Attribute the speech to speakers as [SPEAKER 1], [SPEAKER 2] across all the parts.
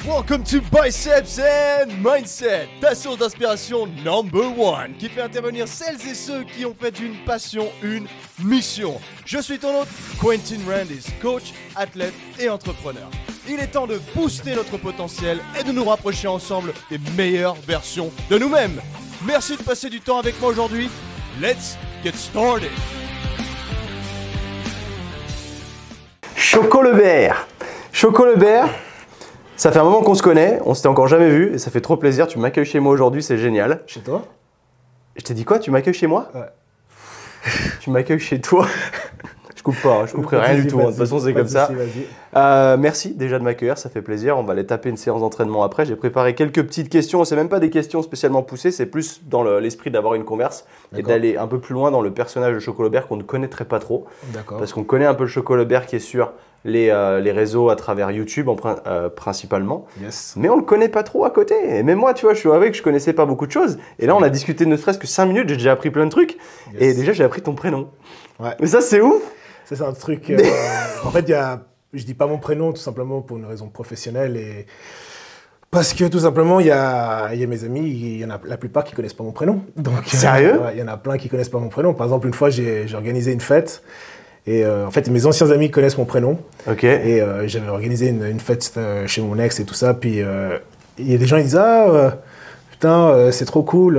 [SPEAKER 1] Welcome to Biceps and Mindset, ta source d'inspiration number one, qui fait intervenir celles et ceux qui ont fait d'une passion une mission. Je suis ton hôte, Quentin Randis, coach, athlète et entrepreneur. Il est temps de booster notre potentiel et de nous rapprocher ensemble des meilleures versions de nous-mêmes. Merci de passer du temps avec moi aujourd'hui. Let's get started.
[SPEAKER 2] Choco Lebert. Choco Lebert, ça fait un moment qu'on se connaît, on s'était encore jamais vu et ça fait trop plaisir. Tu m'accueilles chez moi aujourd'hui, c'est génial.
[SPEAKER 3] Chez toi?
[SPEAKER 2] Je t'ai dit quoi? Tu m'accueilles chez moi?
[SPEAKER 3] Ouais.
[SPEAKER 2] Tu m'accueilles chez toi? Je coupe pas, je couperai rien du tout. De toute façon, c'est comme ça. Merci déjà de m'accueillir, ça fait plaisir. On va aller taper une séance d'entraînement après. J'ai préparé quelques petites questions. C'est même pas des questions spécialement poussées, c'est plus dans l'esprit d'avoir une converse et d'aller un peu plus loin dans le personnage de Choco Lebert qu'on ne connaîtrait pas trop.
[SPEAKER 3] D'accord.
[SPEAKER 2] Parce qu'on connaît un peu le Choco Lebert qui est sur les réseaux à travers YouTube principalement.
[SPEAKER 3] Yes.
[SPEAKER 2] Mais on le connaît pas trop à côté. Et même moi, tu vois, je suis avec, je connaissais pas beaucoup de choses. Et là, on a discuté ne serait-ce que 5 minutes, j'ai déjà appris plein de trucs.
[SPEAKER 3] Yes.
[SPEAKER 2] Et déjà, j'ai appris ton prénom.
[SPEAKER 3] Ouais.
[SPEAKER 2] Mais ça, c'est ouf.
[SPEAKER 3] Ça, c'est un truc. En fait, je dis pas mon prénom tout simplement pour une raison professionnelle et parce que tout simplement, il y a mes amis, il y en a la plupart qui connaissent pas mon prénom. Donc,
[SPEAKER 2] sérieux?
[SPEAKER 3] Il y en a plein qui connaissent pas mon prénom. Par exemple, une fois, j'ai organisé une fête. Et en fait, mes anciens amis connaissent mon prénom.
[SPEAKER 2] Ok.
[SPEAKER 3] Et j'avais organisé une fête chez mon ex et tout ça. Puis il y a des gens qui disent putain, c'est trop cool.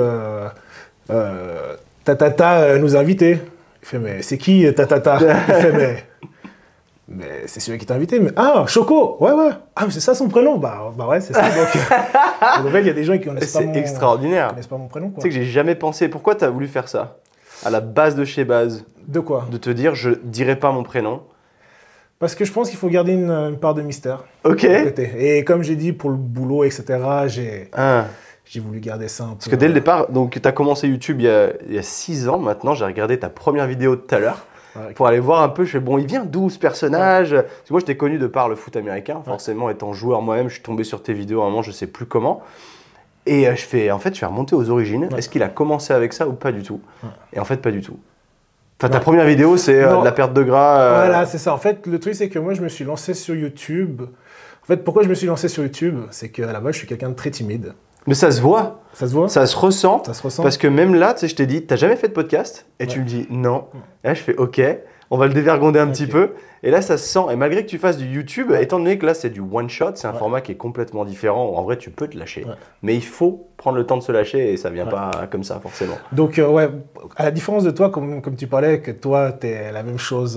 [SPEAKER 3] Tatata nous a invités. Il fait mais c'est qui Tatata? Il fait mais c'est celui qui t'a invité. Mais Choco, ouais. Ah mais c'est ça son prénom? Bah ouais, c'est ça. Donc en fait, il y a des gens qui connaissent pas
[SPEAKER 2] extraordinaire.
[SPEAKER 3] connaissent pas mon prénom.
[SPEAKER 2] Tu sais que j'ai jamais pensé. Pourquoi tu as voulu faire ça? À la base de chez base.
[SPEAKER 3] De quoi?
[SPEAKER 2] De te dire, je dirai pas mon prénom.
[SPEAKER 3] Parce que je pense qu'il faut garder une part de mystère.
[SPEAKER 2] Ok.
[SPEAKER 3] Et comme j'ai dit, pour le boulot, etc., j'ai voulu garder ça un peu.
[SPEAKER 2] Parce que dès le départ, donc tu as commencé YouTube il y a 6 ans maintenant. J'ai regardé ta première vidéo tout à l'heure pour aller voir un peu. Je fais, bon, il vient d'où ce personnage? Parce que moi, je t'ai connu de par le foot américain. Forcément, étant joueur moi-même, je suis tombé sur tes vidéos à un moment, je sais plus comment. Et je fais remonter aux origines. Est-ce qu'il a commencé avec ça ou pas du tout? Et en fait, pas du tout. Enfin, ta première vidéo, c'est de la perte de gras.
[SPEAKER 3] Voilà, c'est ça. En fait, le truc, c'est que moi, je me suis lancé sur YouTube. En fait, pourquoi je me suis lancé sur YouTube? C'est qu'à la base, je suis quelqu'un de très timide.
[SPEAKER 2] Mais ça se voit.
[SPEAKER 3] Ça se voit?
[SPEAKER 2] Ça se ressent.
[SPEAKER 3] Ça se ressent.
[SPEAKER 2] Parce que même là, tu sais, je t'ai dit, t'as jamais fait de podcast? Et tu me dis non. Et là, je fais OK. On va le dévergonder un petit peu. Et là, ça se sent. Et malgré que tu fasses du YouTube, étant donné que là, c'est du one shot, c'est un format qui est complètement différent. En vrai, tu peux te lâcher. Mais il faut prendre le temps de se lâcher et ça vient pas comme ça, forcément.
[SPEAKER 3] Donc, à la différence de toi, comme tu parlais, que toi, tu es la même chose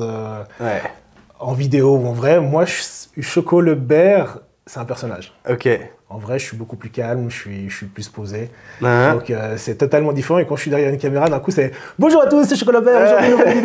[SPEAKER 3] en vidéo ou en vrai, moi, Choco Lebert, c'est un personnage.
[SPEAKER 2] Ok.
[SPEAKER 3] En vrai, je suis beaucoup plus calme, je suis plus posé. Donc, c'est totalement différent. Et quand je suis derrière une caméra, d'un coup, c'est « Bonjour à tous, c'est Choco Lebert, aujourd'hui, une nouvelle vidéo. »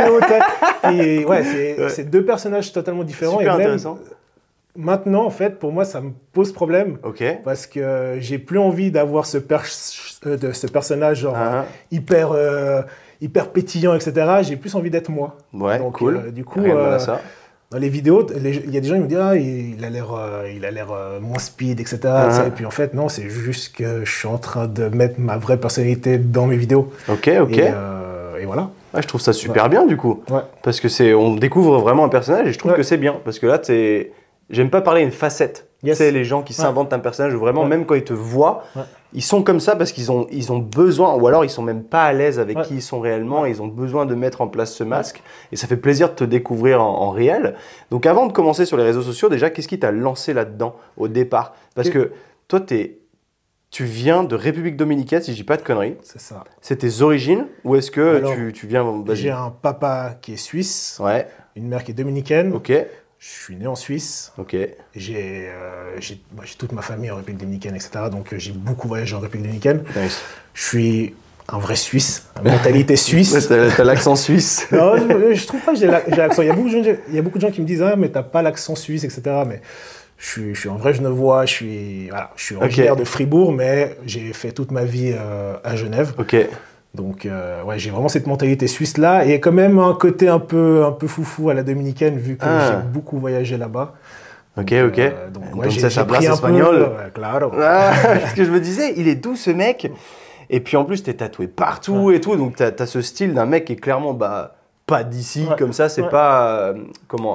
[SPEAKER 3] Et c'est deux personnages totalement différents.
[SPEAKER 2] Super
[SPEAKER 3] et même
[SPEAKER 2] intéressant.
[SPEAKER 3] Maintenant, en fait, pour moi, ça me pose problème.
[SPEAKER 2] Ok.
[SPEAKER 3] Parce que j'ai plus envie d'avoir ce personnage genre hyper pétillant, etc. J'ai plus envie d'être moi.
[SPEAKER 2] Ouais,
[SPEAKER 3] donc,
[SPEAKER 2] cool.
[SPEAKER 3] Du coup,
[SPEAKER 2] ça.
[SPEAKER 3] dans les vidéos, il y a des gens qui me disent il a l'air moins speed, etc. Et puis en fait, non, c'est juste que je suis en train de mettre ma vraie personnalité dans mes vidéos.
[SPEAKER 2] Ok.
[SPEAKER 3] Et voilà.
[SPEAKER 2] Ouais, je trouve ça super bien du coup.
[SPEAKER 3] Ouais.
[SPEAKER 2] Parce que on découvre vraiment un personnage et je trouve que c'est bien. Parce que là, j'aime pas parler une facette.
[SPEAKER 3] Yes.
[SPEAKER 2] Tu sais, les gens qui s'inventent un personnage, vraiment, même quand ils te voient, ils sont comme ça parce qu'ils ont besoin, ou alors ils sont même pas à l'aise avec qui ils sont réellement, et ils ont besoin de mettre en place ce masque. Et ça fait plaisir de te découvrir en réel. Donc avant de commencer sur les réseaux sociaux, déjà, qu'est-ce qui t'a lancé là-dedans au départ? Parce que toi, tu viens de République Dominicaine, si je dis pas de conneries.
[SPEAKER 3] C'est ça.
[SPEAKER 2] C'est tes origines ou est-ce que
[SPEAKER 3] Alors,
[SPEAKER 2] tu viens...
[SPEAKER 3] J'ai un papa qui est suisse, une mère qui est dominicaine.
[SPEAKER 2] Ok.
[SPEAKER 3] Je suis né en Suisse.
[SPEAKER 2] Ok.
[SPEAKER 3] J'ai toute ma famille en République dominicaine, etc. Donc j'ai beaucoup voyagé en République dominicaine.
[SPEAKER 2] Nice.
[SPEAKER 3] Je suis un vrai Suisse, mentalité suisse.
[SPEAKER 2] T'as l'accent suisse.
[SPEAKER 3] Non, je trouve pas que j'ai l'accent. Il y a beaucoup de gens qui me disent mais t'as pas l'accent suisse, etc. Mais je suis en vrai genevois. Je suis originaire de Fribourg, mais j'ai fait toute ma vie à Genève.
[SPEAKER 2] Ok.
[SPEAKER 3] Donc, j'ai vraiment cette mentalité suisse-là. Et quand même un côté un peu foufou à la dominicaine, vu que j'ai beaucoup voyagé là-bas.
[SPEAKER 2] Ok.
[SPEAKER 3] Donc
[SPEAKER 2] j'ai pris un
[SPEAKER 3] espagnol. Claro.
[SPEAKER 2] Parce que je me disais, il est doux ce mec. Et puis en plus, t'es tatoué partout et tout. Donc, t'as ce style d'un mec qui est clairement pas d'ici, comme ça. C'est pas...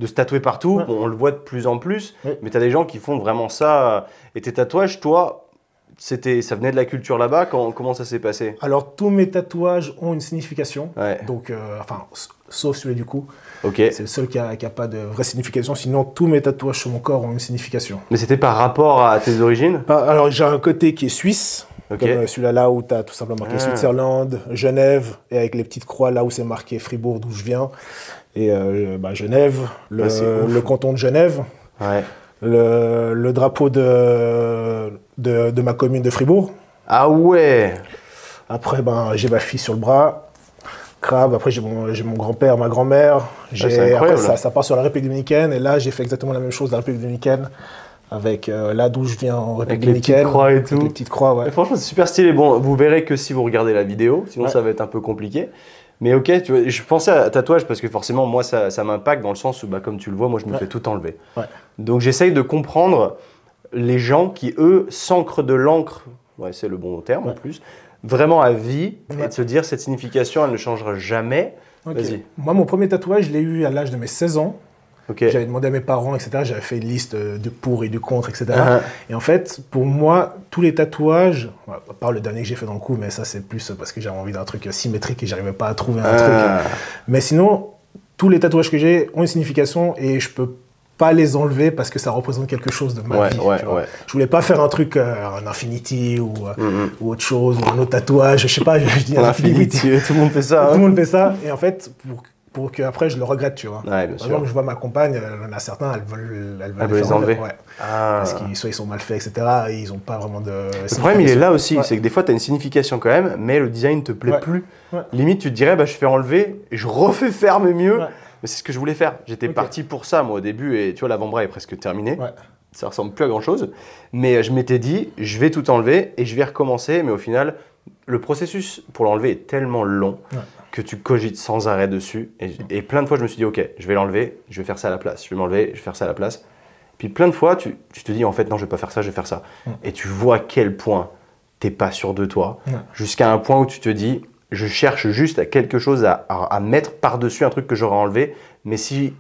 [SPEAKER 2] de se tatouer partout.
[SPEAKER 3] Ouais.
[SPEAKER 2] Bon, on le voit de plus en plus,
[SPEAKER 3] Ouais.
[SPEAKER 2] mais tu as des gens qui font vraiment ça. Et tes tatouages, toi, ça venait de la culture là-bas. Comment ça s'est passé?
[SPEAKER 3] Alors, tous mes tatouages ont une signification.
[SPEAKER 2] Ouais.
[SPEAKER 3] Donc, sauf celui du cou.
[SPEAKER 2] Ok.
[SPEAKER 3] C'est le seul qui a pas de vraie signification. Sinon, tous mes tatouages sur mon corps ont une signification.
[SPEAKER 2] Mais c'était par rapport à tes origines?
[SPEAKER 3] Alors, j'ai un côté qui est suisse.
[SPEAKER 2] Ok.
[SPEAKER 3] Comme celui-là là où tu as tout simplement marqué Switzerland, Genève, et avec les petites croix là où c'est marqué Fribourg, d'où je viens. Et Genève, le canton de Genève,
[SPEAKER 2] Ouais.
[SPEAKER 3] le drapeau de ma commune de Fribourg.
[SPEAKER 2] Ah ouais.
[SPEAKER 3] Après, j'ai ma fille sur le bras. Crabe. Après, j'ai mon grand-père, ma grand-mère.
[SPEAKER 2] c'est incroyable.
[SPEAKER 3] Après, ça part sur la République dominicaine. Et là, j'ai fait exactement la même chose dans la République dominicaine. Avec là d'où je viens en République
[SPEAKER 2] Avec les petites
[SPEAKER 3] dominicaine.
[SPEAKER 2] croix et
[SPEAKER 3] Avec
[SPEAKER 2] tout.
[SPEAKER 3] les petites croix, ouais.
[SPEAKER 2] Mais franchement, c'est super stylé. Bon, vous verrez que si vous regardez la vidéo, sinon ça va être un peu compliqué. Mais ok, tu vois, je pensais à tatouage parce que forcément, moi, ça m'impacte dans le sens où, comme tu le vois, moi, je me fais tout enlever.
[SPEAKER 3] Ouais.
[SPEAKER 2] Donc, j'essaye de comprendre les gens qui, eux, s'ancrent de l'encre, ouais, c'est le bon terme en plus, vraiment à vie, et de se dire, cette signification, elle ne changera jamais.
[SPEAKER 3] Ok.
[SPEAKER 2] Vas-y.
[SPEAKER 3] Moi, mon premier tatouage, je l'ai eu à l'âge de mes 16 ans.
[SPEAKER 2] Ok.
[SPEAKER 3] J'avais demandé à mes parents, etc. J'avais fait une liste de pour et du contre, etc. Et en fait, pour moi, tous les tatouages, à part le dernier que j'ai fait dans le cou, mais ça c'est plus parce que j'avais envie d'un truc symétrique et j'arrivais pas à trouver un truc. Mais sinon, tous les tatouages que j'ai ont une signification et je peux pas les enlever parce que ça représente quelque chose de ma vie. Tu vois. Je voulais pas faire un truc, un Infinity ou autre chose, ou un autre tatouage, je sais pas, je dis
[SPEAKER 2] un Infinity, tout le monde fait ça.
[SPEAKER 3] Tout le monde fait ça. Et en fait, pour qu'après je le regrette, tu vois.
[SPEAKER 2] Ouais, bien
[SPEAKER 3] Par
[SPEAKER 2] sûr.
[SPEAKER 3] exemple, je vois ma compagne, elle en a certains, elles veulent
[SPEAKER 2] les enlever.
[SPEAKER 3] Ouais. Parce qu'ils soit ils sont mal faits, etc. Et ils n'ont pas vraiment de.
[SPEAKER 2] Le problème, il est là aussi, c'est que des fois, tu as une signification quand même, mais le design ne te plaît plus.
[SPEAKER 3] Ouais.
[SPEAKER 2] Limite, tu te dirais, je fais enlever et je refais faire mais mieux.
[SPEAKER 3] Ouais.
[SPEAKER 2] Mais c'est ce que je voulais faire. J'étais parti pour ça, moi, au début, et tu vois, l'avant-bras est presque terminé.
[SPEAKER 3] Ouais.
[SPEAKER 2] Ça ressemble plus à grand-chose. Mais je m'étais dit, je vais tout enlever et je vais recommencer. Mais au final, le processus pour l'enlever est tellement long que tu cogites sans arrêt dessus. Et plein de fois, je me suis dit, ok, je vais l'enlever, je vais faire ça à la place. Je vais m'enlever, je vais faire ça à la place. Puis plein de fois, tu te dis, en fait, non, je vais pas faire ça, je vais faire ça. Et tu vois à quel point t'es pas sûr de toi. Jusqu'à un point où tu te dis, je cherche juste à quelque chose à mettre par-dessus un truc que j'aurais enlevé. Mais si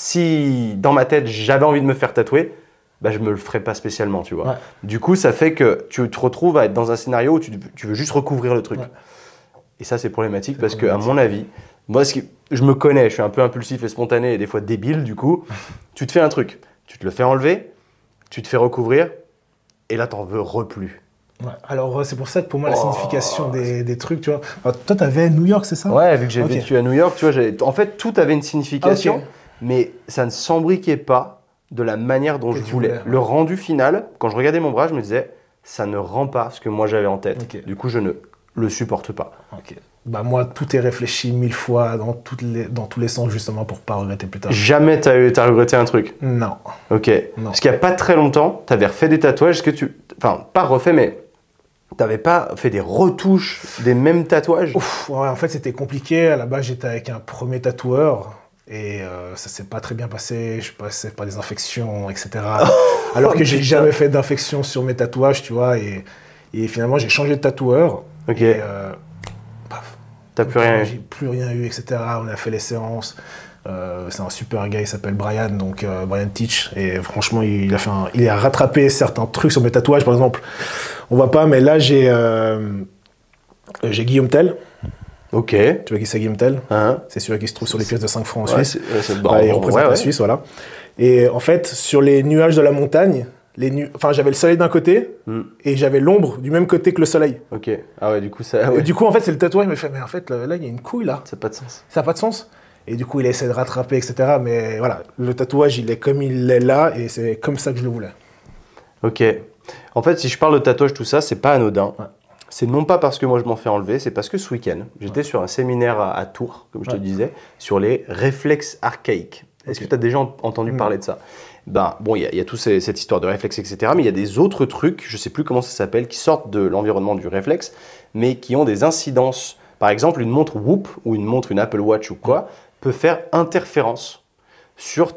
[SPEAKER 2] dans ma tête, j'avais envie de me faire tatouer, je me le ferais pas spécialement, tu vois. Du coup, ça fait que tu te retrouves à être dans un scénario où tu veux juste recouvrir le truc. Et ça, c'est problématique parce qu'à mon avis, moi, je me connais, je suis un peu impulsif et spontané et des fois débile, du coup. Tu te fais un truc, tu te le fais enlever, tu te fais recouvrir et là, t'en veux plus.
[SPEAKER 3] Ouais. Alors, c'est pour ça que pour moi, la signification des trucs, tu vois. Alors, toi, t'avais New York, c'est ça?
[SPEAKER 2] Ouais, vu que j'ai vécu à New York, tu vois, en fait, tout avait une signification, mais ça ne s'embriquait pas de la manière dont je voulais. Le rendu final, quand je regardais mon bras, je me disais, ça ne rend pas ce que moi j'avais en tête. Du coup, je ne le supporte pas.
[SPEAKER 3] Moi, tout est réfléchi 1000 fois dans tous les sens, justement, pour pas regretter plus tard.
[SPEAKER 2] Jamais t'as regretté un truc?
[SPEAKER 3] Non.
[SPEAKER 2] Ok. Non. Parce qu'il n'y a pas très longtemps, t'avais refait des tatouages, enfin, pas refait, mais t'avais pas fait des retouches des mêmes tatouages?
[SPEAKER 3] En fait, c'était compliqué. À la base, j'étais avec un premier tatoueur. Et ça s'est pas très bien passé, je passais par des infections, etc. Alors que j'ai jamais fait d'infection sur mes tatouages, tu vois. Et finalement, j'ai changé de tatoueur.
[SPEAKER 2] Ok.
[SPEAKER 3] Et
[SPEAKER 2] t'as plus rien eu?
[SPEAKER 3] J'ai plus rien eu, etc. On a fait les séances. C'est un super gars, il s'appelle Brian, donc Brian Teach. Et franchement, il a rattrapé certains trucs sur mes tatouages. Par exemple, on voit pas, mais là, j'ai Guillaume Tell.
[SPEAKER 2] Ok.
[SPEAKER 3] Tu vois qui c'est Guillaume Tell? C'est celui qui se trouve sur les pièces de 5 francs en Suisse. Il représente la Suisse, voilà. Et en fait, sur les nuages de la montagne, j'avais le soleil d'un côté et j'avais l'ombre du même côté que le soleil.
[SPEAKER 2] Ok. Ah ouais, du coup, ça. Ouais.
[SPEAKER 3] Et du coup, en fait, c'est le tatouage. Il me fait, mais en fait, là, il y a une couille là.
[SPEAKER 2] Ça n'a pas de sens.
[SPEAKER 3] Ça n'a pas de sens. Et du coup, il a essayé de rattraper, etc. Mais voilà, le tatouage, il est comme il est là et c'est comme ça que je le voulais.
[SPEAKER 2] Ok. En fait, si je parle de tatouage, tout ça, c'est pas anodin. C'est non pas parce que moi je m'en fais enlever, c'est parce que ce week-end, j'étais sur un séminaire à Tours, comme je te disais, sur les réflexes archaïques. Est-ce que tu as déjà entendu parler de ça? Bon, il y a toute cette histoire de réflexes, etc. Mais il y a des autres trucs, je ne sais plus comment ça s'appelle, qui sortent de l'environnement du réflexe, mais qui ont des incidences. Par exemple, une montre Whoop ou une Apple Watch ou quoi peut faire interférence sur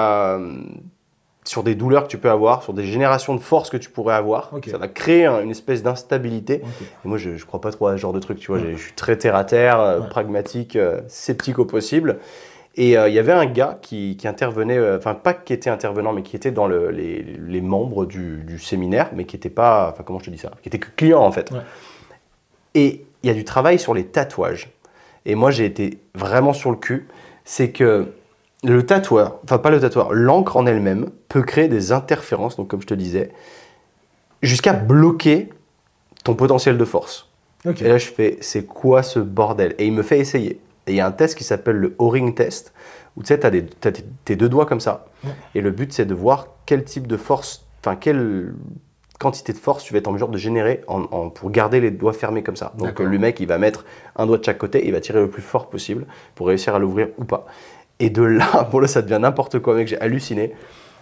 [SPEAKER 2] des douleurs que tu peux avoir, sur des générations de force que tu pourrais avoir. Ça va créer une espèce d'instabilité. Et moi, je ne crois pas trop à ce genre de truc. Tu vois, je suis très terre-à-terre, pragmatique, sceptique au possible. Et il y avait un gars qui intervenait, enfin pas qui était intervenant, mais qui était dans les membres du séminaire, mais qui n'était pas, enfin comment je te dis ça, qui était que client en fait.
[SPEAKER 3] Ouais.
[SPEAKER 2] Et il y a du travail sur les tatouages. Et moi j'ai été vraiment sur le cul, c'est que le tatoueur, enfin pas le tatoueur, l'encre en elle-même peut créer des interférences, donc comme je te disais, jusqu'à bloquer ton potentiel de force.
[SPEAKER 3] Ok.
[SPEAKER 2] Et là, je fais, c'est quoi ce bordel? Et il me fait essayer. Et il y a un test qui s'appelle le O-ring test, où tu sais, t'as tes deux doigts comme ça.
[SPEAKER 3] Ouais.
[SPEAKER 2] Et le but, c'est de voir quel type de force, enfin, quelle quantité de force tu vas être en mesure de générer pour garder les doigts fermés comme ça. Donc,
[SPEAKER 3] D'accord.
[SPEAKER 2] le mec, il va mettre un doigt de chaque côté, il va tirer le plus fort possible pour réussir à l'ouvrir ou pas. Et de là, bon là, ça devient n'importe quoi, mec, j'ai halluciné.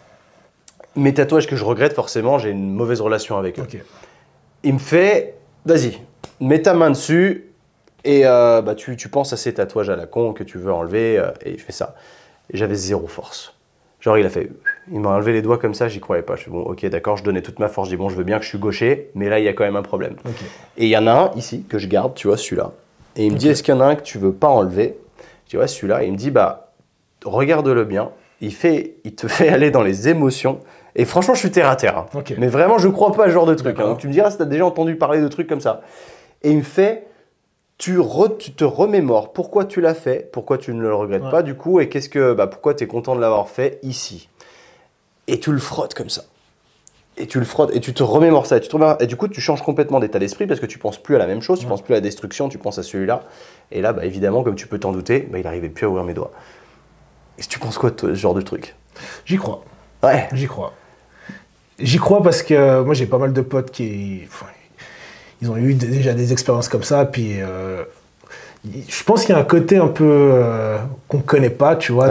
[SPEAKER 2] Mes tatouages que je regrette, forcément, j'ai une mauvaise relation avec eux.
[SPEAKER 3] Ok.
[SPEAKER 2] Il me fait, vas-y, mets ta main dessus et tu penses à ces tatouages à la con que tu veux enlever et je fais ça. Et j'avais zéro force. Genre il m'a enlevé les doigts comme ça, j'y croyais pas. Je fais bon, ok, d'accord, je donnais toute ma force. Je dis bon, je veux bien que je suis gaucher, mais là il y a quand même un problème.
[SPEAKER 3] Ok.
[SPEAKER 2] Et il y en a un ici que je garde, tu vois, celui-là. Et il me dit, est-ce qu'il y en a un que tu veux pas enlever? Je dis ouais, celui-là. Et il me dit regarde-le bien. Il te fait aller dans les émotions. Et franchement, je suis terre à terre. Hein.
[SPEAKER 3] Ok.
[SPEAKER 2] Mais vraiment, je crois pas à ce genre de truc. Hein.
[SPEAKER 3] D'accord.
[SPEAKER 2] Donc tu me diras si tu as déjà entendu parler de trucs comme ça. Et il me fait, tu te remémores pourquoi tu l'as fait, pourquoi tu ne le regrettes pas du coup, et pourquoi tu es content de l'avoir fait ici. Et tu le frottes comme ça. Et tu le frottes et tu te remémores ça. Et du coup, tu changes complètement d'état d'esprit parce que tu penses plus à la même chose, tu penses plus à la destruction, tu penses à celui-là. Et là, évidemment, comme tu peux t'en douter, il n'arrivait plus à ouvrir mes doigts. Et tu penses quoi de ce genre de truc?
[SPEAKER 3] J'y crois.
[SPEAKER 2] Ouais.
[SPEAKER 3] J'y crois. J'y crois parce que moi j'ai pas mal de potes qui ils ont eu déjà des expériences comme ça, puis je pense qu'il y a un côté un peu qu'on connaît pas, tu vois,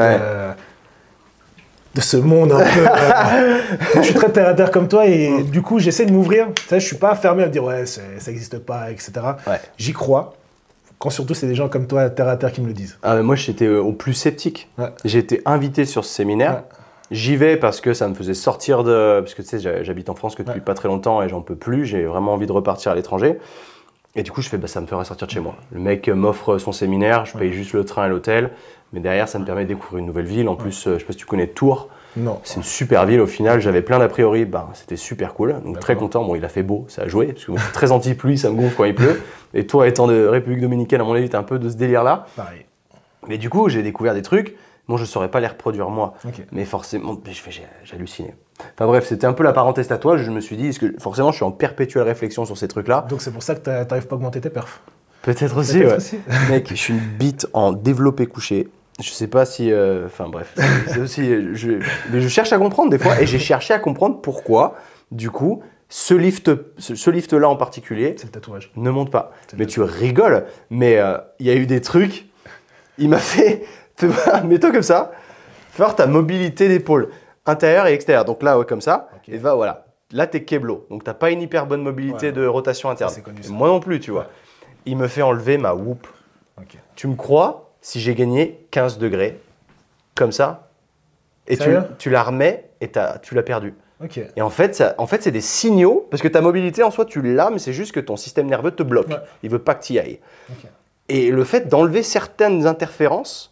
[SPEAKER 3] de ce monde un peu. Je suis très terre à terre comme toi et du coup j'essaie de m'ouvrir. Tu sais, je suis pas fermé à me dire ouais ça n'existe pas, etc.
[SPEAKER 2] Ouais.
[SPEAKER 3] J'y crois. Quand surtout c'est des gens comme toi terre à terre qui me le disent.
[SPEAKER 2] Ah, mais moi j'étais au plus sceptique.
[SPEAKER 3] Ouais.
[SPEAKER 2] J'ai été invité sur ce séminaire.
[SPEAKER 3] Ouais.
[SPEAKER 2] J'y vais parce que ça me faisait sortir de... Parce que tu sais, j'habite en France que depuis pas très longtemps et j'en peux plus. J'ai vraiment envie de repartir à l'étranger. Et du coup, je fais, ça me ferait sortir de chez moi. Le mec m'offre son séminaire, je paye juste le train et l'hôtel. Mais derrière, ça me permet de découvrir une nouvelle ville. En plus, je sais pas si tu connais Tours.
[SPEAKER 3] Non.
[SPEAKER 2] C'est une super ville. Au final, j'avais plein d'a priori. C'était super cool. Donc très content. Bon, il a fait beau, ça a joué. Parce que moi, je suis très anti-pluie, ça me gonfle quand il pleut. Et toi, étant de République Dominicaine, à mon avis, t'es un peu de ce délire-là.
[SPEAKER 3] Pareil.
[SPEAKER 2] Mais du coup, j'ai découvert des trucs. Bon, je ne saurais pas les reproduire moi,
[SPEAKER 3] Ok.
[SPEAKER 2] mais forcément, j'ai halluciné. Enfin bref, c'était un peu la parenthèse tatouage. Je me suis dit, forcément, je suis en perpétuelle réflexion sur ces trucs-là.
[SPEAKER 3] Donc c'est pour ça que t'arrives pas à augmenter tes perfs.
[SPEAKER 2] Peut-être aussi,
[SPEAKER 3] Peut-être
[SPEAKER 2] ouais.
[SPEAKER 3] aussi.
[SPEAKER 2] Mec, je suis une bite en développé couché. Je sais pas si... Enfin bref, c'est aussi... mais je cherche à comprendre des fois, et j'ai cherché à comprendre pourquoi, du coup, ce lift-là en particulier...
[SPEAKER 3] C'est le tatouage.
[SPEAKER 2] Ne monte pas. Mais tu rigoles, mais il y a eu des trucs... Il m'a fait... Mets-toi comme ça. Fais voir ta mobilité d'épaule intérieure et extérieure. Donc là, ouais, comme ça.
[SPEAKER 3] Ok.
[SPEAKER 2] Et voilà. Là, t'es keblo. Donc t'as pas une hyper bonne mobilité de rotation interne.
[SPEAKER 3] c'est connu, ça.
[SPEAKER 2] Moi non plus, tu vois.
[SPEAKER 3] Ouais.
[SPEAKER 2] Il me fait enlever ma whoop.
[SPEAKER 3] Ok.
[SPEAKER 2] Tu me crois si j'ai gagné 15 degrés comme ça et
[SPEAKER 3] Sérieux
[SPEAKER 2] tu la remets et tu l'as perdu.
[SPEAKER 3] Ok.
[SPEAKER 2] Et en fait, c'est des signaux parce que ta mobilité en soi, tu l'as, mais c'est juste que ton système nerveux te bloque.
[SPEAKER 3] Ouais.
[SPEAKER 2] Il veut pas que tu y ailles.
[SPEAKER 3] Ok.
[SPEAKER 2] Et le fait d'enlever certaines interférences,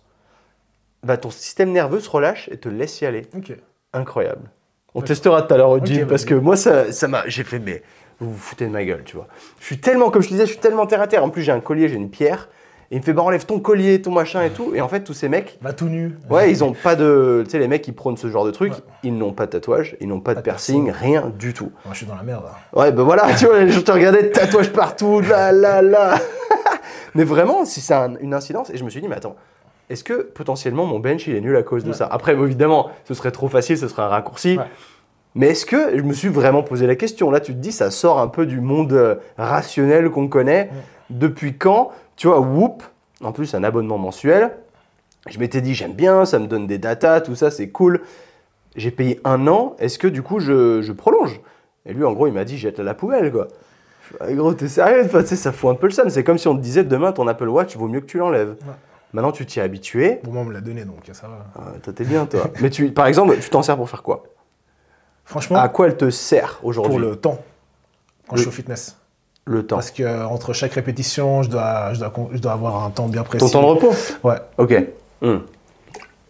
[SPEAKER 2] ton système nerveux se relâche et te laisse y aller.
[SPEAKER 3] Ok.
[SPEAKER 2] Incroyable. On testera tout à l'heure au
[SPEAKER 3] Ok,
[SPEAKER 2] gym parce
[SPEAKER 3] vas-y.
[SPEAKER 2] que moi, ça m'a. J'ai fait, mais vous vous foutez de ma gueule, tu vois. Je suis tellement, comme je te disais, je suis tellement terre à terre. En plus, j'ai un collier, j'ai une pierre. Et il me fait, enlève ton collier, ton machin et tout. Et en fait, tous ces mecs,
[SPEAKER 3] Va tout nu.
[SPEAKER 2] ouais, ils ont pas de. Tu sais, les mecs qui prônent ce genre de truc,
[SPEAKER 3] Ouais.
[SPEAKER 2] ils n'ont pas de tatouage, ils n'ont pas de
[SPEAKER 3] de
[SPEAKER 2] piercing,
[SPEAKER 3] piercing.
[SPEAKER 2] rien du tout.
[SPEAKER 3] Moi, je suis dans la merde. Là.
[SPEAKER 2] Ouais, voilà, tu vois, je te regardais, tatouage partout, là. Mais vraiment, si c'est une incidence, et je me suis dit, mais attends, est-ce que potentiellement mon bench il est nul à cause de ça? Après, évidemment, ce serait trop facile, ce serait un raccourci.
[SPEAKER 3] Ouais.
[SPEAKER 2] Mais est-ce que je me suis vraiment posé la question? Là, tu te dis, ça sort un peu du monde rationnel qu'on connaît. Depuis quand? Tu vois, Whoop, en plus, un abonnement mensuel. Je m'étais dit, j'aime bien, ça me donne des datas, tout ça, c'est cool. J'ai payé 1 an, est-ce que du coup, je prolonge? Et lui, en gros, il m'a dit, jette à la poubelle, quoi. Je fais, ah, gros, t'es sérieux? Enfin, tu sais, ça fout un peu le seum. C'est comme si on te disait, demain, ton Apple Watch, vaut mieux que tu l'enlèves.
[SPEAKER 3] Ouais.
[SPEAKER 2] Maintenant, tu t'y es habitué.
[SPEAKER 3] Bon, moi, on me l'a donné, donc ça va.
[SPEAKER 2] Toi, t'es bien, toi. Mais par exemple, tu t'en sers pour faire quoi?
[SPEAKER 3] Franchement,
[SPEAKER 2] À quoi elle te sert aujourd'hui?
[SPEAKER 3] pour le temps, quand je suis au fitness.
[SPEAKER 2] Le temps.
[SPEAKER 3] Parce que entre chaque répétition, je dois avoir un temps bien précis.
[SPEAKER 2] Ton temps de repos?
[SPEAKER 3] Ouais.
[SPEAKER 2] Ok.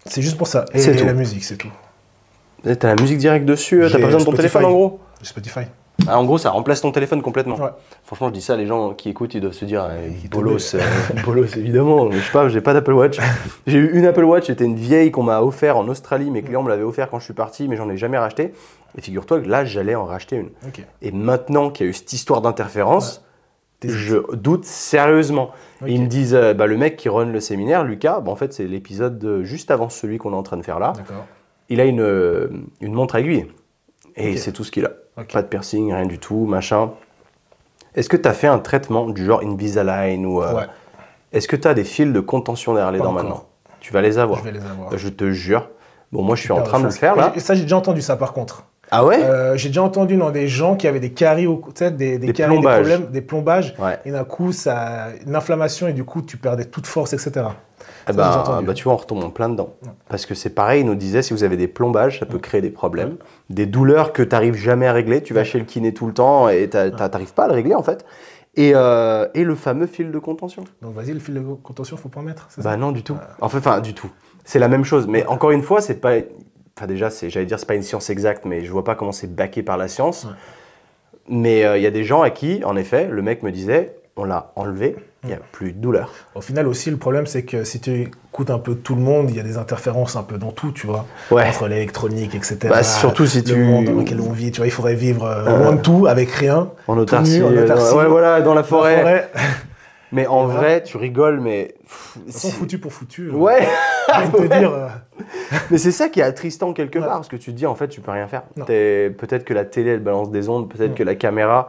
[SPEAKER 3] C'est juste pour ça. Et
[SPEAKER 2] C'est tout.
[SPEAKER 3] la musique, c'est tout.
[SPEAKER 2] Et t'as la musique directe dessus, t'as
[SPEAKER 3] J'ai
[SPEAKER 2] pas besoin de ton
[SPEAKER 3] Spotify.
[SPEAKER 2] téléphone en gros.
[SPEAKER 3] J'ai Spotify.
[SPEAKER 2] Ah, en gros, ça remplace ton téléphone complètement.
[SPEAKER 3] Ouais.
[SPEAKER 2] Franchement, je dis ça, les gens qui écoutent, ils doivent se dire
[SPEAKER 3] Ils
[SPEAKER 2] bolos, bolos évidemment. Mais je sais pas, j'ai pas d'Apple Watch. J'ai eu une Apple Watch, c'était une vieille qu'on m'a offert en Australie. Mes clients me l'avaient offert quand je suis parti, mais j'en ai jamais racheté. Et figure-toi que là, j'allais en racheter une.
[SPEAKER 3] Ok.
[SPEAKER 2] Et maintenant qu'il y a eu cette histoire d'interférence,
[SPEAKER 3] T'hésites.
[SPEAKER 2] je doute sérieusement.
[SPEAKER 3] Ok.
[SPEAKER 2] Et ils me disent, le mec qui run le séminaire, Lucas, en fait, c'est l'épisode juste avant celui qu'on est en train de faire là.
[SPEAKER 3] D'accord.
[SPEAKER 2] Il a une montre aiguille. Et
[SPEAKER 3] Ok.
[SPEAKER 2] c'est tout ce qu'il a.
[SPEAKER 3] Ok.
[SPEAKER 2] Pas de piercing, rien du tout, machin. Est-ce que tu as fait un traitement du genre Invisalign ou
[SPEAKER 3] Ouais.
[SPEAKER 2] est-ce que tu as des fils de contention derrière les
[SPEAKER 3] Pas
[SPEAKER 2] dents
[SPEAKER 3] encore.
[SPEAKER 2] maintenant? Tu vas les avoir.
[SPEAKER 3] Je vais les avoir.
[SPEAKER 2] Je te jure. Bon, moi, je suis en train de le faire là.
[SPEAKER 3] Et ça, j'ai déjà entendu ça par contre.
[SPEAKER 2] Ah ouais?
[SPEAKER 3] J'ai déjà entendu dans des gens qui avaient des caries, tu sais, des caries,
[SPEAKER 2] plombages.
[SPEAKER 3] des problèmes, des plombages.
[SPEAKER 2] Ouais.
[SPEAKER 3] Et d'un coup, ça, une inflammation et du coup, tu perdais toute force, etc.
[SPEAKER 2] Eh
[SPEAKER 3] Ça, j'ai entendu.
[SPEAKER 2] tu vois, on retombe en plein dedans. Parce que c'est pareil, il nous disait, si vous avez des plombages, ça peut créer des problèmes. Des douleurs que tu n'arrives jamais à régler. Tu vas chez le kiné tout le temps et tu n'arrives pas à le régler en fait. Et le fameux fil de contention.
[SPEAKER 3] Donc vas-y, le fil de contention, faut pas en mettre. C'est ça
[SPEAKER 2] Bah non, du tout. Enfin, du tout. C'est la même chose. Mais encore une fois, c'est pas... Enfin déjà, j'allais dire, c'est pas une science exacte, mais je vois pas comment c'est backé par la science.
[SPEAKER 3] Ouais.
[SPEAKER 2] Mais il y a des gens à qui, en effet, le mec me disait, on l'a enlevé, il n'y a plus de douleur.
[SPEAKER 3] Au final aussi, le problème, c'est que si tu écoutes un peu tout le monde, il y a des interférences un peu dans tout, tu vois.
[SPEAKER 2] Ouais.
[SPEAKER 3] Entre l'électronique, etc.
[SPEAKER 2] Bah, surtout si
[SPEAKER 3] le
[SPEAKER 2] tu-
[SPEAKER 3] monde dans lequel on vit, tu vois, il faudrait vivre loin de tout, avec rien.
[SPEAKER 2] En
[SPEAKER 3] tout
[SPEAKER 2] autarcie.
[SPEAKER 3] nu, en autarcie.
[SPEAKER 2] Ouais, voilà, dans la
[SPEAKER 3] Dans
[SPEAKER 2] forêt.
[SPEAKER 3] la forêt.
[SPEAKER 2] Mais en
[SPEAKER 3] Voilà.
[SPEAKER 2] vrai, tu rigoles, mais...
[SPEAKER 3] De toute façon, foutu pour foutu.
[SPEAKER 2] Ouais.
[SPEAKER 3] J'ai envie de te dire,
[SPEAKER 2] Mais c'est ça qui est attristant quelque
[SPEAKER 3] Ouais.
[SPEAKER 2] part, parce que tu te dis, en fait, tu peux rien faire.
[SPEAKER 3] Non.
[SPEAKER 2] Peut-être que la télé, elle balance des ondes, peut-être que la caméra...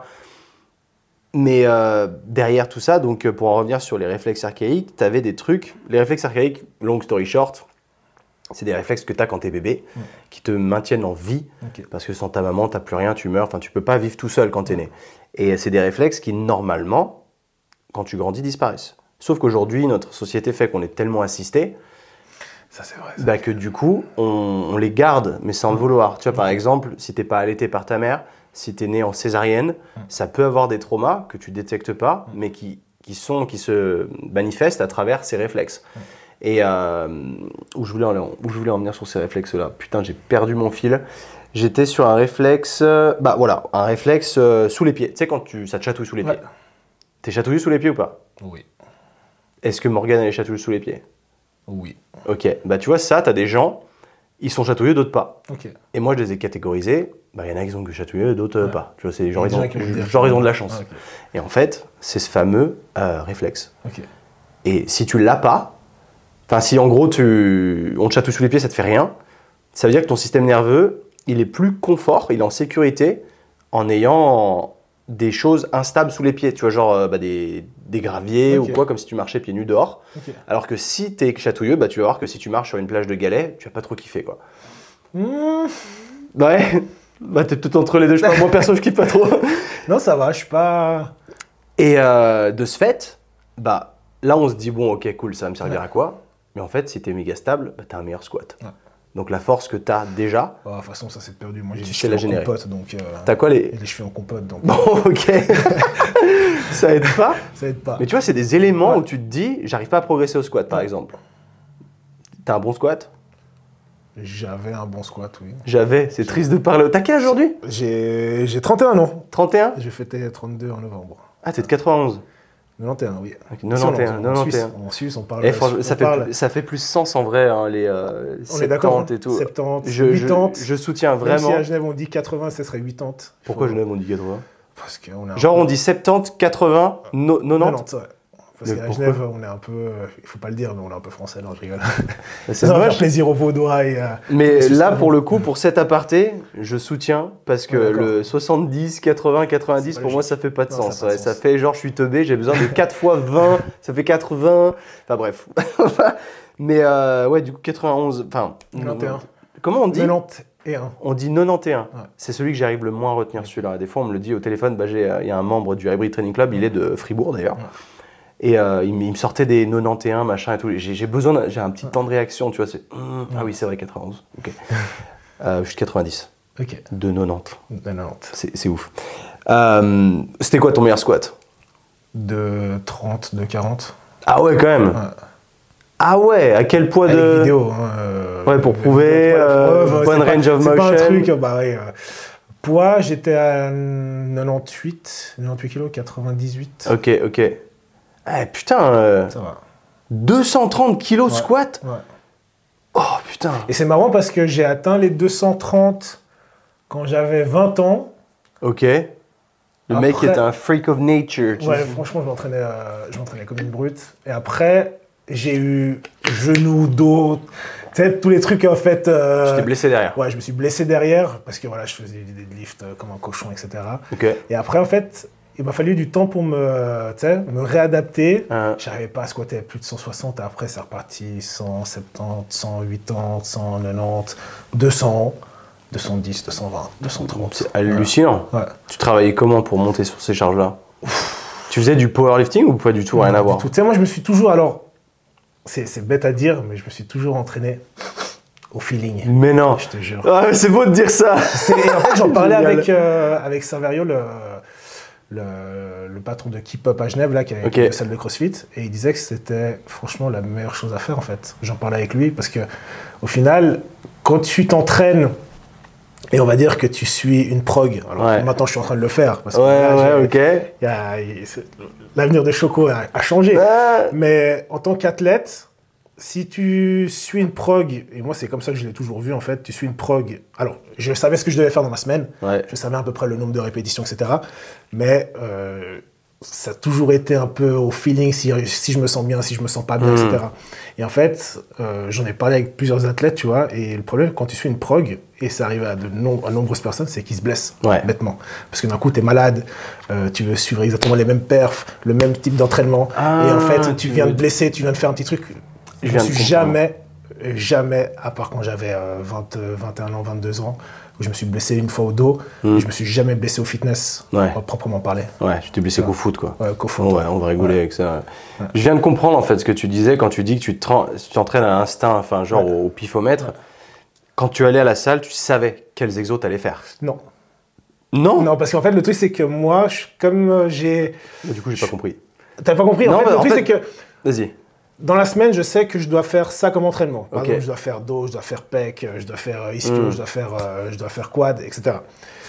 [SPEAKER 2] Mais derrière tout ça, donc pour en revenir sur les réflexes archaïques, tu avais des trucs. Les réflexes archaïques, long story short, c'est des réflexes que tu as quand tu es bébé, qui te maintiennent en vie,
[SPEAKER 3] Ok.
[SPEAKER 2] parce que sans ta maman, tu n'as plus rien, tu meurs, enfin tu peux pas vivre tout seul quand tu es né. Et c'est des réflexes qui, normalement, quand tu grandis, disparaissent. Sauf qu'aujourd'hui, notre société fait qu'on est tellement assisté
[SPEAKER 3] Ça, c'est vrai.
[SPEAKER 2] que du coup, on les garde, mais sans le vouloir. Tu vois, par exemple, si tu n'es pas allaité par ta mère, si tu es né en césarienne, ça peut avoir des traumas que tu détectes pas, mais qui se manifestent à travers ces réflexes. Et où je voulais en venir sur ces réflexes-là. Putain, j'ai perdu mon fil. J'étais sur un réflexe, un réflexe sous les pieds. Tu sais, quand ça te chatouille sous les
[SPEAKER 3] Ouais.
[SPEAKER 2] pieds. T'es chatouillé sous les pieds ou pas?
[SPEAKER 3] Oui.
[SPEAKER 2] Est-ce que Morgane, elle est chatouillée sous les pieds?
[SPEAKER 3] Oui.
[SPEAKER 2] Ok, bah tu vois, ça, t'as des gens, ils sont chatouillés, d'autres pas.
[SPEAKER 3] Ok.
[SPEAKER 2] Et moi, je les ai catégorisés. Bah, il y en a qui sont que chatouillés, d'autres pas. Tu vois, c'est genre,
[SPEAKER 3] Il y
[SPEAKER 2] ils
[SPEAKER 3] en
[SPEAKER 2] ont,
[SPEAKER 3] a qui vont dire
[SPEAKER 2] genre,
[SPEAKER 3] que-
[SPEAKER 2] ils ont de la chance.
[SPEAKER 3] Ah, ok.
[SPEAKER 2] Et en fait, c'est ce fameux réflexe.
[SPEAKER 3] Ok.
[SPEAKER 2] Et si tu l'as pas, enfin, si en gros, on te chatouille sous les pieds, ça te fait rien, ça veut dire que ton système nerveux, il est plus confort, il est en sécurité en ayant des choses instables sous les pieds. Tu vois, genre des graviers
[SPEAKER 3] Ok.
[SPEAKER 2] ou quoi, comme si tu marchais pieds nus dehors.
[SPEAKER 3] Ok.
[SPEAKER 2] Alors que si tu es chatouilleux, bah, tu vas voir que si tu marches sur une plage de galets, tu vas pas trop kiffer, quoi. Ouais, bah t'es tout entre les deux. Je sais pas, moi perso, je kiffe pas trop.
[SPEAKER 3] Non, ça va, je suis pas.
[SPEAKER 2] Et de ce fait, bah là, on se dit, bon, ok, cool, ça va me servir
[SPEAKER 3] Ouais.
[SPEAKER 2] à quoi? Mais en fait, si t'es méga stable, bah, t'as un meilleur squat.
[SPEAKER 3] Ouais.
[SPEAKER 2] Donc la force que t'as déjà,
[SPEAKER 3] Bah, de toute façon, ça c'est perdu. Moi, j'ai
[SPEAKER 2] Tu
[SPEAKER 3] les
[SPEAKER 2] sais
[SPEAKER 3] cheveux
[SPEAKER 2] la
[SPEAKER 3] en
[SPEAKER 2] générer.
[SPEAKER 3] compote, donc.
[SPEAKER 2] t'as quoi les.
[SPEAKER 3] Et les cheveux en compote, donc.
[SPEAKER 2] Bon, ok. Ça aide pas.
[SPEAKER 3] Ça aide pas.
[SPEAKER 2] Mais tu vois, c'est des éléments
[SPEAKER 3] Ouais.
[SPEAKER 2] où tu te dis, j'arrive pas à progresser au squat, par
[SPEAKER 3] Ouais.
[SPEAKER 2] exemple. T'as un bon squat?
[SPEAKER 3] J'avais un bon squat, oui.
[SPEAKER 2] J'avais, c'est triste de parler. T'as quel âge aujourd'hui?
[SPEAKER 3] J'ai 31 ans.
[SPEAKER 2] 31?
[SPEAKER 3] J'ai fêté 32 en novembre.
[SPEAKER 2] Ah, t'es de 91.
[SPEAKER 3] 91, oui.
[SPEAKER 2] Ok,
[SPEAKER 3] Ici,
[SPEAKER 2] 91,
[SPEAKER 3] en
[SPEAKER 2] 91.
[SPEAKER 3] Suisse, en Suisse, on parle.
[SPEAKER 2] Eh, franchement,
[SPEAKER 3] on
[SPEAKER 2] ça
[SPEAKER 3] parle-
[SPEAKER 2] fait plus sens en vrai, hein, les
[SPEAKER 3] On est d'accord.
[SPEAKER 2] 70 et tout.
[SPEAKER 3] 70,
[SPEAKER 2] Je
[SPEAKER 3] 80.
[SPEAKER 2] je soutiens
[SPEAKER 3] Même
[SPEAKER 2] vraiment.
[SPEAKER 3] si à Genève on dit 80, ce serait 80.
[SPEAKER 2] Pourquoi Genève on dit 80?
[SPEAKER 3] Parce qu'on est
[SPEAKER 2] Genre on dit 70, 80, 90?
[SPEAKER 3] 90, ouais. Parce
[SPEAKER 2] Mais
[SPEAKER 3] qu'à
[SPEAKER 2] pourquoi
[SPEAKER 3] Genève, on est un peu. Il faut pas le dire, mais on est un peu français, non, je rigole.
[SPEAKER 2] C'est
[SPEAKER 3] Ça va faire
[SPEAKER 2] dommage.
[SPEAKER 3] plaisir aux Vaudois et.
[SPEAKER 2] Mais
[SPEAKER 3] C'est
[SPEAKER 2] là
[SPEAKER 3] ça.
[SPEAKER 2] pour le coup, pour cet aparté, je soutiens parce que
[SPEAKER 3] Ouais, d'accord.
[SPEAKER 2] le 70, 80, 90
[SPEAKER 3] C'est pas
[SPEAKER 2] pour moi
[SPEAKER 3] logique.
[SPEAKER 2] ça fait pas de
[SPEAKER 3] Non, ça a
[SPEAKER 2] sens.
[SPEAKER 3] pas de
[SPEAKER 2] Ouais, ça
[SPEAKER 3] sens.
[SPEAKER 2] fait genre je suis teubé, j'ai besoin de 4 fois 20, ça fait 80. Enfin bref. Mais ouais, du coup 91, enfin
[SPEAKER 3] 91.
[SPEAKER 2] Comment on dit?
[SPEAKER 3] 91.
[SPEAKER 2] On dit 91.
[SPEAKER 3] Ouais.
[SPEAKER 2] C'est celui que j'arrive le moins à retenir, celui-là. Des fois, on me le dit au téléphone. Bah, il y a un membre du Hybrid Training Club, il est de Fribourg d'ailleurs.
[SPEAKER 3] Ouais.
[SPEAKER 2] Et il me sortait des 91, machin et tout. J'ai besoin, j'ai un petit temps de réaction, tu vois. Ah oui, c'est vrai, 91. Ok. Je suis 90,
[SPEAKER 3] Ok.
[SPEAKER 2] de 90.
[SPEAKER 3] 90.
[SPEAKER 2] C'est ouf. C'était quoi ton meilleur squat?
[SPEAKER 3] De 30, de 40.
[SPEAKER 2] Ah ouais, quand même.
[SPEAKER 3] Ouais.
[SPEAKER 2] Ah ouais, à quel poids
[SPEAKER 3] Avec
[SPEAKER 2] de.
[SPEAKER 3] vidéo,
[SPEAKER 2] Ouais, pour prouver, bonne range of motion.
[SPEAKER 3] C'est pas un truc, poids, j'étais à 98 kg, 98.
[SPEAKER 2] Ok. Putain,
[SPEAKER 3] Ça va.
[SPEAKER 2] 230 kg squat.
[SPEAKER 3] Ouais.
[SPEAKER 2] Oh putain.
[SPEAKER 3] Et c'est marrant parce que j'ai atteint les 230 quand j'avais 20 ans.
[SPEAKER 2] Ok. Le mec était un freak of nature.
[SPEAKER 3] Ouais, franchement, je m'entraînais comme une brute. Et après, j'ai eu genou, dos, tu sais, tous les trucs en fait.
[SPEAKER 2] Tu t'es blessé derrière.
[SPEAKER 3] Ouais, je me suis blessé derrière parce que voilà, je faisais des deadlifts comme un cochon, etc.
[SPEAKER 2] Ok.
[SPEAKER 3] Et après, en fait, il m'a fallu du temps pour me réadapter. J'arrivais pas à squatter à plus de 160. Et après, c'est reparti 170, 180, 190, 200. 210, 220, 230.
[SPEAKER 2] C'est hallucinant.
[SPEAKER 3] Ouais.
[SPEAKER 2] Tu travaillais comment pour monter sur ces charges-là? Tu faisais du powerlifting ou pas du tout, rien à voir?
[SPEAKER 3] Tu sais, moi je me suis toujours, alors, c'est bête à dire, mais je me suis toujours entraîné au feeling.
[SPEAKER 2] Mais non.
[SPEAKER 3] Je te jure.
[SPEAKER 2] Ah, c'est beau de dire ça.
[SPEAKER 3] Et en fait, j'en parlais avec Saverio, le patron de Keep Up à Genève, là, qui a une salle de CrossFit, et il disait que c'était franchement la meilleure chose à faire en fait. J'en parlais avec lui parce que au final, quand tu t'entraînes et on va dire que tu suis une prog. Alors maintenant, je suis en train de le faire. Parce que l'avenir de Choco a changé. Mais en tant qu'athlète, si tu suis une prog, et moi, c'est comme ça que je l'ai toujours vu, en fait, tu suis une prog. Alors, je savais ce que je devais faire dans ma semaine. Je savais à peu près le nombre de répétitions, etc. Mais ça a toujours été un peu au feeling, si je me sens bien, si je me sens pas bien, etc. Et en fait, j'en ai parlé avec plusieurs athlètes, tu vois, et le problème, quand tu suis une prog, et ça arrive à nombreuses personnes, c'est qu'ils se blessent, bêtement. Parce que d'un coup, tu es malade, tu veux suivre exactement les mêmes perfs, le même type d'entraînement, et en fait, tu viens de blesser, tu viens de faire un petit truc. Je ne suis jamais, à part quand j'avais 21 ans, 22 ans, où je me suis blessé une fois au dos, et je me suis jamais blessé au fitness, proprement parler.
[SPEAKER 2] Ouais, tu t'es blessé qu'au foot, quoi.
[SPEAKER 3] Ouais, qu'au foot.
[SPEAKER 2] On va rigoler avec ça. Je viens de comprendre, en fait, ce que tu disais quand tu dis que tu t'entraînes à l'instinct, enfin, genre au pifomètre. Quand tu allais à la salle, tu savais quels exos t'allais faire?
[SPEAKER 3] Non.
[SPEAKER 2] Non?
[SPEAKER 3] Non, parce qu'en fait, le truc, c'est que moi, comme j'ai...
[SPEAKER 2] Du coup, j'ai pas compris.
[SPEAKER 3] T'as pas compris?
[SPEAKER 2] Non,
[SPEAKER 3] le truc, c'est que...
[SPEAKER 2] Vas-y.
[SPEAKER 3] Dans la semaine, je sais que je dois faire ça comme entraînement. Par exemple, je dois faire dos, je dois faire pec, je dois faire ischio, je dois faire quad, etc.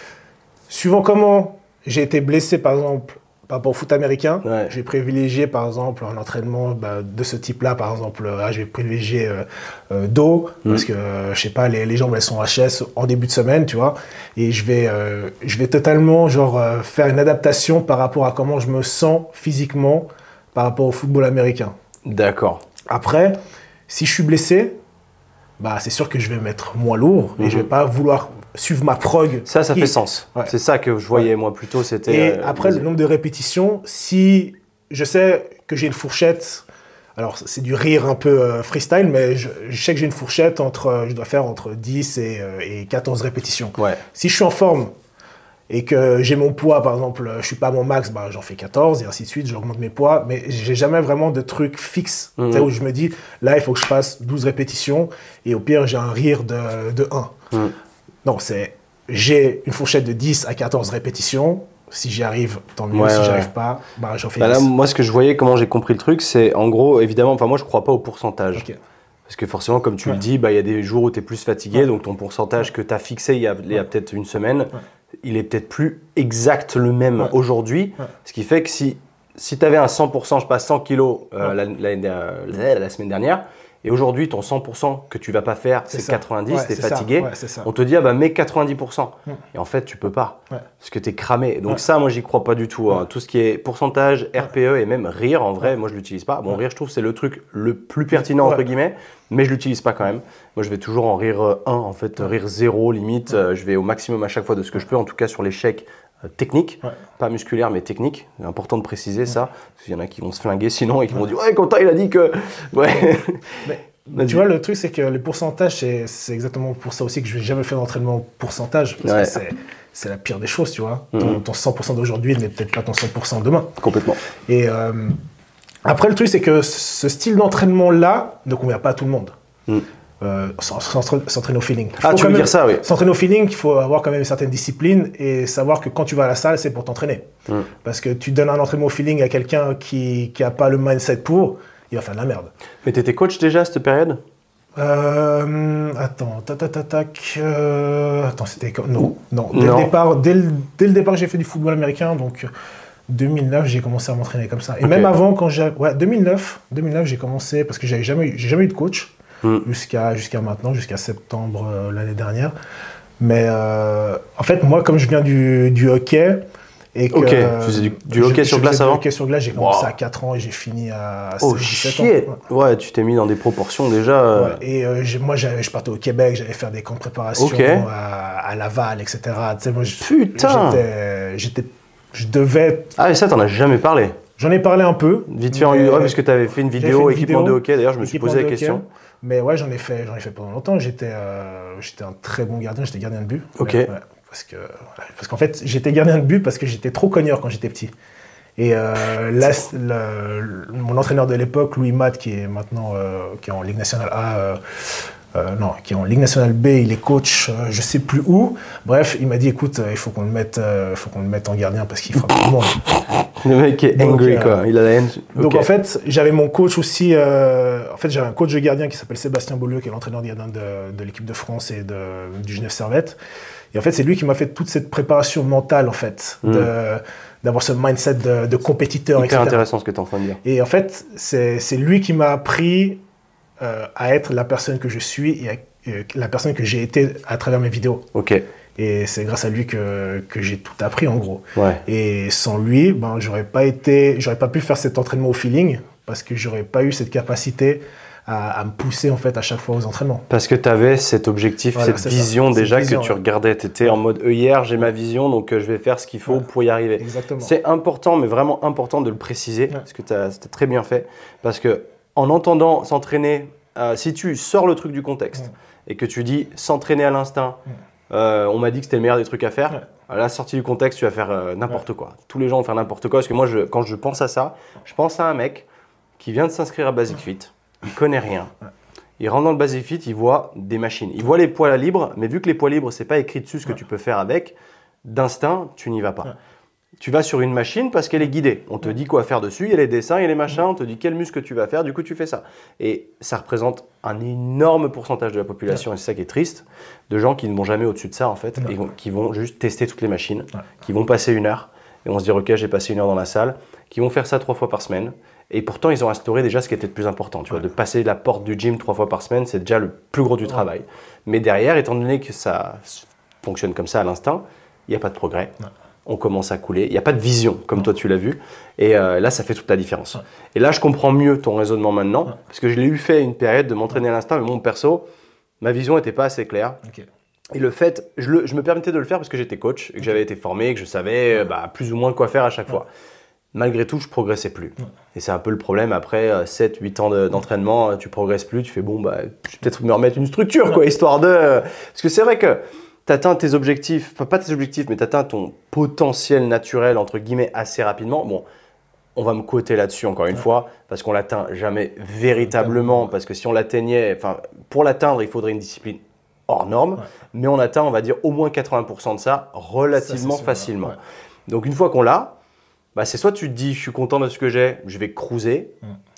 [SPEAKER 3] Suivant comment j'ai été blessé, par exemple, par rapport au foot américain, j'ai privilégié, par exemple, un entraînement de ce type-là. Par exemple, j'ai privilégié dos, parce que, je sais pas, les jambes, elles sont HS en début de semaine, tu vois. Et je vais totalement, faire une adaptation par rapport à comment je me sens physiquement par rapport au football américain.
[SPEAKER 2] D'accord.
[SPEAKER 3] Après, si je suis blessé, c'est sûr que je vais mettre moins lourd et je vais pas vouloir suivre ma prog.
[SPEAKER 2] Ça fait sens. Ouais. C'est ça que je voyais moi plutôt. C'était.
[SPEAKER 3] Et après, le nombre de répétitions, si je sais que j'ai une fourchette, alors c'est du rire un peu freestyle, mais je sais que j'ai une fourchette je dois faire entre 10 et 14 répétitions. Ouais. Si je suis en forme et que j'ai mon poids, par exemple, je suis pas à mon max, j'en fais 14 et ainsi de suite, j'augmente mes poids, mais j'ai jamais vraiment de truc fixe, où je me dis, là, il faut que je fasse 12 répétitions et au pire, j'ai un rire de 1. Non, j'ai une fourchette de 10 à 14 répétitions. Si j'y arrive, tant mieux. Si j'y arrive pas, j'en fais 10.
[SPEAKER 2] Là, moi, ce que je voyais, comment j'ai compris le truc, c'est en gros, évidemment, moi, je crois pas au pourcentage. Okay. Parce que forcément, comme tu le dis, il y a des jours où tu es plus fatigué, donc ton pourcentage que tu as fixé il y a peut-être une semaine, il est peut-être plus exact le même aujourd'hui. Ce qui fait que si tu avais un 100%, je passe 100 kilos la semaine dernière, et aujourd'hui, ton 100% que tu vas pas faire, c'est 90, tu es fatigué, on te dit, mets 90%. Et en fait, tu peux pas, parce que tu es cramé. Donc ça, moi, j'y crois pas du tout. Tout ce qui est pourcentage, RPE et même rire, en vrai, moi, je l'utilise pas. Bon, rire, je trouve, c'est le truc le plus pertinent, entre guillemets, mais je l'utilise pas quand même. Moi, je vais toujours en rire 1, en fait, rire 0, limite. Je vais au maximum à chaque fois de ce que je peux, en tout cas sur l'échec technique, pas musculaire, mais technique. C'est important de préciser ça, parce qu'il y en a qui vont se flinguer sinon et qui vont dire « Ouais, Quentin, il a dit que… »
[SPEAKER 3] Mais tu vois, le truc, c'est que les pourcentages, c'est exactement pour ça aussi que je vais jamais faire d'entraînement pourcentage, parce que c'est la pire des choses, tu vois. Ton 100% d'aujourd'hui n'est peut-être pas ton 100% demain.
[SPEAKER 2] Complètement.
[SPEAKER 3] Et après, le truc, c'est que ce style d'entraînement-là ne convient pas à tout le monde. S'entraîner au feeling.
[SPEAKER 2] Tu veux dire ça, oui.
[SPEAKER 3] S'entraîner au feeling, il faut avoir quand même une certaine discipline et savoir que quand tu vas à la salle, c'est pour t'entraîner. Parce que tu donnes un entraînement au feeling à quelqu'un qui n'a pas le mindset pour, il va faire de la merde.
[SPEAKER 2] Mais tu étais coach déjà à cette période?
[SPEAKER 3] Attends, attends, c'était quand? Non. Dès le départ, j'ai fait du football américain, donc 2009, j'ai commencé à m'entraîner comme ça. Et même avant, 2009, j'ai commencé, parce que j'ai jamais eu de coach jusqu'à maintenant, jusqu'à septembre l'année dernière. Mais en fait, moi, comme je viens du hockey, et que,
[SPEAKER 2] tu faisais du hockey sur glace avant?
[SPEAKER 3] Du hockey sur glace, j'ai commencé à 4 ans et j'ai fini à 17 ans.
[SPEAKER 2] Ouais, tu t'es mis dans des proportions déjà.
[SPEAKER 3] Ouais, et moi, je partais au Québec, j'allais faire des camps de préparation à Laval, etc. Tu sais, moi,
[SPEAKER 2] Putain!
[SPEAKER 3] Je devais...
[SPEAKER 2] Ah, et ça, t'en as jamais parlé?
[SPEAKER 3] J'en ai parlé un peu.
[SPEAKER 2] Vite fait en parce que t'avais fait une vidéo équipement de hockey, d'ailleurs, je me suis posé la question.
[SPEAKER 3] Mais ouais, j'en ai fait pendant longtemps. J'étais un très bon gardien, j'étais gardien de but.
[SPEAKER 2] Ok.
[SPEAKER 3] Ouais, parce qu'en fait, j'étais gardien de but parce que j'étais trop cogneur quand j'étais petit. Et là, mon entraîneur de l'époque, Louis Matt, qui est maintenant qui est en Ligue nationale A, qui est en Ligue nationale B, il est coach, je sais plus où. Bref, il m'a dit, écoute, il faut qu'on le mette en gardien parce qu'il frappe tout le monde.
[SPEAKER 2] Le mec est angry, quoi. Il a la haine.
[SPEAKER 3] Donc en fait, j'avais mon coach aussi. J'avais un coach de gardien qui s'appelle Sébastien Beaulieu, qui est l'entraîneur de gardien de l'équipe de France et du Genève Servette. Et en fait, c'est lui qui m'a fait toute cette préparation mentale, en fait, d'avoir ce mindset de compétiteur, etc.
[SPEAKER 2] C'est intéressant ce que tu es en train de dire.
[SPEAKER 3] Et en fait, c'est lui qui m'a appris à être la personne que je suis et la personne que j'ai été à travers mes vidéos.
[SPEAKER 2] Ok.
[SPEAKER 3] Et c'est grâce à lui que j'ai tout appris, en gros.
[SPEAKER 2] Ouais.
[SPEAKER 3] Et sans lui, j'aurais pas pu faire cet entraînement au feeling parce que j'aurais pas eu cette capacité à me pousser en fait à chaque fois aux entraînements. Parce
[SPEAKER 2] que tu avais cet objectif, cette vision déjà que tu regardais. Tu étais en mode hier, j'ai ma vision, donc je vais faire ce qu'il faut pour y arriver.
[SPEAKER 3] Exactement.
[SPEAKER 2] C'est important, mais vraiment important de le préciser, parce que c'était très bien fait. Parce que en entendant s'entraîner, si tu sors le truc du contexte et que tu dis s'entraîner à l'instinct, on m'a dit que c'était le meilleur des trucs à faire. À la sortie du contexte, tu vas faire n'importe quoi. Tous les gens vont faire n'importe quoi. Parce que moi, quand je pense à ça, je pense à un mec qui vient de s'inscrire à Basic Fit. Il connaît rien. Il rentre dans le Basic Fit, il voit des machines. Il voit les poids libres, mais vu que les poids libres, c'est pas écrit dessus ce que tu peux faire avec, d'instinct, tu n'y vas pas. Tu vas sur une machine parce qu'elle est guidée. On te dit quoi faire dessus, il y a les dessins, il y a les machins, on te dit quel muscle tu vas faire, du coup tu fais ça. Et ça représente un énorme pourcentage de la population, et c'est ça qui est triste, de gens qui ne vont jamais au-dessus de ça en fait, et qui vont juste tester toutes les machines, qui vont passer 1 heure, et vont se dire ok, j'ai passé 1 heure dans la salle, qui vont faire ça 3 fois par semaine. Et pourtant, ils ont instauré déjà ce qui était le plus important. Tu vois, de passer la porte du gym 3 fois par semaine, c'est déjà le plus gros du travail. Mais derrière, étant donné que ça fonctionne comme ça à l'instinct, il n'y a pas de progrès. On commence à couler. Il n'y a pas de vision, comme toi tu l'as vu. Et là, ça fait toute la différence. Et là, je comprends mieux ton raisonnement maintenant, parce que je l'ai eu fait une période de m'entraîner à l'instinct, mais mon perso, ma vision n'était pas assez claire. Et le fait, je me permettais de le faire parce que j'étais coach, et que j'avais été formé, que je savais plus ou moins quoi faire à chaque fois. Malgré tout, je progressais plus. Et c'est un peu le problème. Après 7-8 ans d'entraînement, tu progresses plus. Tu fais bon, je vais peut-être me remettre une structure, quoi, histoire de. Parce que c'est vrai que tu atteins tes objectifs, enfin pas tes objectifs, mais tu atteins ton potentiel naturel, entre guillemets, assez rapidement. Bon, on va me quoter là-dessus encore une fois, parce qu'on l'atteint jamais véritablement. Parce que si on l'atteignait, enfin, pour l'atteindre, il faudrait une discipline hors norme. Mais on atteint, on va dire, au moins 80% de ça relativement facilement. Donc une fois qu'on l'a, c'est soit tu te dis je suis content de ce que j'ai, je vais cruiser,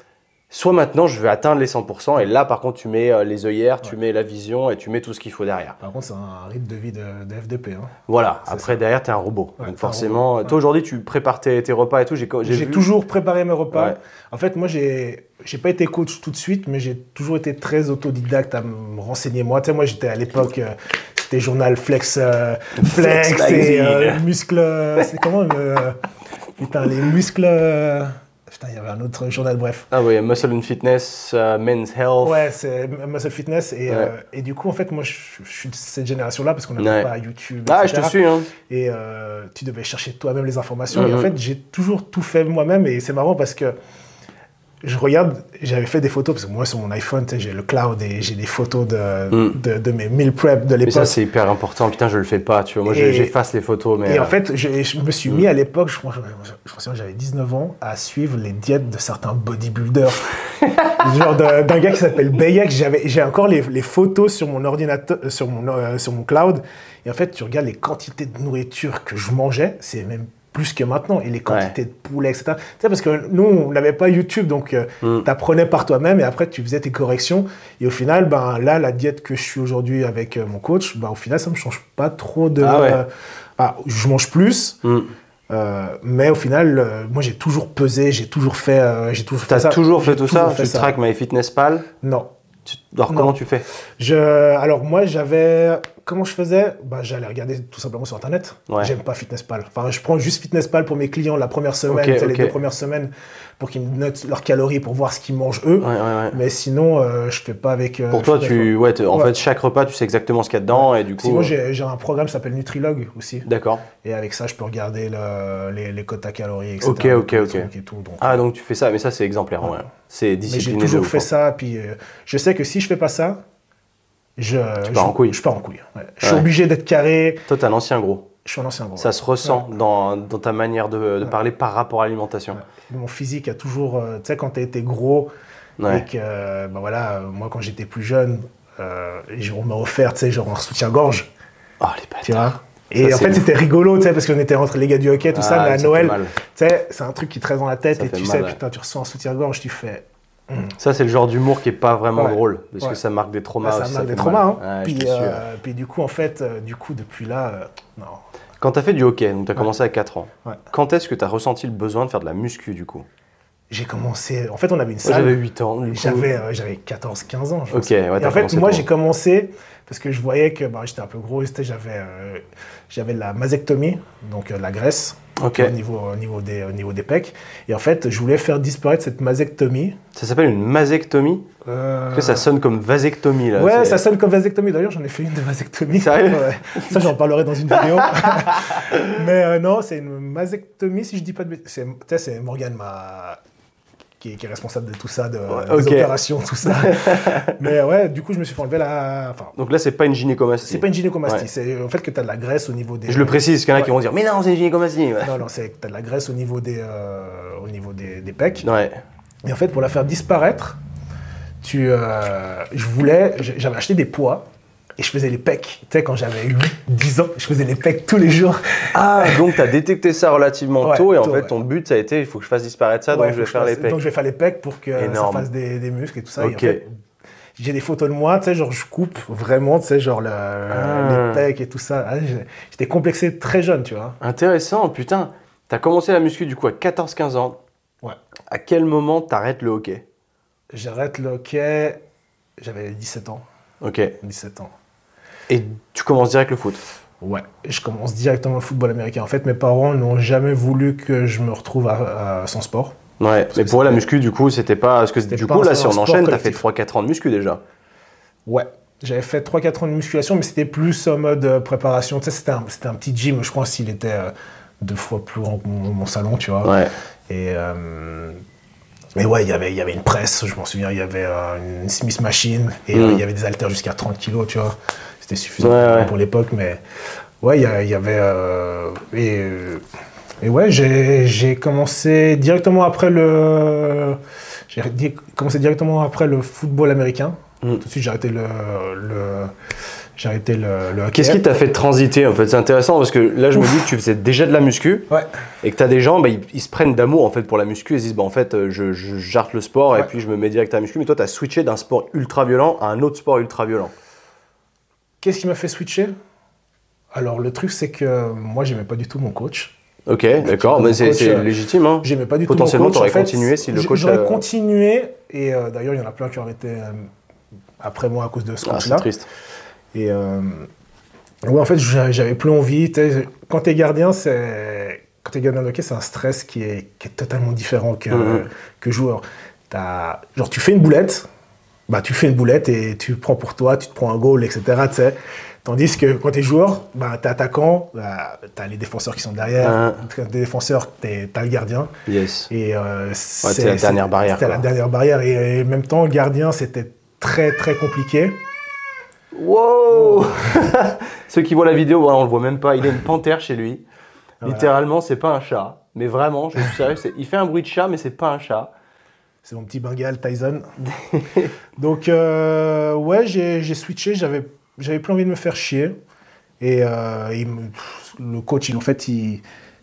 [SPEAKER 2] soit maintenant je vais atteindre les 100% et là par contre tu mets les œillères, tu mets la vision et tu mets tout ce qu'il faut derrière.
[SPEAKER 3] Par contre c'est un rythme de vie de FDP.
[SPEAKER 2] Voilà, après derrière tu es un robot. Donc forcément, toi aujourd'hui tu prépares tes repas et tout.
[SPEAKER 3] J'ai toujours préparé mes repas. En fait moi j'ai pas été coach tout de suite mais j'ai toujours été très autodidacte à me renseigner moi. Tu sais moi j'étais à l'époque... C'était journal Flex et muscle... c'est comment putain, les muscles... Putain, il y avait un autre journal, bref.
[SPEAKER 2] Ah oui, Muscle and Fitness, Men's Health.
[SPEAKER 3] Ouais, c'est Muscle Fitness. Et du coup, en fait, moi, je suis de cette génération-là parce qu'on n'avait pas YouTube, etc.
[SPEAKER 2] Ah, je te suis. Hein.
[SPEAKER 3] Et tu devais chercher toi-même les informations. Et en fait, j'ai toujours tout fait moi-même. Et c'est marrant parce que je regarde, j'avais fait des photos, parce que moi sur mon iPhone, j'ai le cloud et j'ai des photos de mes meal prep de l'époque.
[SPEAKER 2] Mais ça c'est hyper important, putain je le fais pas, tu vois, moi j'efface les photos. Mais
[SPEAKER 3] et en fait, je me suis mis à l'époque, je pense que j'avais 19 ans, à suivre les diètes de certains bodybuilders. Genre d'un gars qui s'appelle Bayek, j'ai encore les photos sur mon ordinateur, sur mon cloud. Et en fait, tu regardes les quantités de nourriture que je mangeais, c'est même plus que maintenant. Et les quantités de poulets, etc. Tu sais, parce que nous, on n'avait pas YouTube, donc tu apprenais par toi-même et après, tu faisais tes corrections. Et au final, ben, là, la diète que je suis aujourd'hui avec mon coach, ben, au final, ça ne me change pas trop de... je mange plus. Mais au final, moi j'ai toujours pesé, j'ai toujours fait ça.
[SPEAKER 2] T'as toujours fait tout ça? Tu traques MyFitnessPal?
[SPEAKER 3] Non.
[SPEAKER 2] Alors comment tu fais?
[SPEAKER 3] Alors moi comment je faisais? J'allais regarder tout simplement sur internet. J'aime pas FitnessPal. Enfin, je prends juste FitnessPal pour mes clients la première semaine, les 2 premières semaines, pour qu'ils me notent leurs calories, pour voir ce qu'ils mangent eux. Mais sinon, je fais pas avec.
[SPEAKER 2] Pour toi, en fait, chaque repas, tu sais exactement ce qu'il y a dedans et du coup.
[SPEAKER 3] Sinon, j'ai un programme qui s'appelle Nutrilog aussi.
[SPEAKER 2] D'accord.
[SPEAKER 3] Et avec ça, je peux regarder les quotas calories, etc.
[SPEAKER 2] Ok.
[SPEAKER 3] Et tout, donc
[SPEAKER 2] tu fais ça, mais ça c'est exemplaire. Ouais. C'est discipliné.
[SPEAKER 3] Mais j'ai toujours fait ça, puis je sais que si je fais pas ça, je pars en couille. Je suis obligé d'être carré.
[SPEAKER 2] Toi, t'es un ancien gros.
[SPEAKER 3] Je suis un ancien gros.
[SPEAKER 2] Ça se ressent dans ta manière de parler par rapport à l'alimentation.
[SPEAKER 3] Mon physique a toujours, tu sais, quand t'as été gros, et que, moi quand j'étais plus jeune, on m'a offert, tu sais, genre un soutien-gorge.
[SPEAKER 2] Oh les bâtards.
[SPEAKER 3] Tu vois. Et en fait, c'était rigolo, tu sais, parce qu'on était entre les gars du hockey, tout ça, mais à Noël, tu sais, c'est un truc qui te reste dans la tête, et tu sais, putain, tu reçois un soutien-gorge, tu fais...
[SPEAKER 2] Ça, c'est le genre d'humour qui est pas vraiment drôle, parce que ça marque des traumas.
[SPEAKER 3] Ça marque des traumas, hein. Puis du coup, en fait, depuis là, non.
[SPEAKER 2] Quand tu as fait du hockey, donc tu as commencé à 4 ans, quand est-ce que tu as ressenti le besoin de faire de la muscu, du coup?
[SPEAKER 3] J'ai commencé... En fait, on avait une salle...
[SPEAKER 2] J'avais 8 ans.
[SPEAKER 3] J'avais 14-15 ans, je pense.
[SPEAKER 2] Et
[SPEAKER 3] en fait, moi, j'ai commencé parce que je voyais que j'étais un peu gros. J'avais la masectomie, donc la graisse, au niveau des pecs. Et en fait, je voulais faire disparaître cette masectomie.
[SPEAKER 2] Ça s'appelle une masectomie? Parce que ça sonne comme vasectomie, là.
[SPEAKER 3] Ouais, ça sonne comme vasectomie. D'ailleurs, j'en ai fait une de vasectomie.
[SPEAKER 2] Sérieux?
[SPEAKER 3] Ça, j'en parlerai dans une vidéo. Mais non, c'est une masectomie, si je dis pas de bêtises. C'est Morgane, qui est responsable de tout ça, des opérations, tout ça. Mais ouais, du coup, je me suis fait enlever
[SPEAKER 2] Donc là, c'est pas une gynécomastie.
[SPEAKER 3] C'est pas une gynécomastie. C'est en fait que tu as de la graisse au niveau des...
[SPEAKER 2] Je le précise, qu'il y en a qui vont dire « Mais non, c'est une gynécomastie !»
[SPEAKER 3] Non, c'est que tu as de la graisse au niveau des pecs.
[SPEAKER 2] Ouais.
[SPEAKER 3] Et en fait, pour la faire disparaître, j'avais acheté des poids et je faisais les pecs. Tu sais, quand j'avais 10 ans, je faisais les pecs tous les jours.
[SPEAKER 2] Ah, donc tu as détecté ça relativement tôt et en fait, ton but, ça a été, il faut que je fasse disparaître ça, donc je vais faire les pecs.
[SPEAKER 3] Donc je vais faire les pecs pour que ça fasse des muscles et tout ça. Et en fait, j'ai des photos de moi, tu sais, genre je coupe vraiment, tu sais, genre les pecs et tout ça. J'étais complexé très jeune, tu vois.
[SPEAKER 2] Intéressant, putain. Tu as commencé la muscu du coup à 14-15 ans.
[SPEAKER 3] Ouais.
[SPEAKER 2] À quel moment t'arrêtes le hockey?
[SPEAKER 3] J'arrête le hockey, j'avais 17 ans.
[SPEAKER 2] Ok.
[SPEAKER 3] 17 ans.
[SPEAKER 2] Et tu commences direct le foot?
[SPEAKER 3] Ouais, je commence directement le football américain. En fait, mes parents n'ont jamais voulu que je me retrouve sans sport.
[SPEAKER 2] Ouais, mais pour la muscu, du coup, c'était pas... Parce que du coup, là, si on enchaîne, t'as fait 3-4 ans de muscu déjà. Ouais,
[SPEAKER 3] j'avais fait 3-4 ans de musculation, mais c'était plus en mode préparation. Tu sais, c'était un petit gym, je crois, s'il était 2 fois plus grand que mon salon, tu vois.
[SPEAKER 2] Ouais.
[SPEAKER 3] Et ouais, il y avait une presse, je m'en souviens, il y avait une Smith Machine, et il y avait des haltères jusqu'à 30 kilos, tu vois. C'était suffisant pour l'époque, mais ouais, il y avait... Et ouais, j'ai commencé directement après le football américain. Tout de suite, j'ai arrêté le hockey.
[SPEAKER 2] Qu'est-ce qui t'a fait transiter en fait? C'est intéressant parce que là, je me dis que tu faisais déjà de la muscu et que tu as des gens, ils se prennent d'amour en fait pour la muscu et ils se disent en fait, je jarte le sport et puis je me mets direct à la muscu. Mais toi, tu as switché d'un sport ultra violent à un autre sport ultra violent.
[SPEAKER 3] Qu'est-ce qui m'a fait switcher? Alors, le truc, c'est que moi, j'aimais pas du tout mon coach.
[SPEAKER 2] Ok, d'accord, mais c'est légitime. Hein.
[SPEAKER 3] J'aimais pas du tout
[SPEAKER 2] Potentiellement,
[SPEAKER 3] mon coach.
[SPEAKER 2] Potentiellement, tu aurais continué si le coach...
[SPEAKER 3] J'aurais continué, et d'ailleurs, il y en a plein qui ont arrêté après moi à cause de ce coach-là.
[SPEAKER 2] C'est triste.
[SPEAKER 3] Et ouais, en fait, j'avais plus envie. Quand t'es gardien de hockey, c'est un stress qui est totalement différent que joueur. Genre, tu fais une boulette, tu fais une boulette et tu prends pour toi, tu te prends un goal, etc. T'sais. Tandis que quand t'es joueur, t'es attaquant, t'as les défenseurs qui sont derrière, t'es défenseur, t'as le gardien.
[SPEAKER 2] Yes.
[SPEAKER 3] Et
[SPEAKER 2] c'est la dernière barrière.
[SPEAKER 3] C'était la dernière barrière. Et en même temps, le gardien, c'était très, très compliqué.
[SPEAKER 2] Wow. Ceux qui voient la vidéo, on le voit même pas. Il a une panthère chez lui. Voilà. Littéralement, c'est pas un chat. Mais vraiment, je suis sérieux, il fait un bruit de chat, mais c'est pas un chat.
[SPEAKER 3] C'est mon petit Bengale Tyson. Donc, ouais, j'ai switché. J'avais plus envie de me faire chier. Et le coach,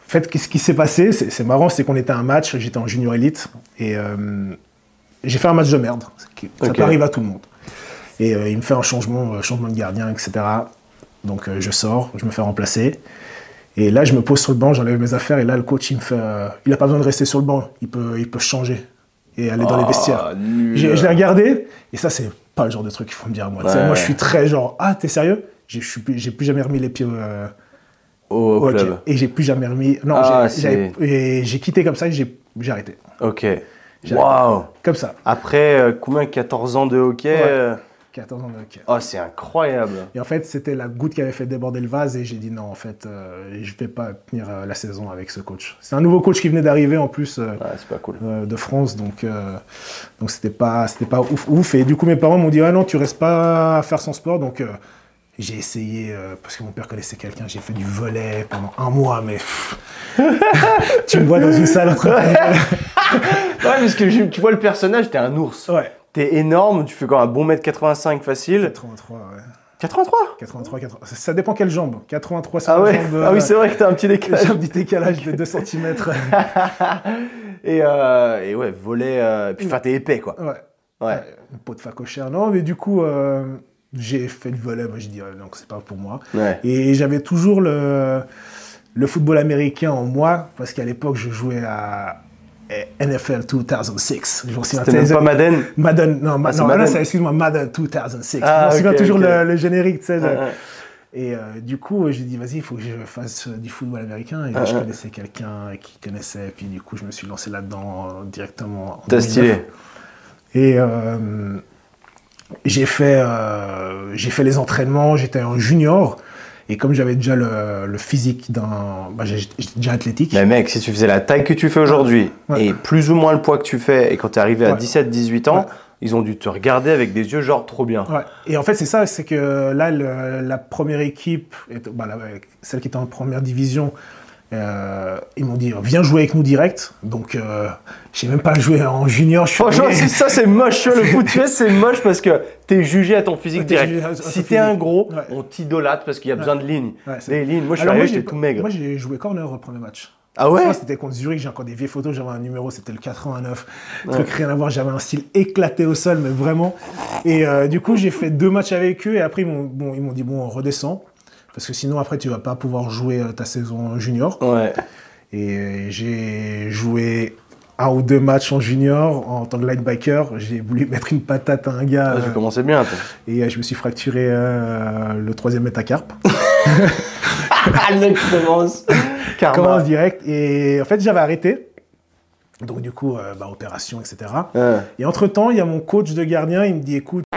[SPEAKER 3] En fait, ce qui s'est passé, c'est marrant, c'est qu'on était à un match, j'étais en junior élite, et j'ai fait un match de merde. Ça peut arriver à tout le monde. Et il me fait un changement de gardien, etc. Donc je sors, je me fais remplacer. Et là, je me pose sur le banc, j'enlève mes affaires, et là, le coach, il me fait, il n'a pas besoin de rester sur le banc, il peut changer et aller dans les vestiaires. Je l'ai regardé, et ça, c'est pas le genre de truc qu'il faut me dire à moi. Moi, je suis très genre, ah, t'es sérieux? J'ai plus jamais remis les pieds
[SPEAKER 2] au club.
[SPEAKER 3] Et j'ai plus jamais remis. Non, j'ai quitté comme ça et j'ai arrêté.
[SPEAKER 2] Ok. Waouh!
[SPEAKER 3] Comme ça.
[SPEAKER 2] Après combien? 14 ans de hockey?
[SPEAKER 3] 14 ans de hockey.
[SPEAKER 2] Oh, c'est incroyable!
[SPEAKER 3] Et en fait, c'était la goutte qui avait fait déborder le vase et j'ai dit non, en fait, je vais pas tenir la saison avec ce coach. C'est un nouveau coach qui venait d'arriver en plus
[SPEAKER 2] c'est pas cool.
[SPEAKER 3] De France, donc c'était pas ouf. Et du coup, mes parents m'ont dit ah non, tu restes pas à faire son sport, donc. J'ai essayé, parce que mon père connaissait quelqu'un, j'ai fait du volley pendant 1 mois, mais tu me vois dans une salle en train de...
[SPEAKER 2] Ouais, parce que tu vois le personnage, t'es un ours.
[SPEAKER 3] Ouais.
[SPEAKER 2] T'es énorme, tu fais quand même un bon mètre 85 facile.
[SPEAKER 3] 83, ouais.
[SPEAKER 2] 83
[SPEAKER 3] 83. Ça dépend quelle jambe. 83 sur
[SPEAKER 2] la
[SPEAKER 3] jambe.
[SPEAKER 2] Ah oui, c'est vrai que t'as un petit décalage.
[SPEAKER 3] J'ai un petit décalage de 2 cm.
[SPEAKER 2] et ouais, volley, puis t'es épais, quoi.
[SPEAKER 3] Ouais. Une peau de facochère. Non, mais du coup... j'ai fait du volley, moi j'ai dit non, c'est pas pour moi.
[SPEAKER 2] Ouais.
[SPEAKER 3] Et j'avais toujours le football américain en moi, parce qu'à l'époque je jouais à NFL 2006.
[SPEAKER 2] C'était même pas Madden?
[SPEAKER 3] Madden, non,
[SPEAKER 2] Madden.
[SPEAKER 3] Excuse-moi, Madden 2006.
[SPEAKER 2] Ah,
[SPEAKER 3] je me souviens toujours
[SPEAKER 2] okay.
[SPEAKER 3] le générique, tu sais. Et du coup, j'ai dit, vas-y, il faut que je fasse du football américain. Et je connaissais quelqu'un qui connaissait, et puis du coup, je me suis lancé là-dedans directement.
[SPEAKER 2] T'as stylé.
[SPEAKER 3] Et j'ai fait les entraînements, j'étais en junior, et comme j'avais déjà le physique j'étais déjà athlétique.
[SPEAKER 2] Mais mec, si tu faisais la taille que tu fais aujourd'hui, et plus ou moins le poids que tu fais, et quand tu es arrivé à 17-18 ans, ils ont dû te regarder avec des yeux genre trop bien.
[SPEAKER 3] Ouais. Et en fait, c'est ça, c'est que là, la première équipe, celle qui était en première division, ils m'ont dit viens jouer avec nous direct, donc j'ai même pas joué en junior.
[SPEAKER 2] Franchement, ça c'est moche, le foot c'est moche parce que t'es jugé à ton physique direct. Si t'es un gros, on t'idolâtre parce qu'il y a besoin de lignes. Des lignes. Moi je suis arrivé, j'étais tout maigre.
[SPEAKER 3] Moi j'ai joué corner au premier match.
[SPEAKER 2] Ah ouais?
[SPEAKER 3] C'était contre Zurich, j'ai encore des vieilles photos, j'avais un numéro, c'était le 89. Truc rien à voir, j'avais un style éclaté au sol, mais vraiment. Et du coup j'ai fait 2 matchs avec eux et après ils m'ont dit on redescend. Parce que sinon, après, tu vas pas pouvoir jouer ta saison junior.
[SPEAKER 2] Ouais.
[SPEAKER 3] Et j'ai joué 1 ou 2 matchs en junior en tant que linebacker. J'ai voulu mettre une patate à un gars.
[SPEAKER 2] Tu commençais bien, toi.
[SPEAKER 3] Et je me suis fracturé le 3e métacarpe.
[SPEAKER 2] Le mec
[SPEAKER 3] commence direct. Et en fait, j'avais arrêté. Donc, du coup, opération, etc. Et entre-temps, il y a mon coach de gardien. Il me dit, écoute...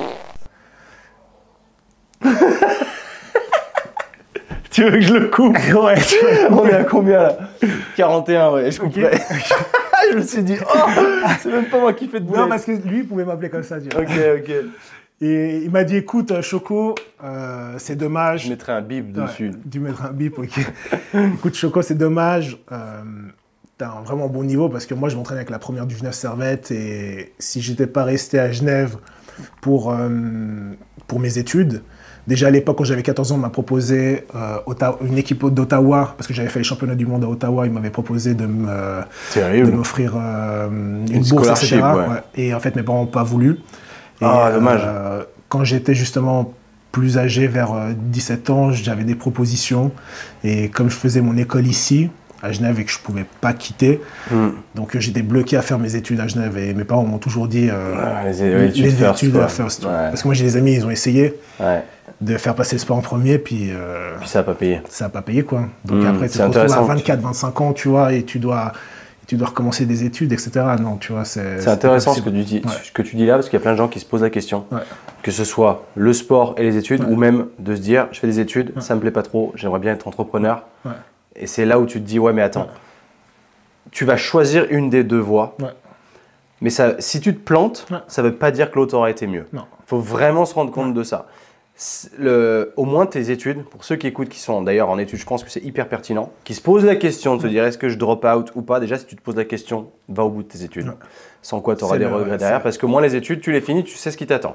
[SPEAKER 2] Tu veux que je le coupe?
[SPEAKER 3] Ouais.
[SPEAKER 2] On est à combien là? 41, ouais, je couperai. Je me suis dit, c'est même pas moi qui fais de boulot.
[SPEAKER 3] Non, parce que lui, il pouvait m'appeler comme ça.
[SPEAKER 2] Ok.
[SPEAKER 3] Et il m'a dit, écoute, Choco, c'est dommage.
[SPEAKER 2] Je mettrai un bip dessus.
[SPEAKER 3] Tu mettras un bip, ok. Écoute, Choco, c'est dommage. T'as un vraiment bon niveau parce que moi, je m'entraînais avec la première du Genève Servette et si j'étais pas resté à Genève pour mes études, déjà à l'époque, quand j'avais 14 ans, on m'a proposé une équipe d'Ottawa, parce que j'avais fait les championnats du monde à Ottawa, ils m'avaient proposé de m'offrir une bourse, etc. Ouais. Et en fait, mes parents n'ont pas voulu. Et,
[SPEAKER 2] dommage.
[SPEAKER 3] Quand j'étais justement plus âgé, vers 17 ans, j'avais des propositions. Et comme je faisais mon école ici, à Genève, et que je ne pouvais pas quitter, donc j'étais bloqué à faire mes études à Genève. Et mes parents m'ont toujours dit les études first. Ouais. Parce que moi, j'ai des amis, ils ont essayé. Ouais. De faire passer le sport en premier, puis
[SPEAKER 2] ça n'a pas payé.
[SPEAKER 3] Ça n'a pas payé, quoi. Donc après, tu te retrouves à 24, 25 ans, tu vois, et tu dois recommencer des études, etc. Non, tu vois, c'est
[SPEAKER 2] intéressant ce que tu dis là, parce qu'il y a plein de gens qui se posent la question, que ce soit le sport et les études, ou même de se dire, je fais des études, ça me plaît pas trop, j'aimerais bien être entrepreneur. Ouais. Et c'est là où tu te dis, ouais, mais attends, tu vas choisir une des 2 voies, mais ça, si tu te plantes, ça veut pas dire que l'autre aura été mieux. Il faut vraiment se rendre compte de ça. Au moins tes études, pour ceux qui écoutent, qui sont d'ailleurs en études, je pense que c'est hyper pertinent, qui se posent la question de se dire est-ce que je drop out ou pas. Déjà, si tu te poses la question, va au bout de tes études. Sans quoi tu auras des regrets derrière, parce que moi les études, tu les finis, tu sais ce qui t'attend.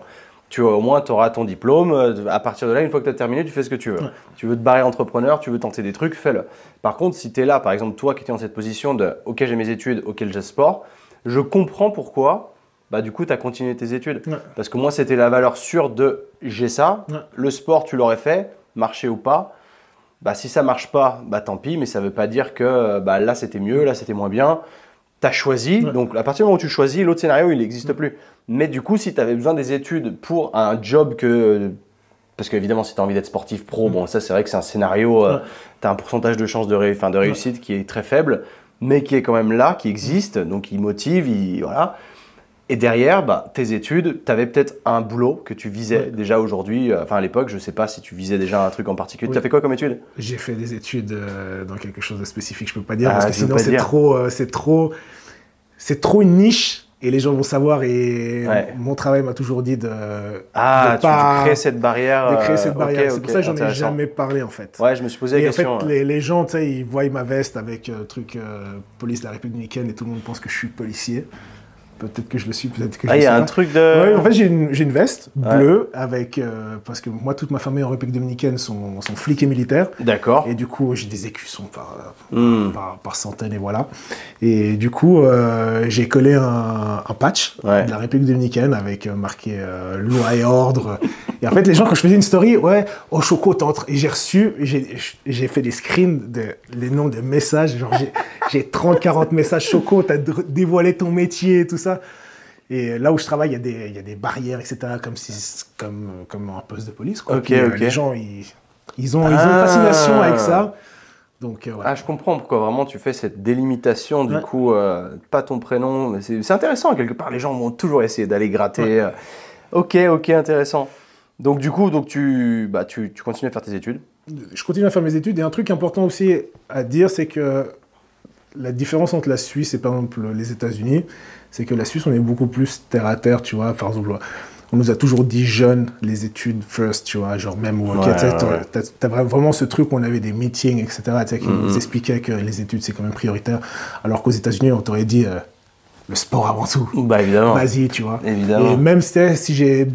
[SPEAKER 2] Tu vois, au moins, tu auras ton diplôme. À partir de là, une fois que tu as terminé, tu fais ce que tu veux. Ouais. Tu veux te barrer entrepreneur, tu veux tenter des trucs, fais-le. Par contre, si tu es là, par exemple, toi qui étais dans cette position de « Ok, j'ai mes études, ok, j'ai le sport », je comprends pourquoi, du coup, tu as continué tes études. Ouais. Parce que moi, c'était la valeur sûre de « J'ai ça, le sport, tu l'aurais fait, marché ou pas ». Si ça marche pas, tant pis, mais ça ne veut pas dire que là, c'était mieux, là, c'était moins bien. Tu as choisi, donc à partir du moment où tu choisis, l'autre scénario, il n'existe plus. Mais du coup, si tu avais besoin des études pour un job parce qu'évidemment, si tu as envie d'être sportif pro, bon, ça, c'est vrai que c'est un scénario, tu as un pourcentage de chance de réussite qui est très faible, mais qui est quand même là, qui existe, donc il motive, voilà. Et derrière, tes études, tu avais peut-être un boulot que tu visais déjà aujourd'hui. À l'époque, je ne sais pas si tu visais déjà un truc en particulier. Tu as fait quoi comme études?
[SPEAKER 3] J'ai fait des études dans quelque chose de spécifique, je ne peux pas dire, parce que sinon c'est trop une niche et les gens vont savoir. Et mon travail m'a toujours dit de
[SPEAKER 2] créer cette barrière.
[SPEAKER 3] De créer cette barrière. C'est pour ça que j'en ai jamais parlé en fait.
[SPEAKER 2] Ouais, je me suis posé la question.
[SPEAKER 3] En fait, les gens, tu sais, ils voient ma veste avec police de la République dominicaine et tout le monde pense que je suis policier. Peut-être que je le suis, peut-être que je le suis.
[SPEAKER 2] Il y a un truc de.
[SPEAKER 3] Ouais, en fait, j'ai une veste bleue avec. Parce que moi, toute ma famille en République dominicaine sont flics et militaires.
[SPEAKER 2] D'accord.
[SPEAKER 3] Et du coup, j'ai des écussons par centaines et voilà. Et du coup, j'ai collé un patch de la République dominicaine avec marqué loi et ordre. Et en fait, les gens, quand je faisais une story, Choco, t'entres. Et j'ai reçu, j'ai fait des screens les noms des messages. Genre, j'ai 30-40 messages. Choco, t'as dévoilé ton métier et tout ça. Et là où je travaille, il y a des barrières, etc., comme un poste de police, quoi. Les gens, ils ont une fascination avec ça. Donc,
[SPEAKER 2] je comprends pourquoi vraiment tu fais cette délimitation, du coup, pas ton prénom. Mais c'est intéressant, quelque part. Les gens vont toujours essayer d'aller gratter. Ok, intéressant. Donc, du coup, tu continues à faire tes études?
[SPEAKER 3] Je continue à faire mes études. Et un truc important aussi à dire, c'est que la différence entre la Suisse et par exemple les États-Unis, c'est que la Suisse, on est beaucoup plus terre à terre, tu vois. Par exemple, on nous a toujours dit jeunes, les études first, tu vois, genre même t'as vraiment ce truc où on avait des meetings, etc., qui nous expliquaient que les études, c'est quand même prioritaire. Alors qu'aux États-Unis, on t'aurait dit le sport avant tout.
[SPEAKER 2] Évidemment.
[SPEAKER 3] Vas-y, tu vois.
[SPEAKER 2] Évidemment.
[SPEAKER 3] Et même si j'ai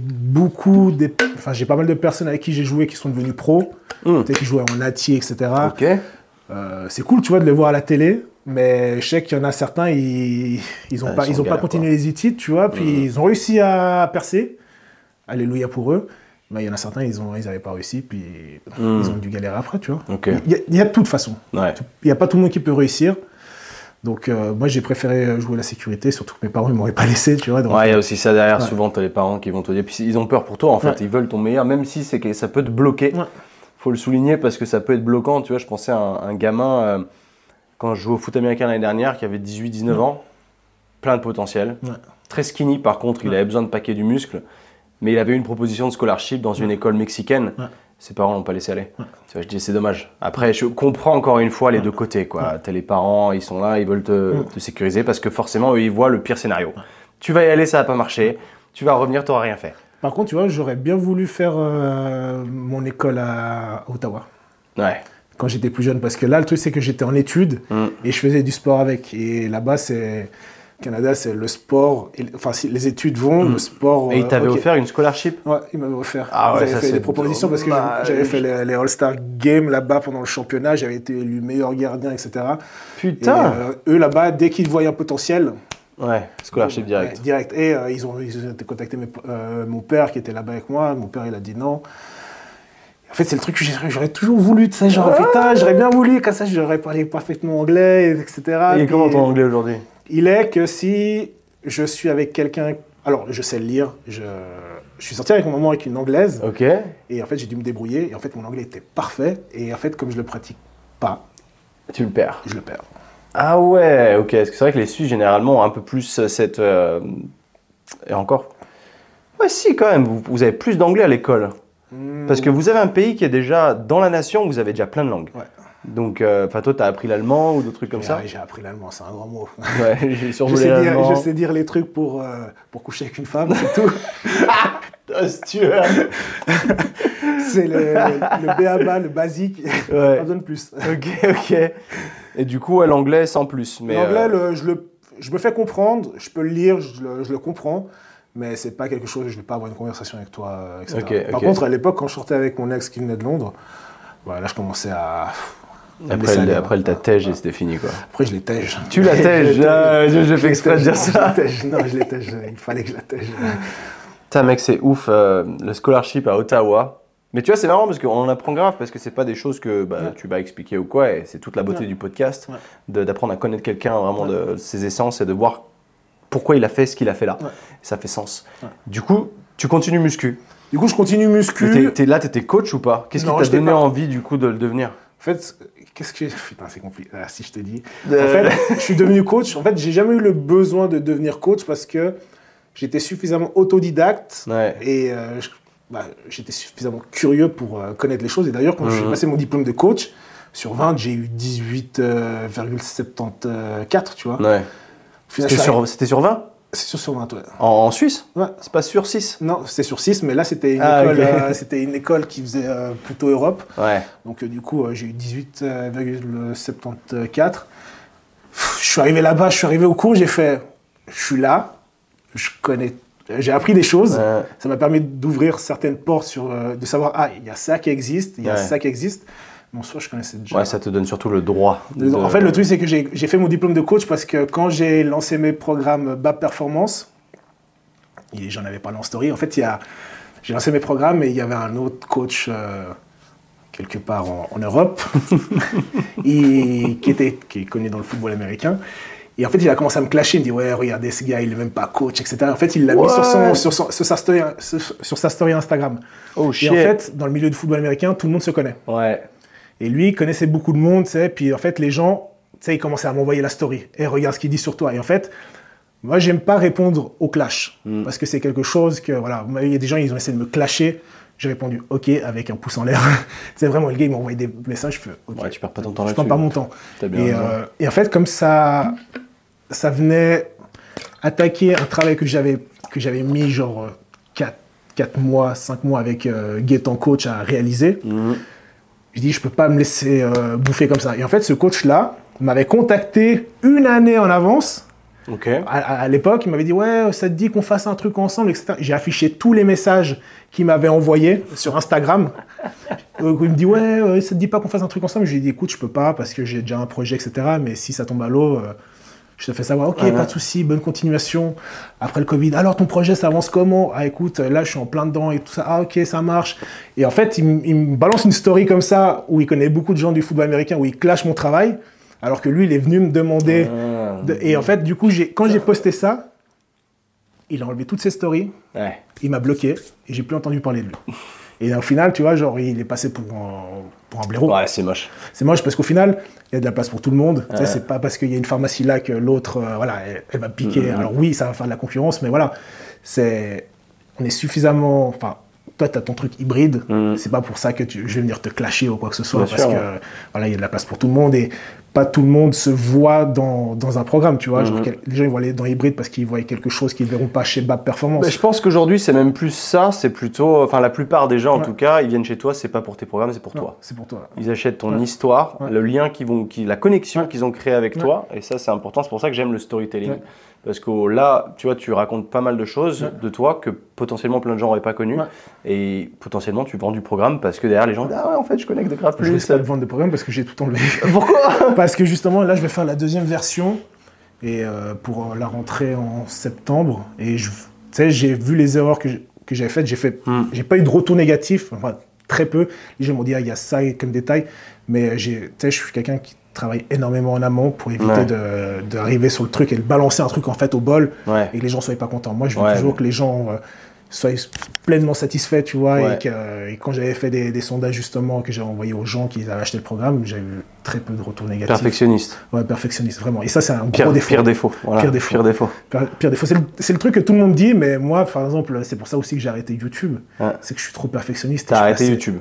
[SPEAKER 3] j'ai pas mal de personnes avec qui j'ai joué qui sont devenus pros, qui jouaient en Nati, etc.
[SPEAKER 2] Ok.
[SPEAKER 3] C'est cool, tu vois, de les voir à la télé. Mais je sais qu'il y en a certains, ils ont pas continué les études, tu vois, puis ils ont réussi à percer. Alléluia pour eux. Mais il y en a certains, ils n'avaient pas réussi, puis ils ont dû galérer après, tu vois.
[SPEAKER 2] Okay.
[SPEAKER 3] Il y a de toute façon.
[SPEAKER 2] Ouais.
[SPEAKER 3] Il n'y a pas tout le monde qui peut réussir. Donc moi, j'ai préféré jouer à la sécurité, surtout que mes parents ne m'auraient pas laissé, tu vois.
[SPEAKER 2] Il y a aussi ça derrière. Souvent, tu as les parents qui vont te dire, puis ils ont peur pour toi, en fait. Ils veulent ton meilleur, même si ça peut te bloquer. Faut le souligner parce que ça peut être bloquant. Tu vois, je pensais à un gamin... quand je jouais au foot américain l'année dernière, qui avait 18-19 ans, plein de potentiel. Très skinny, par contre, il avait besoin de paquer du muscle. Mais il avait eu une proposition de scholarship dans une école mexicaine. Ses parents ne l'ont pas laissé aller. Tu vois, je dis, c'est dommage. Après, je comprends encore une fois les deux côtés, quoi. T'as les parents, ils sont là, ils veulent te sécuriser parce que forcément, eux, ils voient le pire scénario. Tu vas y aller, ça ne va pas marcher. Tu vas revenir, tu n'auras rien fait.
[SPEAKER 3] Par contre, tu vois, j'aurais bien voulu faire mon école à Ottawa. Quand j'étais plus jeune, parce que là, le truc, c'est que j'étais en études et je faisais du sport avec. Et là-bas, Canada, c'est le sport. Enfin, si les études vont, le sport.
[SPEAKER 2] Et il t'avait offert une scholarship?
[SPEAKER 3] Ouais, il m'avait offert.
[SPEAKER 2] Ah ouais,
[SPEAKER 3] ils avaient fait des propositions parce que j'avais fait les All-Star Games là-bas pendant le championnat. J'avais été élu meilleur gardien, etc.
[SPEAKER 2] Putain!
[SPEAKER 3] Et, eux, là-bas, dès qu'ils voyaient un potentiel.
[SPEAKER 2] Scholarship direct.
[SPEAKER 3] Direct. Et ils ont été contactés mon père qui était là-bas avec moi. Mon père, il a dit non. En fait, c'est le truc que j'aurais toujours voulu, tu sais, j'aurais bien voulu, comme ça, j'aurais parlé parfaitement anglais, etc.
[SPEAKER 2] Et comment ton anglais aujourd'hui?
[SPEAKER 3] Il est que si je suis avec quelqu'un... Alors, je sais le lire, je suis sorti avec mon maman avec une anglaise.
[SPEAKER 2] Ok.
[SPEAKER 3] Et en fait, j'ai dû me débrouiller. Et en fait, mon anglais était parfait. Et en fait, comme je le pratique pas...
[SPEAKER 2] Tu le perds.
[SPEAKER 3] Je le perds.
[SPEAKER 2] Ah ouais, ok. Parce que c'est vrai que les Suisses, généralement, ont un peu plus cette... Et encore... Ouais, si, quand même. Vous avez plus d'anglais à l'école. Parce que vous avez un pays qui est déjà dans la nation, vous avez déjà plein de langues. Donc, toi, tu as appris l'allemand ou d'autres trucs comme ça?
[SPEAKER 3] J'ai appris l'allemand, c'est un grand mot.
[SPEAKER 2] J'ai survolé l'allemand.
[SPEAKER 3] Je sais dire les trucs pour coucher avec une femme, c'est tout.
[SPEAKER 2] Astucieux.
[SPEAKER 3] C'est le b.a.-ba, le basique, pas besoin de plus.
[SPEAKER 2] Ok. Et du coup, l'anglais sans plus.
[SPEAKER 3] L'anglais, je me fais comprendre, je peux le lire, je le comprends. mais c'est pas quelque chose, je vais pas avoir une conversation avec toi, etc.
[SPEAKER 2] Ok,
[SPEAKER 3] Par contre, à l'époque, quand je sortais avec mon ex qui venait de Londres, là, je commençais à...
[SPEAKER 2] Après, elle t'a tège et c'était fini, quoi.
[SPEAKER 3] Après, je les tège.
[SPEAKER 2] Tu la tèges. Je fais exprès de dire ça.
[SPEAKER 3] Non, je les tège. Il fallait que je la tège.
[SPEAKER 2] Putain, mec, c'est ouf. Le scholarship à Ottawa. Mais tu vois, c'est marrant parce qu'on en apprend grave, parce que c'est pas des choses que tu vas expliquer ou quoi, et c'est toute la beauté du podcast, d'apprendre à connaître quelqu'un vraiment de ses essences et de voir pourquoi il a fait ce qu'il a fait là. Ça fait sens. Du coup, tu continues muscu.
[SPEAKER 3] Du coup, je continue muscu.
[SPEAKER 2] Là, t'étais coach ou pas? Qu'est-ce qui t'a donné envie du coup de le devenir?
[SPEAKER 3] En fait, qu'est-ce que... Putain, c'est compliqué. Si je te dis. En fait, je suis devenu coach. En fait, j'ai jamais eu le besoin de devenir coach parce que j'étais suffisamment autodidacte et j'étais suffisamment curieux pour connaître les choses. Et d'ailleurs, quand j'ai passé mon diplôme de coach, sur 20, j'ai eu 18,74, tu vois.
[SPEAKER 2] Ouais. C'était sur 20?
[SPEAKER 3] C'est sur 20, ouais.
[SPEAKER 2] En Suisse?
[SPEAKER 3] Ouais.
[SPEAKER 2] C'est pas sur 6?
[SPEAKER 3] Non, c'était sur 6, mais là, c'était une école qui faisait plutôt Europe.
[SPEAKER 2] Ouais.
[SPEAKER 3] Donc, du coup, j'ai eu 18,74. Je suis arrivé là-bas, je suis arrivé au cours, j'ai fait... Je suis là, j'ai appris des choses. Ça m'a permis d'ouvrir certaines portes, de savoir, il y a ça qui existe, il y a ça qui existe. Bon, soit je connaissais déjà.
[SPEAKER 2] Ouais, ça te donne surtout le droit.
[SPEAKER 3] En fait, le truc, c'est que j'ai fait mon diplôme de coach parce que quand j'ai lancé mes programmes BAP Performance, et j'en avais parlé en story, en fait, j'ai lancé mes programmes et il y avait un autre coach quelque part en Europe qui est connu dans le football américain. Et en fait, il a commencé à me clasher, il me dit « Ouais, regardez, ce gars, il n'est même pas coach, etc. » En fait, il l'a mis sur sa story Instagram.
[SPEAKER 2] Oh shit.
[SPEAKER 3] Et en fait, dans le milieu du football américain, tout le monde se connaît.
[SPEAKER 2] Ouais.
[SPEAKER 3] Et lui, il connaissait beaucoup de monde, tu sais. Puis en fait, les gens, tu sais, ils commençaient à m'envoyer la story. Et regarde ce qu'il dit sur toi. Et en fait, moi, j'aime pas répondre au clash. Parce que c'est quelque chose que, voilà, il y a des gens, ils ont essayé de me clasher. J'ai répondu OK avec un pouce en l'air. C'est vraiment, le gars, il m'a envoyé des messages. Je fais OK.
[SPEAKER 2] Ouais, tu perds pas ton temps là-dessus.
[SPEAKER 3] Je perds pas mon temps.
[SPEAKER 2] Et
[SPEAKER 3] en fait, comme ça venait attaquer un travail que j'avais mis genre 4 mois, 5 mois avec Gaëtan Coach à réaliser. Je dis, je peux pas me laisser bouffer comme ça. Et en fait, ce coach-là m'avait contacté une année en avance.
[SPEAKER 2] Ok.
[SPEAKER 3] À l'époque, il m'avait dit, ouais, ça te dit qu'on fasse un truc ensemble, etc. J'ai affiché tous les messages qu'il m'avait envoyés sur Instagram. Il me dit, ouais, ça te dit pas qu'on fasse un truc ensemble? Je lui ai dit, écoute, je peux pas parce que j'ai déjà un projet, etc. Mais si ça tombe à l'eau, je te fais savoir, ok, pas de souci, bonne continuation. Après le Covid, alors ton projet, ça avance comment? Ah, écoute, là, je suis en plein dedans et tout ça. Ah, ok, ça marche. Et en fait, il me balance une story comme ça où il connaît beaucoup de gens du football américain, où il clash mon travail. Alors que lui, il est venu me demander... Et en fait, du coup, quand j'ai posté ça, il a enlevé toutes ses stories, il m'a bloqué et j'ai plus entendu parler de lui. Et au final, tu vois, genre, il est passé pour un blaireau.
[SPEAKER 2] Ouais, c'est moche.
[SPEAKER 3] C'est moche parce qu'au final, il y a de la place pour tout le monde. Tu sais, c'est pas parce qu'il y a une pharmacie là que l'autre, elle va piquer. Alors oui, ça va faire de la concurrence, mais voilà, on est suffisamment... Enfin, toi, tu as ton truc hybride. C'est pas pour ça que je vais venir te clasher ou quoi que ce soit. Bien parce sûr, que voilà, il y a de la place pour tout le monde et pas tout le monde se voit dans un programme, tu vois. Genre, les gens, ils vont aller dans hybride parce qu'ils voient quelque chose qu'ils ne verront pas chez BAP Performance.
[SPEAKER 2] Mais je pense qu'aujourd'hui, c'est même plus ça. C'est plutôt... Enfin, la plupart des gens, en tout cas, ils viennent chez toi, c'est pas pour tes programmes, c'est pour toi.
[SPEAKER 3] C'est pour toi.
[SPEAKER 2] Ils achètent ton histoire, le lien la connexion qu'ils ont créé avec toi. Et ça, c'est important. C'est pour ça que j'aime le storytelling. Parce que là, tu vois, tu racontes pas mal de choses de toi que potentiellement plein de gens n'auraient pas connues. Et potentiellement, tu vends du programme parce que derrière, les gens disent « Ah ouais, en fait, je connecte grave plus. »
[SPEAKER 3] Je ne vais pas de vendre de programme parce que j'ai tout enlevé.
[SPEAKER 2] Pourquoi?
[SPEAKER 3] Parce que justement, là, je vais faire la deuxième version et pour la rentrée en septembre. Et tu sais, j'ai vu les erreurs que j'avais faites. J'ai pas eu de retour négatif, enfin, très peu. Les gens m'ont dit, il y a ça comme détail. Mais tu sais, je suis quelqu'un qui travaille énormément en amont pour éviter d'arriver sur le truc et de balancer un truc en fait au bol et que les gens ne soient pas contents. Moi, je veux toujours que les gens soient pleinement satisfaits, tu vois. Et quand j'avais fait des sondages justement que j'ai envoyés aux gens qui avaient acheté le programme, j'avais eu très peu de retours négatifs.
[SPEAKER 2] Perfectionniste.
[SPEAKER 3] Ouais, perfectionniste, vraiment. Et ça, c'est un gros défaut.
[SPEAKER 2] Pire défaut. Voilà.
[SPEAKER 3] Pire défaut. Pire défaut. C'est le truc que tout le monde dit, mais moi, par exemple, c'est pour ça aussi que j'ai arrêté YouTube. C'est que je suis trop perfectionniste.
[SPEAKER 2] T'as arrêté YouTube?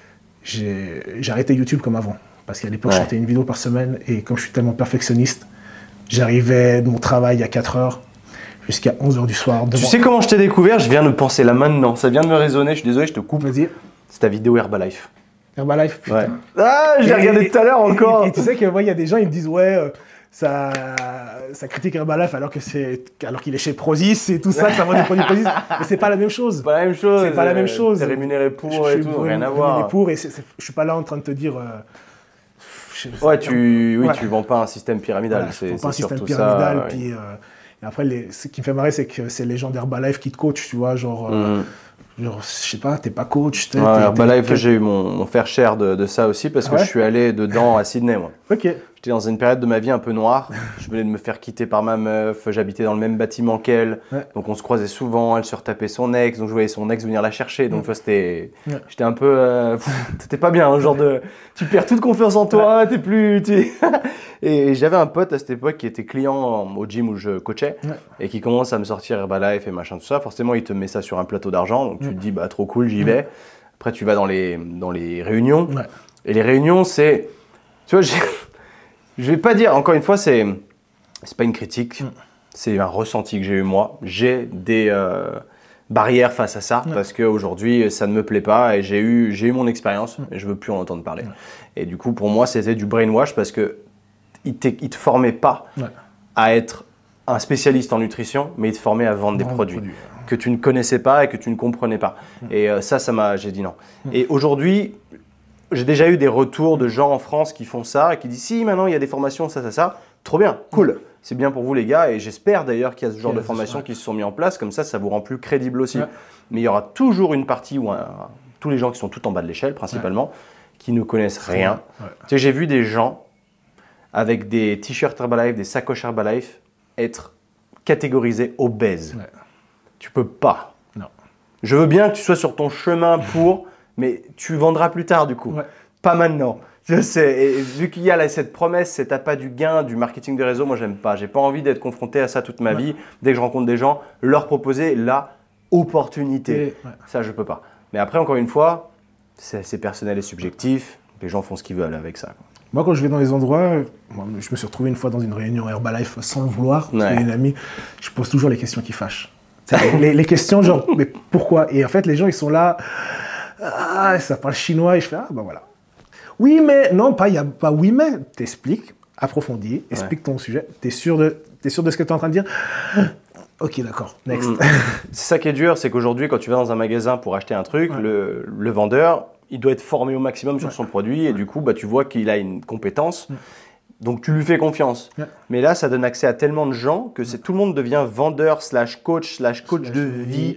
[SPEAKER 3] J'ai arrêté YouTube comme avant. Parce qu'à l'époque, je sortais une vidéo par semaine et comme je suis tellement perfectionniste, j'arrivais de mon travail à 4h jusqu'à 11h du soir.
[SPEAKER 2] Tu sais comment je t'ai découvert? Je viens de penser là maintenant. Ça vient de me résonner. Je suis désolé, je te coupe.
[SPEAKER 3] Vas-y.
[SPEAKER 2] C'est ta vidéo Herbalife.
[SPEAKER 3] Herbalife, putain.
[SPEAKER 2] Ah, je l'ai regardé tout à l'heure encore.
[SPEAKER 3] Et tu sais qu'il y a des gens, ils me disent, ouais, ça critique Herbalife alors qu'il est chez Prozis et tout ça, que ça vend des produits Prozis. Mais c'est pas la même chose.
[SPEAKER 2] C'est pas la même chose.
[SPEAKER 3] C'est pas la même chose.
[SPEAKER 2] T'es rémunéré pour et tout, rien à voir.
[SPEAKER 3] Pour et je suis pas là en train de te dire.
[SPEAKER 2] Ouais, tu vends pas un système pyramidal.
[SPEAKER 3] Voilà,
[SPEAKER 2] c'est
[SPEAKER 3] pas un système
[SPEAKER 2] surtout
[SPEAKER 3] pyramidal.
[SPEAKER 2] ça.
[SPEAKER 3] Puis, et après, ce qui me fait marrer, c'est que c'est les gens d'Herbalife qui te coachent, tu vois, genre, je sais pas, t'es pas coach.
[SPEAKER 2] Herbalife, j'ai eu mon fair share de ça aussi parce que je suis allé dedans à Sydney, moi.
[SPEAKER 3] Ok.
[SPEAKER 2] J'étais dans une période de ma vie un peu noire. Je venais de me faire quitter par ma meuf. J'habitais dans le même bâtiment qu'elle. Ouais. Donc on se croisait souvent. Elle se retapait son ex. Donc je voyais son ex venir la chercher. Donc c'était... J'étais un peu... C'était pas bien. Genre de... Tu perds toute confiance en toi. T'es plus... Et j'avais un pote à cette époque qui était client au gym où je coachais. Et qui commence à me sortir Herbalife et machin tout ça. Forcément, il te met ça sur un plateau d'argent. Donc tu te dis, bah trop cool, j'y vais. Après, tu vas dans les réunions. Et les réunions, c'est... Tu vois, je vais pas dire, encore une fois, c'est pas une critique, c'est un ressenti que j'ai eu moi. J'ai des barrières face à ça parce qu'aujourd'hui, ça ne me plaît pas et j'ai eu mon expérience et je veux plus en entendre parler. Et du coup, pour moi, c'était du brainwash parce que il te formait pas à être un spécialiste en nutrition, mais il te formait à vendre des produits que tu ne connaissais pas et que tu ne comprenais pas. Et j'ai dit non. Et aujourd'hui, j'ai déjà eu des retours de gens en France qui font ça et qui disent si maintenant il y a des formations, ça. Trop bien, cool. C'est bien pour vous les gars et j'espère d'ailleurs qu'il y a ce genre de formations qui se sont mis en place. Comme ça vous rend plus crédible aussi. Mais il y aura toujours une partie où tous les gens qui sont tout en bas de l'échelle principalement, qui ne connaissent rien. Tu sais, j'ai vu des gens avec des t-shirts Herbalife, des sacoches Herbalife être catégorisés obèses. Tu peux pas. Non. Je veux bien que tu sois sur ton chemin pour... Mais tu vendras plus tard du coup, pas maintenant. Et vu qu'il y a cette promesse, cet appât du gain, du marketing de réseau, moi j'aime pas. J'ai pas envie d'être confronté à ça toute ma vie. Dès que je rencontre des gens, leur proposer la opportunité. Ça je peux pas. Mais après encore une fois, c'est personnel et subjectif. Les gens font ce qu'ils veulent avec ça.
[SPEAKER 3] Moi quand je vais dans les endroits, je me suis retrouvé une fois dans une réunion Herbalife sans le vouloir. J'ai une amie, je pose toujours les questions qui fâchent. les questions genre mais pourquoi ? Et en fait les gens ils sont là. Ça parle chinois et je fais bah voilà. Oui mais non pas oui mais t'expliques, approfondis, explique ton sujet. T'es sûr de ce que t'es en train de dire. Ok d'accord, next.
[SPEAKER 2] C'est ça qui est dur, c'est qu'aujourd'hui quand tu vas dans un magasin pour acheter un truc, le vendeur il doit être formé au maximum sur son produit et du coup tu vois qu'il a une compétence. Donc tu lui fais confiance. Mais là ça donne accès à tellement de gens que tout le monde devient vendeur / coach de vie.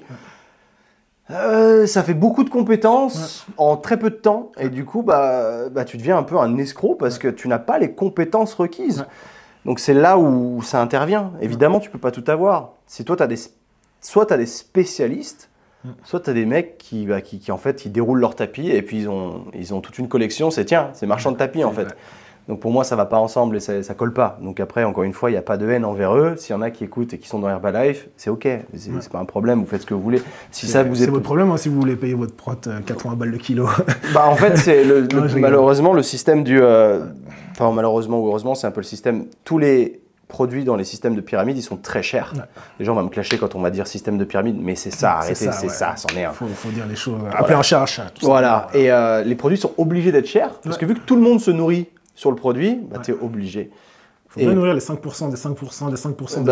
[SPEAKER 2] Ça fait beaucoup de compétences en très peu de temps et du coup tu deviens un peu un escroc parce que tu n'as pas les compétences requises. Donc c'est là où ça intervient. Évidemment, tu peux pas tout avoir. Si toi soit tu as des spécialistes, soit tu as des mecs qui en fait ils déroulent leur tapis et puis ils ont toute une collection, c'est marchand de tapis en fait. Donc pour moi, ça va pas ensemble et ça colle pas. Donc après, encore une fois, il n'y a pas de haine envers eux. S'il y en a qui écoutent et qui sont dans Herbalife, c'est ok. C'est pas un problème, vous faites ce que vous voulez.
[SPEAKER 3] C'est votre problème si vous voulez payer votre prot 80 balles le kilo.
[SPEAKER 2] En fait, c'est malheureusement le système du... malheureusement ou heureusement, c'est un peu le système... Tous les produits dans les systèmes de pyramide, ils sont très chers. Les gens vont me clasher quand on va dire système de pyramide, mais c'est ça, arrêtez, ça, c'en est un.
[SPEAKER 3] Faut dire les choses. Appeler un chat un chat.
[SPEAKER 2] Voilà, et les produits sont obligés d'être chers, parce que vu que tout le monde se nourrit sur le produit, tu es obligé.
[SPEAKER 3] Il faut bien nourrir les 5% des 5% des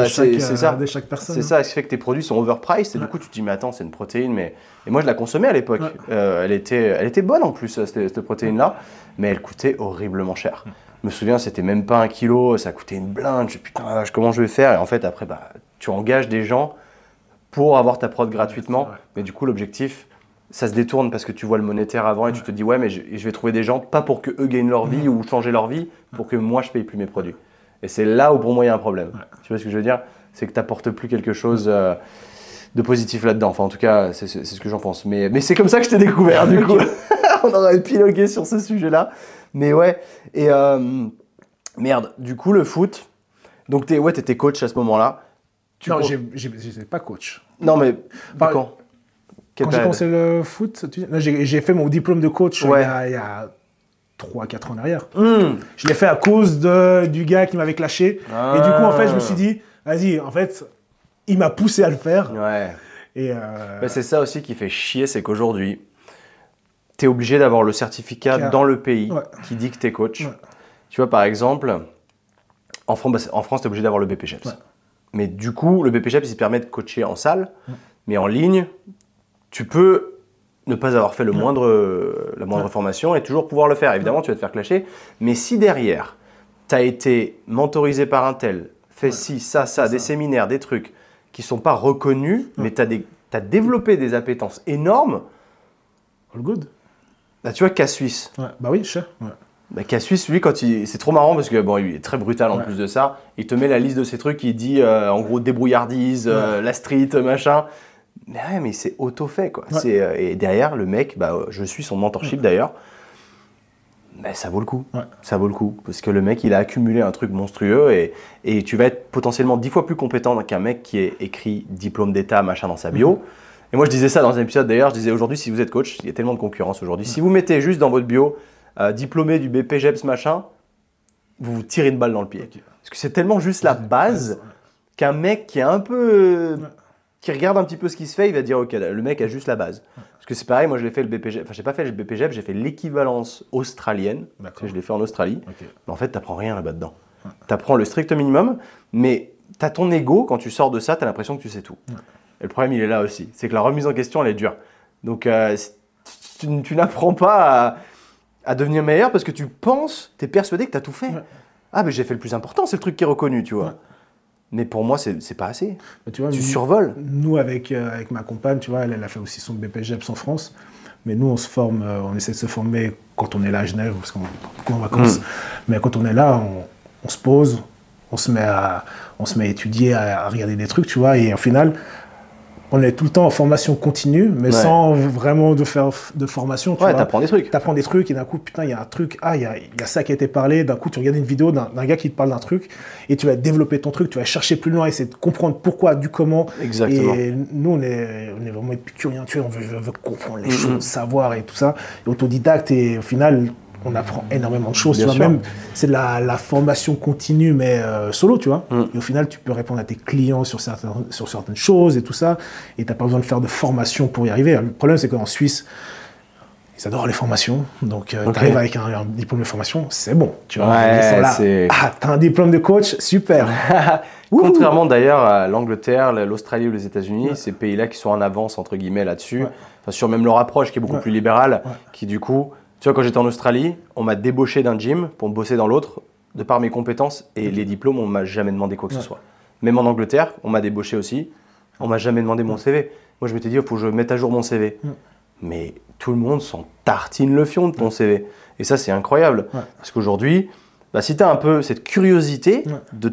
[SPEAKER 3] 5% de chaque personne.
[SPEAKER 2] C'est ça, ce qui fait que tes produits sont overpriced et du coup tu te dis mais attends c'est une protéine et moi je la consommais à l'époque. Elle était bonne en plus cette protéine-là, mais elle coûtait horriblement cher. Je me souviens c'était même pas 1 kilo, ça coûtait une blinde, je dis putain comment je vais faire et en fait après tu engages des gens pour avoir ta prod gratuitement, mais du coup l'objectif ça se détourne parce que tu vois le monétaire avant et tu te dis ouais mais je vais trouver des gens pas pour que eux gagnent leur vie ou changer leur vie, pour que moi je paye plus mes produits. Et c'est là où pour moi il y a un problème. Tu vois ce que je veux dire ? C'est que tu n'apportes plus quelque chose de positif là-dedans. Enfin en tout cas c'est ce que j'en pense. Mais c'est comme ça que je t'ai découvert du coup. On aurait épilogué sur ce sujet-là. Mais ouais. Et merde, du coup le foot. Donc t'étais coach à ce moment-là.
[SPEAKER 3] Non, j'étais pas coach.
[SPEAKER 2] Non mais quand
[SPEAKER 3] j'ai commencé le foot, j'ai fait mon diplôme de coach il y a 3-4 ans en arrière. Je l'ai fait à cause du gars qui m'avait clashé. Et du coup, en fait, je me suis dit, vas-y, en fait, il m'a poussé à le faire. Et
[SPEAKER 2] c'est ça aussi qui fait chier, c'est qu'aujourd'hui, tu es obligé d'avoir le certificat dans le pays qui dit que tu es coach. Tu vois, par exemple, En France, tu es obligé d'avoir le BPGEPS.
[SPEAKER 3] Ouais.
[SPEAKER 2] Mais du coup, le BPGEPS, il permet de coacher en salle, mais en ligne, tu peux ne pas avoir fait la moindre formation et toujours pouvoir le faire. Évidemment, tu vas te faire clasher, mais si derrière, tu as été mentorisé par un tel, fait ci, ça, des séminaires, des trucs qui ne sont pas reconnus, mais tu as développé des appétences énormes.
[SPEAKER 3] All good.
[SPEAKER 2] Là, tu vois, K-Suisse.
[SPEAKER 3] Ouais. Bah oui, je sais. Ouais.
[SPEAKER 2] Bah, K-Suisse, lui, c'est trop marrant parce que bon, il est très brutal en plus de ça. Il te met la liste de ces trucs, il dit en gros débrouillardise, la street, machin. Mais c'est auto-fait quoi.
[SPEAKER 3] Ouais.
[SPEAKER 2] Et derrière, le mec, je suis son mentorship d'ailleurs. Mais ça vaut le coup.
[SPEAKER 3] Ouais.
[SPEAKER 2] Ça vaut le coup. Parce que le mec, il a accumulé un truc monstrueux et tu vas être potentiellement 10 fois plus compétent qu'un mec qui est écrit diplôme d'état, machin dans sa bio. Et moi, je disais ça dans un épisode d'ailleurs. Je disais aujourd'hui, si vous êtes coach, il y a tellement de concurrence aujourd'hui. Si vous mettez juste dans votre bio diplômé du BPGEPS, machin, vous vous tirez une balle dans le pied. Okay. Parce que c'est tellement juste la base qu'un mec qui est un peu. Qui regarde un petit peu ce qui se fait, il va dire ok, le mec a juste la base. Parce que c'est pareil, moi je l'ai fait le BPGEPS, enfin j'ai pas fait le BPGEPS, j'ai fait l'équivalence australienne. Je l'ai fait en Australie. Okay. Mais en fait, t'apprends rien là-bas dedans. T'apprends le strict minimum, mais t'as ton ego, quand tu sors de ça, t'as l'impression que tu sais tout. Et le problème, il est là aussi. C'est que la remise en question, elle est dure. Donc tu n'apprends pas à devenir meilleur parce que t'es persuadé que t'as tout fait. Ah, mais j'ai fait le plus important, c'est le truc qui est reconnu, tu vois. Mais pour moi, c'est pas assez. Tu vois, survoles.
[SPEAKER 3] Nous, avec ma compagne, tu vois, elle a fait aussi son BPGEPS en France. Mais nous, on se forme, on essaie de se former quand on est là à Genève, parce qu'on est beaucoup en vacances. Mais quand on est là, on se pose, on se met à étudier, à regarder des trucs, tu vois. Et au final, on est tout le temps en formation continue, mais sans vraiment de faire de formation. Tu vois.
[SPEAKER 2] T'apprends des trucs.
[SPEAKER 3] T'apprends des trucs et d'un coup, putain, il y a un truc, il y a ça qui a été parlé. D'un coup, tu regardes une vidéo d'un gars qui te parle d'un truc et tu vas développer ton truc, tu vas chercher plus loin, essayer de comprendre pourquoi, du comment.
[SPEAKER 2] Exactement.
[SPEAKER 3] Et nous, on est vraiment épicuriens, tu vois, on veut comprendre les choses, savoir et tout ça. Et autodidacte et au final, on apprend énormément de choses, tu vois, même c'est de la formation continue mais solo, tu vois. Et au final, tu peux répondre à tes clients sur certaines choses et tout ça, et t'as pas besoin de faire de formation pour y arriver. Le problème, c'est qu'en Suisse, ils adorent les formations, donc t'arrives avec un diplôme de formation, c'est bon, tu vois. T'as un diplôme de coach, super.
[SPEAKER 2] Contrairement d'ailleurs à l'Angleterre, l'Australie ou les États-Unis, ces pays-là qui sont en avance entre guillemets là-dessus, sur même leur approche qui est beaucoup plus libérale, qui du coup. Tu vois, quand j'étais en Australie, on m'a débauché d'un gym pour me bosser dans l'autre, de par mes compétences et les diplômes, on m'a jamais demandé quoi que ce soit. Même en Angleterre, on m'a débauché aussi, on m'a jamais demandé mon CV. Moi, je m'étais dit, il faut que je mette à jour mon CV. Mais tout le monde s'en tartine le fion de ton CV. Et ça, c'est incroyable. Parce qu'aujourd'hui, si tu as un peu cette curiosité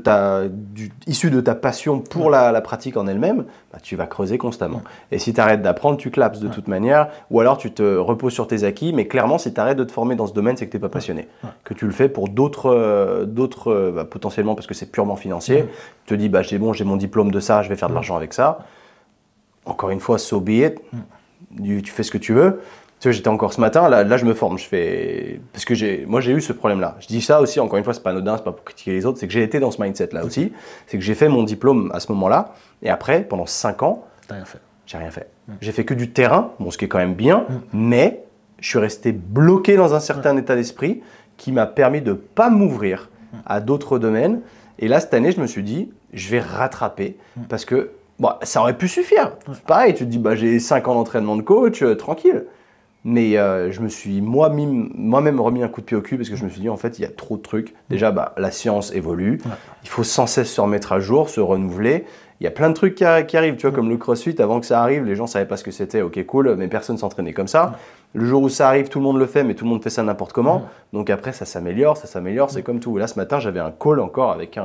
[SPEAKER 2] issue de ta passion pour la pratique en elle-même, tu vas creuser constamment. Et si tu arrêtes d'apprendre, tu clapses de toute manière, ou alors tu te reposes sur tes acquis, mais clairement, si tu arrêtes de te former dans ce domaine, c'est que tu n'es pas passionné. Que tu le fais pour d'autres potentiellement parce que c'est purement financier. Tu te dis, j'ai mon diplôme de ça, je vais faire de l'argent avec ça. Encore une fois, so be it. Tu fais ce que tu veux. Tu vois, j'étais encore ce matin, là je me forme, parce que moi j'ai eu ce problème-là. Je dis ça aussi, encore une fois, c'est pas anodin, c'est pas pour critiquer les autres, c'est que j'ai été dans ce mindset-là aussi. C'est que j'ai fait mon diplôme à ce moment-là, et après, pendant 5 ans, j'ai rien fait. J'ai fait que du terrain, ce qui est quand même bien, mais je suis resté bloqué dans un certain état d'esprit qui m'a permis de pas m'ouvrir à d'autres domaines. Et là, cette année, je me suis dit, je vais rattraper, parce que ça aurait pu suffire. Pareil, tu te dis, j'ai 5 ans d'entraînement de coach, tranquille. Mais je me suis moi-même remis un coup de pied au cul parce que je me suis dit en fait il y a trop de trucs. Déjà la science évolue, il faut sans cesse se remettre à jour, se renouveler. Il y a plein de trucs qui arrivent, tu vois, comme le crossfit, avant que ça arrive, les gens ne savaient pas ce que c'était, ok cool, mais personne s'entraînait comme ça. Le jour où ça arrive, tout le monde le fait, mais tout le monde fait ça n'importe comment. Donc après ça s'améliore, c'est comme tout. Et là ce matin j'avais un call encore avec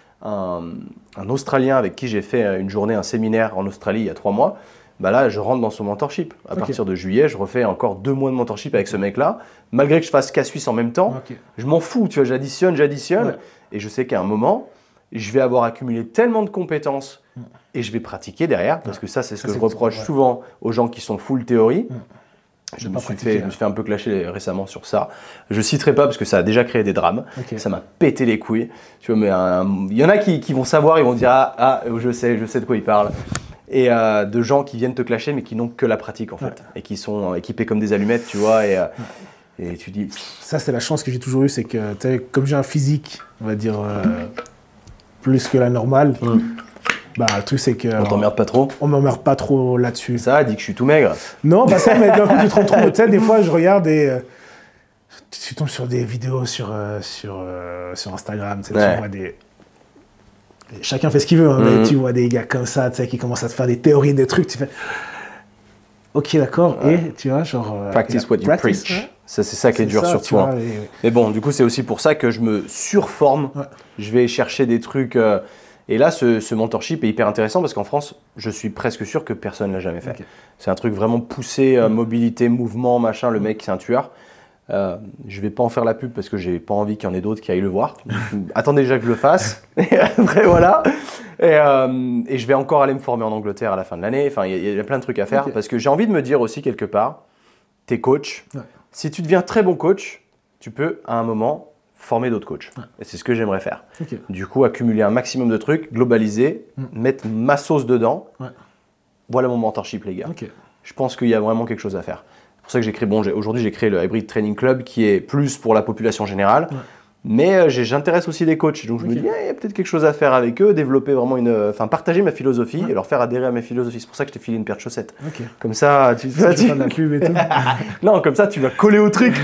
[SPEAKER 2] un Australien avec qui j'ai fait une journée, un séminaire en Australie il y a 3 mois. Là, je rentre dans son mentorship. À partir de juillet, je refais encore 2 mois de mentorship avec ce mec-là. Malgré que je fasse K-Suisse en même temps, je m'en fous. Tu vois, j'additionne. Et je sais qu'à un moment, je vais avoir accumulé tellement de compétences et je vais pratiquer derrière. Parce que ça, c'est ce que je reproche souvent aux gens qui sont full théorie. Je me suis fait un peu clasher récemment sur ça. Je citerai pas parce que ça a déjà créé des drames. Ça m'a pété les couilles. Tu vois, mais il y en a qui vont savoir, ils vont dire je sais de quoi ils parlent. Et de gens qui viennent te clasher mais qui n'ont que la pratique en fait et qui sont équipés comme des allumettes, tu vois, et tu dis...
[SPEAKER 3] Ça, c'est la chance que j'ai toujours eue, c'est que comme j'ai un physique, on va dire, plus que la normale. Bah, le truc, c'est que.
[SPEAKER 2] On t'emmerde pas trop?
[SPEAKER 3] On m'emmerde pas trop là-dessus.
[SPEAKER 2] Ça, dit que je suis tout maigre.
[SPEAKER 3] Non, pas ça, mais d'un coup, tu te retrouves. Tu sais, des fois, je regarde et. Tu tombes sur des vidéos sur Instagram, tu sais, tu vois des. Chacun fait ce qu'il veut, hein, mais tu vois des gars comme ça, tu sais, qui commencent à te faire des théories, des trucs, tu fais. Ok, d'accord, et tu vois, genre.
[SPEAKER 2] Practice what you preach.
[SPEAKER 3] Ouais.
[SPEAKER 2] Ça, c'est ça qui est dur sur toi. Mais bon, du coup, c'est aussi pour ça que je me surforme. Ouais. Je vais chercher des trucs. Et là, ce mentorship est hyper intéressant parce qu'en France, je suis presque sûr que personne ne l'a jamais fait. Okay. C'est un truc vraiment poussé, mobilité, mouvement, machin. Le mec, c'est un tueur. Je vais pas en faire la pub parce que j'ai pas envie qu'il y en ait d'autres qui aillent le voir. Attendez déjà que je le fasse. Et après, voilà. Et je vais encore aller me former en Angleterre à la fin de l'année. Enfin, il y a plein de trucs à faire parce que j'ai envie de me dire aussi quelque part, t'es coach. Ouais. Si tu deviens très bon coach, tu peux à un moment former d'autres coachs. Ouais. Et c'est ce que j'aimerais faire. Okay. Du coup, accumuler un maximum de trucs, globaliser, mettre ma sauce dedans. Ouais. Voilà mon mentorship, les gars. Okay. Je pense qu'il y a vraiment quelque chose à faire. C'est pour ça que j'ai créé, aujourd'hui j'ai créé le Hybrid Training Club qui est plus pour la population générale. Ouais. Mais j'intéresse aussi des coachs. Donc je me dis, il y a peut-être quelque chose à faire avec eux, développer vraiment partager ma philosophie et leur faire adhérer à mes philosophies. C'est pour ça que je t'ai filé une paire de chaussettes. Okay. Comme ça, tu vas faire de la pub et tout. Non, comme ça, tu vas coller au truc.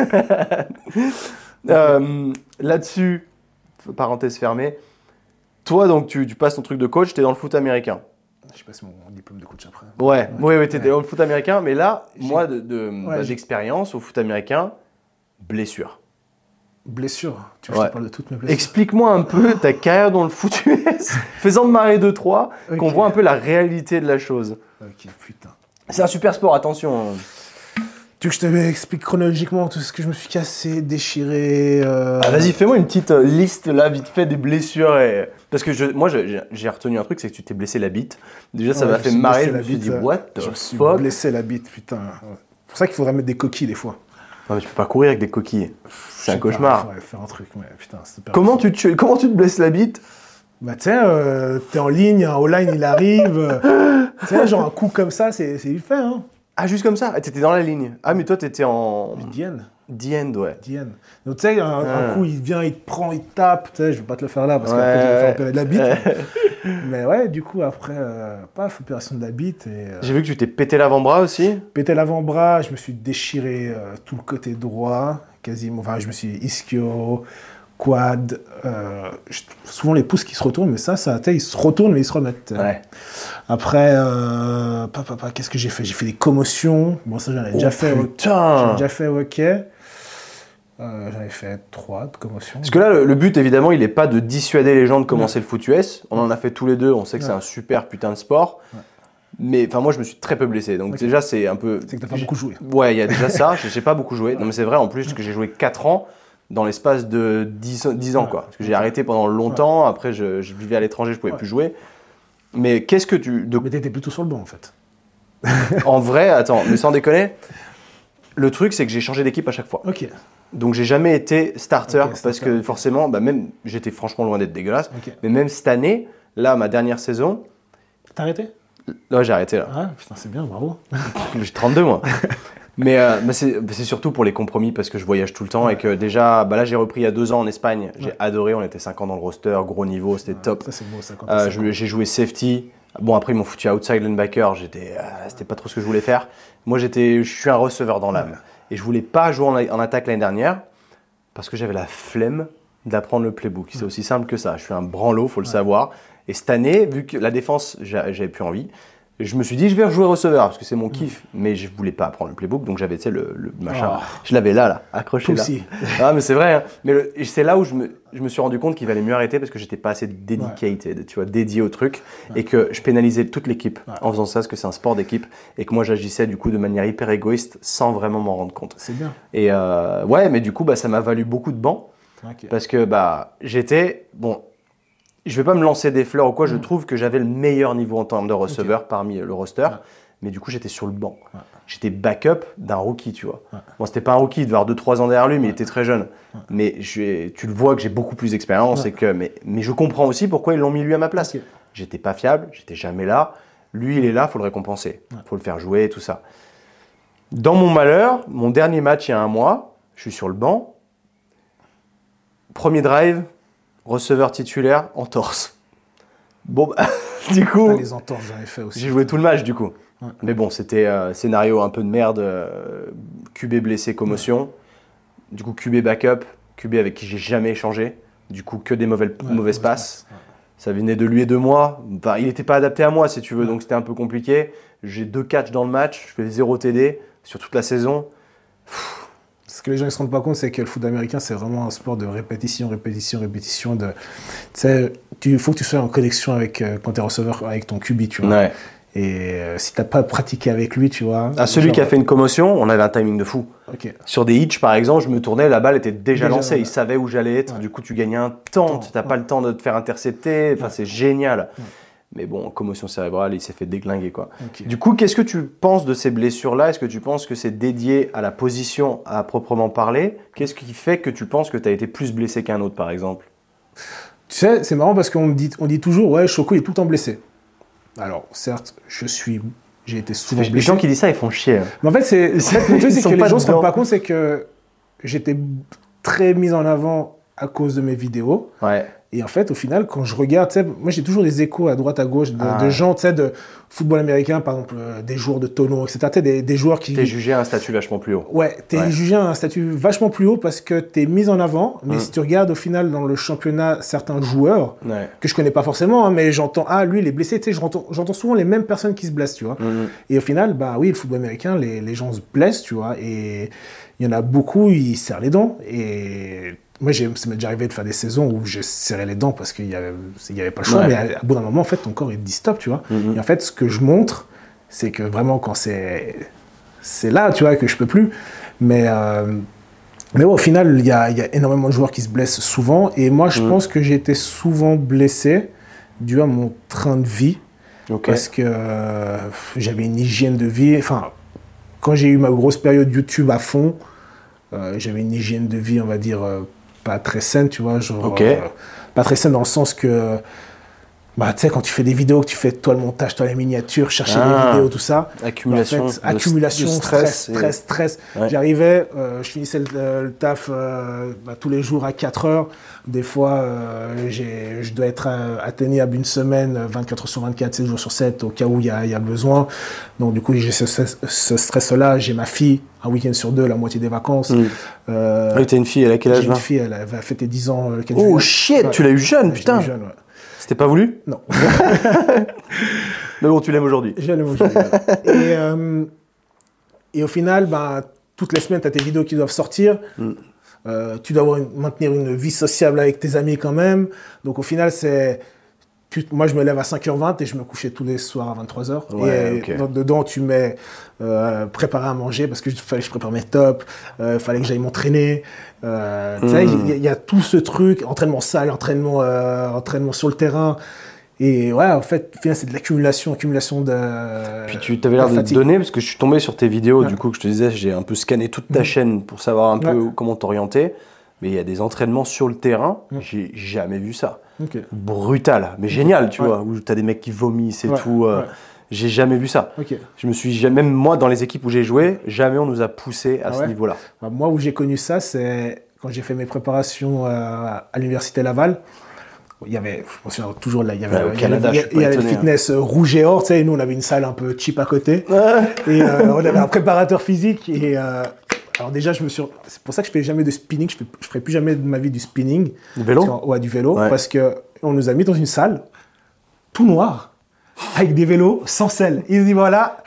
[SPEAKER 2] Là-dessus, parenthèse fermée, toi, donc, tu passes ton truc de coach, tu es dans le foot américain.
[SPEAKER 3] Je passe mon diplôme de coach après.
[SPEAKER 2] Ouais, tu étais dans le foot américain, mais là, moi, d'expérience au foot américain, blessure.
[SPEAKER 3] Blessure. Tu veux que je te parle de toutes mes blessures?
[SPEAKER 2] Explique-moi un peu ta carrière dans le foot US, faisant de marrer 2-3, qu'on voit un peu la réalité de la chose.
[SPEAKER 3] Ok, putain.
[SPEAKER 2] C'est un super sport, attention.
[SPEAKER 3] Tu veux que je te explique chronologiquement tout ce que je me suis cassé, déchiré
[SPEAKER 2] Vas-y, fais-moi une petite liste là, vite fait, des blessures. Parce que moi, j'ai retenu un truc, c'est que tu t'es blessé la bite. Déjà, ça m'a fait marrer. Je me suis dit, what the fuck?
[SPEAKER 3] Je me suis blessé la bite, putain. C'est pour ça qu'il faudrait mettre des coquilles des fois.
[SPEAKER 2] Non, mais tu peux pas courir avec des coquilles. C'est un cauchemar.
[SPEAKER 3] Ouais, faire un truc, ouais, putain, c'est
[SPEAKER 2] comment tu te blesses la bite?
[SPEAKER 3] Bah, tu sais, t'es en ligne, un all-line, il arrive. Tu sais, genre un coup comme ça, c'est vite fait, hein.
[SPEAKER 2] Ah, juste comme ça? T'étais dans la ligne. Ah, mais toi, t'étais en...
[SPEAKER 3] D-end,
[SPEAKER 2] ouais.
[SPEAKER 3] D-end. Donc, tu sais, un coup, il vient, il te prend, il te tape. Tu sais, je vais pas te le faire là parce qu'après, tu vas faire opérer de la bite. Mais ouais, du coup, après, paf, opération de la bite.
[SPEAKER 2] J'ai vu que tu t'es pété l'avant-bras aussi.
[SPEAKER 3] Pété l'avant-bras, je me suis déchiré tout le côté droit, quasiment. Enfin, je me suis ischio, quad. Souvent les pouces qui se retournent, mais ça, ils se retournent, mais ils se remettent.
[SPEAKER 2] Ouais.
[SPEAKER 3] Après, qu'est-ce que j'ai fait? J'ai fait des commotions. Bon, ça, j'en ai déjà fait. J'en ai déjà fait, ok. J'en ai fait 3 de commotions.
[SPEAKER 2] Parce que là, le but, évidemment, il n'est pas de dissuader les gens de commencer le foot US. On en a fait tous les deux. On sait que c'est un super putain de sport. Ouais. Mais moi, je me suis très peu blessé. Donc déjà, c'est un peu...
[SPEAKER 3] C'est que t'as pas beaucoup joué.
[SPEAKER 2] Ouais, il y a déjà ça. J'ai pas beaucoup joué. Non, mais c'est vrai, en plus, que j'ai joué 4 ans dans l'espace de 10 ans, quoi. Parce que j'ai arrêté pendant longtemps. Ouais. Après, je vivais à l'étranger, je pouvais plus jouer. Mais qu'est-ce que tu...
[SPEAKER 3] Mais t'étais plutôt sur le banc, en fait.
[SPEAKER 2] En vrai, attends, mais sans déconner, le truc, c'est que j'ai changé d'équipe à chaque fois.
[SPEAKER 3] Ok.
[SPEAKER 2] Donc, j'ai jamais été starter parce que forcément, même, j'étais franchement loin d'être dégueulasse. Okay. Mais même cette année, là, ma dernière saison...
[SPEAKER 3] T'as arrêté?
[SPEAKER 2] Ouais, j'ai arrêté là.
[SPEAKER 3] Ah, putain, c'est bien, bravo.
[SPEAKER 2] J'ai 32, moi. Mais c'est surtout pour les compromis parce que je voyage tout le temps et que déjà, là j'ai repris il y a 2 ans en Espagne. J'ai adoré, on était 5 ans dans le roster, gros niveau, c'était top.
[SPEAKER 3] Ça c'est beau, 50.
[SPEAKER 2] J'ai joué safety. Bon, après ils m'ont foutu outside linebacker, c'était pas trop ce que je voulais faire. Moi je suis un receveur dans l'âme. Et je voulais pas jouer en attaque l'année dernière parce que j'avais la flemme d'apprendre le playbook. C'est aussi simple que ça. Je suis un branlo, faut le savoir. Et cette année, vu que la défense, j'avais plus envie. Je me suis dit, je vais rejouer receveur parce que c'est mon kiff, mais je voulais pas apprendre le playbook, donc j'avais, le machin. Oh. Je l'avais là, accroché là. Ah, mais c'est vrai, hein. Mais c'est là où je me suis rendu compte qu'il valait mieux arrêter parce que j'étais pas assez dedicated, tu vois, dédié au truc, et que je pénalisais toute l'équipe en faisant ça, parce que c'est un sport d'équipe, et que moi j'agissais du coup de manière hyper égoïste sans vraiment m'en rendre compte.
[SPEAKER 3] C'est bien.
[SPEAKER 2] Et mais du coup, ça m'a valu beaucoup de bancs, parce que j'étais, bon, je vais pas me lancer des fleurs ou quoi, je trouve que j'avais le meilleur niveau en termes de receveur parmi le roster, mais du coup j'étais sur le banc. J'étais backup d'un rookie, tu vois. Bon, c'était pas un rookie, il devait avoir 2-3 ans derrière lui, mais il était très jeune. Mais tu le vois que j'ai beaucoup plus d'expérience, mais je comprends aussi pourquoi ils l'ont mis lui à ma place. J'étais pas fiable, j'étais jamais là. Lui, il est là, faut le récompenser, faut le faire jouer, tout ça. Dans mon malheur, mon dernier match il y a 1 mois, je suis sur le banc. Premier drive, receveur titulaire, entorse. Bon, bah, du coup,
[SPEAKER 3] Les entorses, j'en ai fait aussi.
[SPEAKER 2] j'ai joué tout le match, du coup.
[SPEAKER 3] Ouais.
[SPEAKER 2] Mais bon, c'était scénario un peu de merde. QB blessé, commotion. Du coup, QB backup. QB avec qui j'ai jamais échangé. Du coup, que des mauvaises passes.
[SPEAKER 3] Ouais.
[SPEAKER 2] Ça venait de lui et de moi. Enfin, il n'était pas adapté à moi, si tu veux, donc c'était un peu compliqué. J'ai 2 catchs dans le match, je fais 0 TD sur toute la saison.
[SPEAKER 3] Ce que les gens ne se rendent pas compte, c'est que le foot américain, c'est vraiment un sport de répétition. Tu sais, il faut que tu sois en connexion avec, quand tu es receveur, avec ton QB, tu vois.
[SPEAKER 2] Ouais.
[SPEAKER 3] Et si tu n'as pas pratiqué avec lui, tu vois.
[SPEAKER 2] Celui qui a fait une commotion, on avait un timing de fou.
[SPEAKER 3] Ok.
[SPEAKER 2] Sur des hitches, par exemple, je me tournais, la balle était déjà lancée,
[SPEAKER 3] ouais.
[SPEAKER 2] il savait où j'allais être.
[SPEAKER 3] Ouais.
[SPEAKER 2] Du coup, tu gagnais un temps, tu n'as pas le temps de te faire intercepter. Enfin, c'est génial.
[SPEAKER 3] Ouais.
[SPEAKER 2] Mais bon, commotion cérébrale, il s'est fait déglinguer, quoi.
[SPEAKER 3] Ok.
[SPEAKER 2] Du coup, qu'est-ce que tu penses de ces blessures-là? Est-ce que tu penses que c'est dédié à la position à proprement parler? Qu'est-ce qui fait que tu penses que tu as été plus blessé qu'un autre, par exemple?
[SPEAKER 3] Tu sais, c'est marrant parce qu'on dit toujours, ouais, Choco il est tout le temps blessé. Alors, certes, j'ai été souvent
[SPEAKER 2] Les
[SPEAKER 3] blessé.
[SPEAKER 2] gens qui disent ça, ils font chier.
[SPEAKER 3] Mais en fait, le truc,
[SPEAKER 2] Ils
[SPEAKER 3] c'est
[SPEAKER 2] sont
[SPEAKER 3] que
[SPEAKER 2] pas
[SPEAKER 3] les gens ne se
[SPEAKER 2] dedans.
[SPEAKER 3] rendent pas compte, c'est que j'étais très mis en avant à cause de mes vidéos.
[SPEAKER 2] Ouais.
[SPEAKER 3] Et en fait, au final, quand je regarde, tu sais, moi j'ai toujours des échos à droite, à gauche de
[SPEAKER 2] Ouais.
[SPEAKER 3] gens, tu sais, de football américain, par exemple, des joueurs de tonneau, etc. Tu sais, des joueurs qui.
[SPEAKER 2] T'es jugé à un statut vachement plus haut.
[SPEAKER 3] Ouais, t'es
[SPEAKER 2] Ouais.
[SPEAKER 3] jugé à un statut vachement plus haut parce que t'es mis en avant. Mais si tu regardes au final dans le championnat certains joueurs,
[SPEAKER 2] Ouais.
[SPEAKER 3] que je connais pas forcément, hein, mais j'entends, ah, lui, il est blessé, tu sais, j'entends souvent les mêmes personnes qui se blessent, tu vois. Et au final, bah oui, le football américain, les gens se blessent, tu vois, et il y en a beaucoup, ils serrent les dents. Et moi, ça m'est déjà arrivé de faire des saisons où j'ai serré les dents parce qu'il y avait pas le choix,
[SPEAKER 2] Ouais.
[SPEAKER 3] mais à bout d'un moment, en fait, ton corps, il te dit stop, tu vois. Et en fait, ce que je montre, c'est que vraiment, quand c'est là, tu vois, que je peux plus. Mais ouais, au final, il y a énormément de joueurs qui se blessent souvent. Et moi, je pense que j'ai été souvent blessé dû à mon train de vie.
[SPEAKER 2] Ok.
[SPEAKER 3] Parce que j'avais une hygiène de vie. Enfin, quand j'ai eu ma grosse période YouTube à fond, j'avais une hygiène de vie, on va dire, pas très saine, tu vois. Genre,
[SPEAKER 2] Ok.
[SPEAKER 3] pas très saine dans le sens que, bah, tu sais, quand tu fais des vidéos, que tu fais toi le montage, toi les miniatures, chercher les vidéos, tout ça.
[SPEAKER 2] Accumulation,
[SPEAKER 3] En fait, accumulation,
[SPEAKER 2] de
[SPEAKER 3] stress.
[SPEAKER 2] Ouais.
[SPEAKER 3] J'arrivais, je finissais le taf tous les jours à 4 heures. Des fois, je dois être atteignable une semaine, 24 heures sur 24, 7 jours sur 7, au cas où il y a besoin. Donc, du coup, j'ai ce stress-là. J'ai ma fille, un week-end sur 2, la moitié des vacances.
[SPEAKER 2] Oui, t'as une fille, elle a quel âge
[SPEAKER 3] J'ai
[SPEAKER 2] là?
[SPEAKER 3] une fille, elle va fêter 10 ans le 4
[SPEAKER 2] Oh
[SPEAKER 3] juillet.
[SPEAKER 2] shit,
[SPEAKER 3] Ouais.
[SPEAKER 2] tu l'as eu jeune,
[SPEAKER 3] Ouais, je
[SPEAKER 2] putain.
[SPEAKER 3] l'ai eu jeune, ouais.
[SPEAKER 2] C'était pas voulu?
[SPEAKER 3] Non.
[SPEAKER 2] Mais bon, tu l'aimes aujourd'hui.
[SPEAKER 3] Je l'aime aujourd'hui. Et au final, bah, toutes les semaines, tu as tes vidéos qui doivent sortir. Tu dois maintenir une vie sociable avec tes amis quand même. Donc au final, moi, je me lève à 5h20 et je me couchais tous les soirs à 23h.
[SPEAKER 2] Ouais,
[SPEAKER 3] et
[SPEAKER 2] ok.
[SPEAKER 3] dedans, tu mets préparer à manger parce que fallait que je prépare mes tops, fallait que j'aille m'entraîner. Tu sais, il y a tout ce truc, entraînement salle, entraînement sur le terrain. Et ouais, en fait, au final, c'est de l'accumulation de.
[SPEAKER 2] Puis tu t'avais l'air de te
[SPEAKER 3] fatigue.
[SPEAKER 2] donner, parce que je suis tombé sur tes vidéos,
[SPEAKER 3] Ouais.
[SPEAKER 2] du coup, que je te disais, j'ai un peu scanné toute ta chaîne pour savoir un peu
[SPEAKER 3] Ouais.
[SPEAKER 2] comment t'orienter. Mais il y a des entraînements sur le terrain, j'ai jamais vu ça.
[SPEAKER 3] Ok.
[SPEAKER 2] Brutal, mais génial, tu
[SPEAKER 3] Ouais.
[SPEAKER 2] vois, où t'as des mecs qui vomissent et
[SPEAKER 3] Ouais,
[SPEAKER 2] tout.
[SPEAKER 3] ouais.
[SPEAKER 2] J'ai jamais vu ça.
[SPEAKER 3] Ok.
[SPEAKER 2] Je me suis jamais, même moi, dans les équipes où j'ai joué, jamais on nous a poussé à
[SPEAKER 3] Ah
[SPEAKER 2] ce
[SPEAKER 3] ouais
[SPEAKER 2] niveau-là.
[SPEAKER 3] Bah, moi, où j'ai connu ça, c'est quand j'ai fait mes préparations à l'université Laval. Il y avait, je me souviens toujours là, il y avait,
[SPEAKER 2] Ouais, au Canada, je suis
[SPEAKER 3] il y
[SPEAKER 2] pas
[SPEAKER 3] avait le
[SPEAKER 2] étonné,
[SPEAKER 3] fitness rouge et or, tu sais, et nous on avait une salle un peu cheap à côté. Et on avait un préparateur physique. Et alors déjà, c'est pour ça que je fais jamais de spinning, je ferai plus jamais de ma vie du spinning.
[SPEAKER 2] Du vélo?
[SPEAKER 3] Ouais, du vélo,
[SPEAKER 2] Ouais.
[SPEAKER 3] parce que on nous a mis dans une salle tout noir, avec des vélos sans selle. Ils nous dit voilà,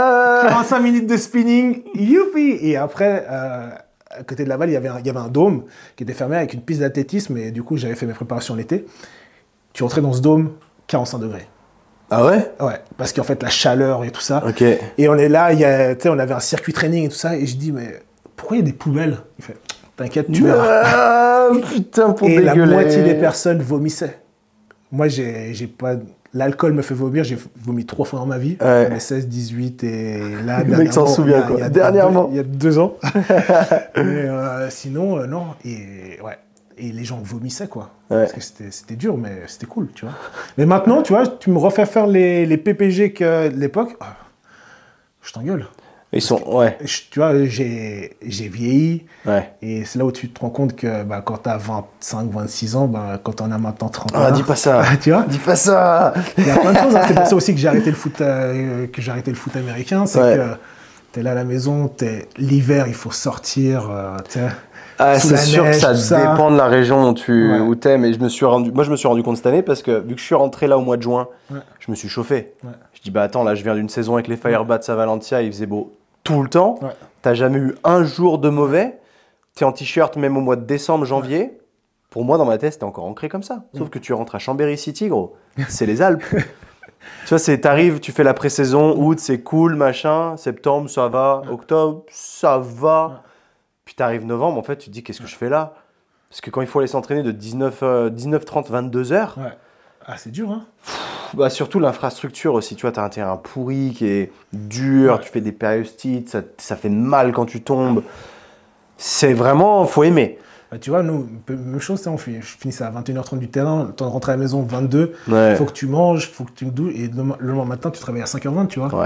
[SPEAKER 3] 45 minutes de spinning, youpi. Et après, à côté de Laval, il y avait un dôme qui était fermé avec une piste d'athlétisme. Et du coup, j'avais fait mes préparations l'été. Tu rentrais dans ce dôme, 45 degrés.
[SPEAKER 2] Ah ouais?
[SPEAKER 3] Ouais, parce qu'en fait, la chaleur et tout ça.
[SPEAKER 2] Ok.
[SPEAKER 3] Et on est là, tu sais, on avait un circuit training et tout ça. Et je dis, mais pourquoi il y a des poubelles? Il fait, t'inquiète, tu verras.
[SPEAKER 2] Ah, putain, pour
[SPEAKER 3] Et
[SPEAKER 2] dégueuler.
[SPEAKER 3] la moitié des personnes vomissaient. Moi, j'ai pas. L'alcool me fait vomir, j'ai vomi 3 fois dans ma vie.
[SPEAKER 2] Ouais.
[SPEAKER 3] Mes 16, 18 et là,
[SPEAKER 2] Le mec s'en
[SPEAKER 3] dernièrement,
[SPEAKER 2] souvient, quoi. Dernièrement.
[SPEAKER 3] Il y a 2 ans. Mais sinon, non. Et, ouais. Et les gens vomissaient, quoi.
[SPEAKER 2] Ouais.
[SPEAKER 3] Parce que c'était dur, mais c'était cool, tu vois. Mais maintenant, tu vois, tu me refais faire les PPG que de l'époque, je t'engueule.
[SPEAKER 2] Ils sont, ouais.
[SPEAKER 3] Tu vois, j'ai vieilli.
[SPEAKER 2] Ouais.
[SPEAKER 3] Et c'est là où tu te rends compte que quand tu as 25, 26 ans, quand on a maintenant 30 ans.
[SPEAKER 2] Ah, dis pas ça.
[SPEAKER 3] Tu vois,
[SPEAKER 2] dis pas ça.
[SPEAKER 3] il y a plein de choses. Hein. C'est pour ça aussi que j'ai arrêté le foot, américain. C'est que tu es là à la maison, l'hiver, il faut sortir.
[SPEAKER 2] C'est sûr que ça dépend de la région où tu es. Mais moi, je me suis rendu compte cette année parce que vu que je suis rentré là au mois de juin, je me suis chauffé. Ouais. Je dis, attends, là, je viens d'une saison avec les Firebats à Valentia, il faisait beau tout le temps. Ouais. T'as jamais eu un jour de mauvais. T'es en t-shirt même au mois de décembre, janvier. Ouais. Pour moi, dans ma tête, c'était encore ancré comme ça. Sauf que tu rentres à Chambéry City, gros. C'est les Alpes. Tu vois, t'arrives, tu fais la pré-saison, août, c'est cool, machin. Septembre, ça va. Octobre, ça va. Ouais. Puis t'arrives novembre, en fait, tu te dis, qu'est-ce que je fais là? Parce que quand il faut aller s'entraîner de 19h30, 22h.
[SPEAKER 3] Ouais. Ah, c'est dur, hein?
[SPEAKER 2] Surtout l'infrastructure aussi, tu vois, t'as un terrain pourri qui est dur, tu fais des périostites, ça fait mal quand tu tombes. C'est vraiment, faut aimer.
[SPEAKER 3] Tu vois, nous, même chose, je finissais à 21h30 du terrain, le temps de rentrer à la maison, 22, il faut que tu manges, il faut que tu te douches, et le lendemain matin, tu te réveilles à 5h20, tu vois.
[SPEAKER 2] Ouais.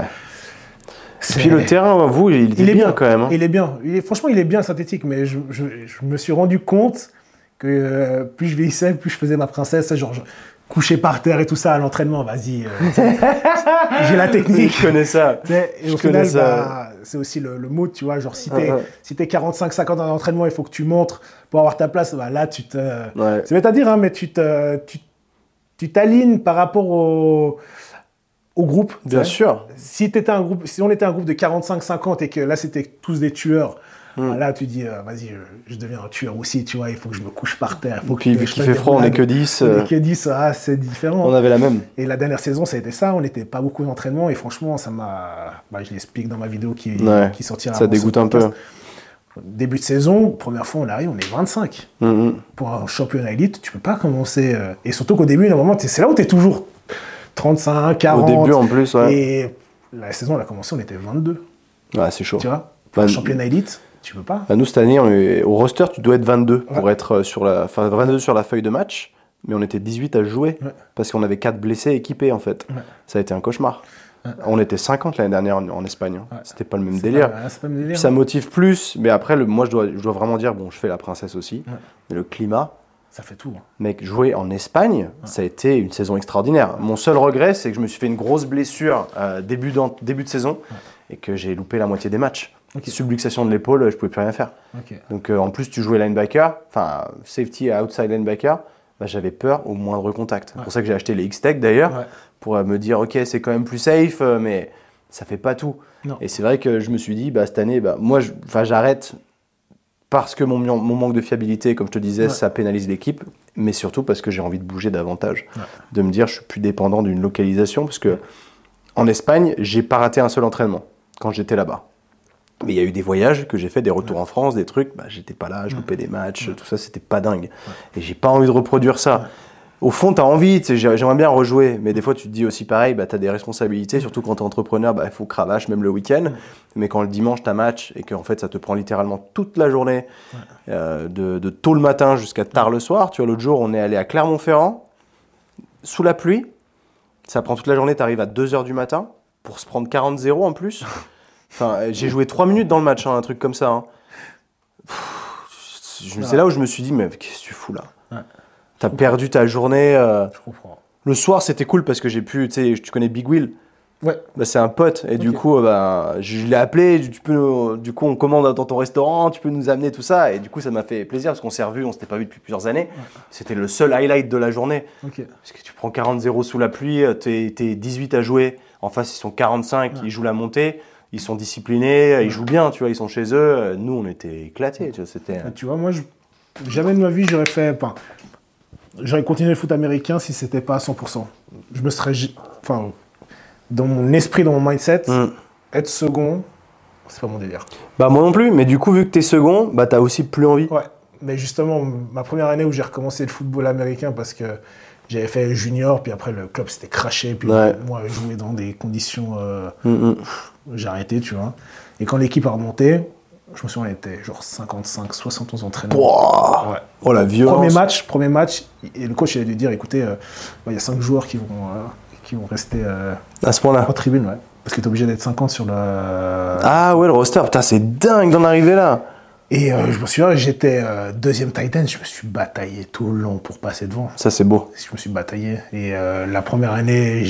[SPEAKER 2] Et puis le terrain, vous, il est bien quand même. Hein.
[SPEAKER 3] Il est bien, franchement, il est bien synthétique, mais je me suis rendu compte que plus je vieillissais, plus je faisais ma princesse, genre coucher par terre et tout ça à l'entraînement, vas-y, j'ai la technique.
[SPEAKER 2] Je connais ça.
[SPEAKER 3] Et au final, c'est aussi le mot, tu vois, genre si t'es 45-50 dans l'entraînement, il faut que tu montres pour avoir ta place, là, tu te... Ouais. C'est bête à dire, hein, mais tu t'alignes par rapport au groupe.
[SPEAKER 2] Bien sûr.
[SPEAKER 3] Si on était un groupe de 45-50 et que là, c'était tous des tueurs, là, tu dis, vas-y, je deviens un tueur aussi, tu vois, il faut que je me couche par terre.
[SPEAKER 2] Puis, vu qu'il fait froid, on n'est que 10.
[SPEAKER 3] On n'est que 10, c'est différent.
[SPEAKER 2] On avait la même.
[SPEAKER 3] Et la dernière saison, ça a été ça, on n'était pas beaucoup d'entraînement, et franchement, ça m'a... je l'explique dans ma vidéo qui sortira.
[SPEAKER 2] Ça dégoûte un peu.
[SPEAKER 3] Début de saison, première fois, on arrive, on est 25. Pour un championnat élite, tu peux pas commencer... Et surtout qu'au début, normalement, c'est là où tu es toujours 35, 40.
[SPEAKER 2] Au début, en plus, ouais.
[SPEAKER 3] Et la saison, elle a commencé, on était 22.
[SPEAKER 2] Ouais, c'est chaud.
[SPEAKER 3] Tu vois, pour un championnat élite, tu peux pas.
[SPEAKER 2] Nous, cette année, au roster, tu dois être 22 pour être 22 sur la feuille de match, mais on était 18 à jouer parce qu'on avait 4 blessés équipés, en fait. Ouais. Ça a été un cauchemar. On était 50 l'année dernière en Espagne. Ouais. C'était pas le même délire.
[SPEAKER 3] C'est pas le même délire.
[SPEAKER 2] Puis ça motive plus, mais après, moi, je dois vraiment dire, bon, je fais la princesse aussi, mais le climat...
[SPEAKER 3] Ça fait tout. Hein.
[SPEAKER 2] Mec, jouer en Espagne, ça a été une saison extraordinaire. Mon seul regret, c'est que je me suis fait une grosse blessure début de saison et que j'ai loupé la moitié des matchs. Okay. Subluxation de l'épaule, je pouvais plus rien faire. Okay. Donc en plus, tu jouais linebacker, enfin safety et outside linebacker, j'avais peur au moindre contact. C'est pour ça que j'ai acheté les X-Tech d'ailleurs, pour me dire, ok, c'est quand même plus safe, mais ça fait pas tout. Non. Et c'est vrai que je me suis dit, cette année, moi, j'arrête. Parce que mon manque de fiabilité, comme je te disais, ça pénalise l'équipe, mais surtout parce que j'ai envie de bouger davantage, de me dire je suis plus dépendant d'une localisation, parce que en Espagne, j'ai pas raté un seul entraînement quand j'étais là-bas. Mais il y a eu des voyages que j'ai fait, des retours en France, des trucs, j'étais pas là, je loupais des matchs, tout ça, c'était pas dingue. Et j'ai pas envie de reproduire ça. Au fond, tu as envie, j'aimerais bien rejouer, mais des fois, tu te dis aussi pareil, tu as des responsabilités, surtout quand tu es entrepreneur, il faut cravache même le week-end. Mais quand le dimanche, tu as match et qu'en fait, ça te prend littéralement toute la journée, de tôt le matin jusqu'à tard le soir. Tu vois, l'autre jour, on est allé à Clermont-Ferrand, sous la pluie. Ça prend toute la journée, tu arrives à 2h du matin pour se prendre 40-0 en plus. Enfin, j'ai joué 3 minutes dans le match, un truc comme ça. Hein. C'est là où je me suis dit, mais qu'est-ce que tu fous là ? T'as perdu ta journée.
[SPEAKER 3] Je comprends.
[SPEAKER 2] Le soir, c'était cool parce que j'ai pu, tu connais Big Will.
[SPEAKER 3] Ouais.
[SPEAKER 2] C'est un pote et du coup, je l'ai appelé. Du coup, on commande dans ton restaurant, tu peux nous amener tout ça. Et du coup, ça m'a fait plaisir parce qu'on s'est revus, on s'était pas vu depuis plusieurs années. Ouais. C'était le seul highlight de la journée. Okay. Parce que tu prends 40-0 sous la pluie, t'es 18 à jouer. En face, ils sont 45, ils jouent la montée. Ils sont disciplinés, ils jouent bien, tu vois, ils sont chez eux. Nous, on était éclatés.
[SPEAKER 3] Tu vois, moi, jamais de ma vie, j'aurais continué le foot américain si c'était pas à 100%. Je me serais... dans mon esprit, dans mon mindset, être second, c'est pas mon délire.
[SPEAKER 2] Moi non plus, mais du coup, vu que t'es second, t'as aussi plus envie.
[SPEAKER 3] Ouais, mais justement, ma première année où j'ai recommencé le football américain parce que j'avais fait junior, puis après le club s'était craché, puis moi, je jouais dans des conditions... j'ai arrêté, tu vois. Et quand l'équipe a remonté... Je me souviens, on était genre 55, 71 entraînements.
[SPEAKER 2] Wow. Ouais. Oh la violence.
[SPEAKER 3] Premier match, et le coach il a dû dire, écoutez, il y a 5 joueurs qui vont rester
[SPEAKER 2] à ce point-là
[SPEAKER 3] en tribune, Parce que t'es obligé d'être 50 sur le...
[SPEAKER 2] Ah ouais, le roster, putain, c'est dingue d'en arriver là.
[SPEAKER 3] Et je me souviens, j'étais deuxième tight end, je me suis bataillé tout le long pour passer devant.
[SPEAKER 2] Ça, c'est beau.
[SPEAKER 3] Je me suis bataillé. Et la première année,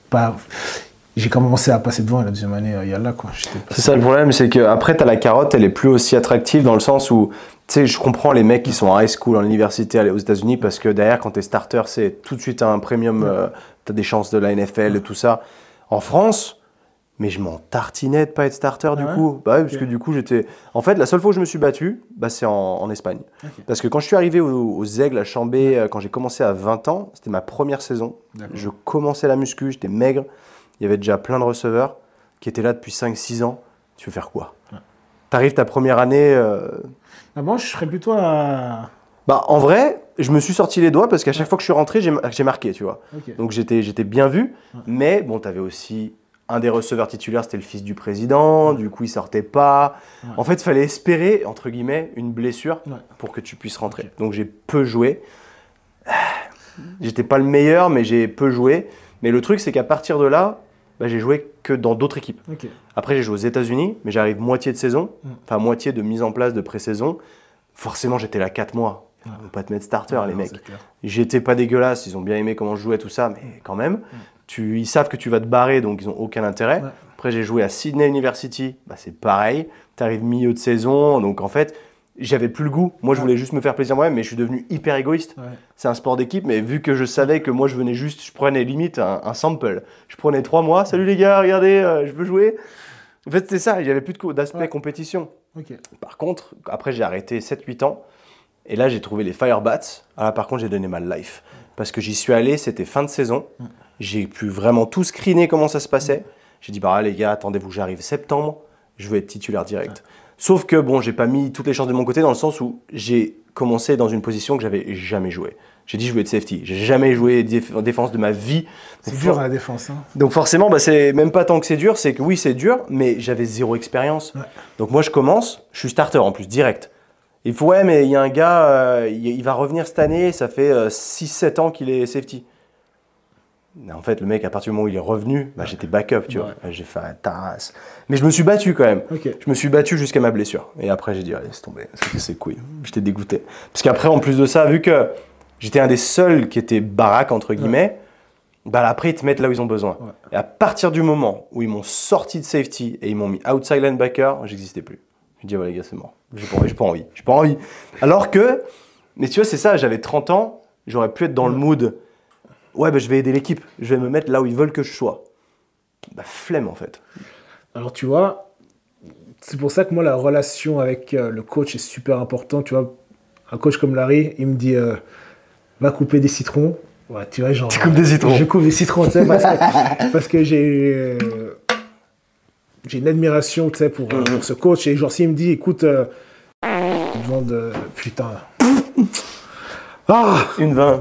[SPEAKER 3] j'ai commencé à passer devant, et la deuxième année, il y a là, quoi.
[SPEAKER 2] C'est ça le problème, c'est qu'après, t'as la carotte, elle est plus aussi attractive dans le sens où, tu sais, je comprends les mecs qui sont en high school, en université aux États-Unis, parce que derrière, quand t'es starter, c'est tout de suite un premium, t'as des chances de la NFL et tout ça. En France, mais je m'en tartinais de pas être starter du coup. Bah oui, parce que du coup, j'étais. En fait, la seule fois où je me suis battu, bah, c'est en Espagne. Parce que quand je suis arrivé aux Aigles à Chambé, quand j'ai commencé à 20 ans, c'était ma première saison. Je commençais la muscu, j'étais maigre. Il y avait déjà plein de receveurs qui étaient là depuis 5-6 ans. Tu veux faire quoi? T'arrives ta première année.
[SPEAKER 3] Moi, je serais plutôt à.
[SPEAKER 2] Bah, en vrai, je me suis sorti les doigts parce qu'à chaque fois que je suis rentré, j'ai marqué, tu vois. Donc j'étais bien vu. Mais bon, t'avais aussi un des receveurs titulaires, c'était le fils du président. Du coup, il sortait pas. En fait, il fallait espérer, entre guillemets, une blessure pour que tu puisses rentrer. Donc j'ai peu joué. J'étais pas le meilleur, mais j'ai peu joué. Mais le truc, c'est qu'à partir de là, bah, j'ai joué que dans d'autres équipes. Après, j'ai joué aux États-Unis, mais j'arrive moitié de saison, enfin moitié de mise en place de pré-saison. Forcément, j'étais là 4 mois. Ils vont pas te mettre starter, les mecs. J'étais pas dégueulasse, ils ont bien aimé comment je jouais, tout ça, mais quand même, ils savent que tu vas te barrer, donc ils ont aucun intérêt. Après, j'ai joué à Sydney University, bah, c'est pareil. Tu arrives milieu de saison, donc en fait, j'avais plus le goût. Moi, je voulais juste me faire plaisir moi-même, mais je suis devenu hyper égoïste. C'est un sport d'équipe, mais vu que je savais que moi, je venais juste, je prenais limite un sample. Je prenais 3 mois. Salut les gars, regardez, je veux jouer. En fait, c'est ça, il n'y avait plus d'aspect compétition. Par contre, après, j'ai arrêté 7-8 ans. Et là, j'ai trouvé les Firebats. Ah, là, par contre, j'ai donné ma life. Parce que j'y suis allé, c'était fin de saison. J'ai pu vraiment tout screener comment ça se passait. J'ai dit, bah les gars, attendez-vous, j'arrive septembre. Je veux être titulaire direct. Sauf que bon, j'ai pas mis toutes les chances de mon côté dans le sens où j'ai commencé dans une position que j'avais jamais joué. J'ai dit je voulais être safety. J'ai jamais joué en défense de ma vie.
[SPEAKER 3] C'est dur à la défense.
[SPEAKER 2] Donc forcément, bah, c'est même pas tant que c'est dur, c'est que oui c'est dur, mais j'avais 0 expérience. Donc moi je commence, je suis starter en plus direct. Il faut ouais mais il y a un gars, il va revenir cette année, ça fait 6-7 ans qu'il est safety. En fait, le mec, à partir du moment où il est revenu, bah, j'étais backup, tu vois. J'ai fait un tasse. Mais je me suis battu quand même. Je me suis battu jusqu'à ma blessure. Et après, j'ai dit, allez, laisse tomber. C'est couilles. J'étais dégoûté. Parce qu'après, en plus de ça, vu que j'étais un des seuls qui était baraque, entre guillemets, bah, après, ils te mettent là où ils ont besoin. Et à partir du moment où ils m'ont sorti de safety et ils m'ont mis outside linebacker, j'existais plus. Je dis, ouais, les gars, c'est mort. J'ai pas envie. Alors que, mais tu vois, c'est ça, j'avais 30 ans, j'aurais pu être dans le mood. Ouais, bah, je vais aider l'équipe. Je vais me mettre là où ils veulent que je sois. Bah, flemme, en fait.
[SPEAKER 3] Alors, tu vois, c'est pour ça que moi, la relation avec le coach est super importante. Tu vois, un coach comme Larry, il me dit va couper des citrons. Ouais, tu vois, genre.
[SPEAKER 2] Tu coupes des citrons.
[SPEAKER 3] Je coupe des citrons, tu sais, parce que j'ai une admiration, tu sais, pour ce coach. Et genre, s'il me dit écoute, putain.
[SPEAKER 2] Une 20.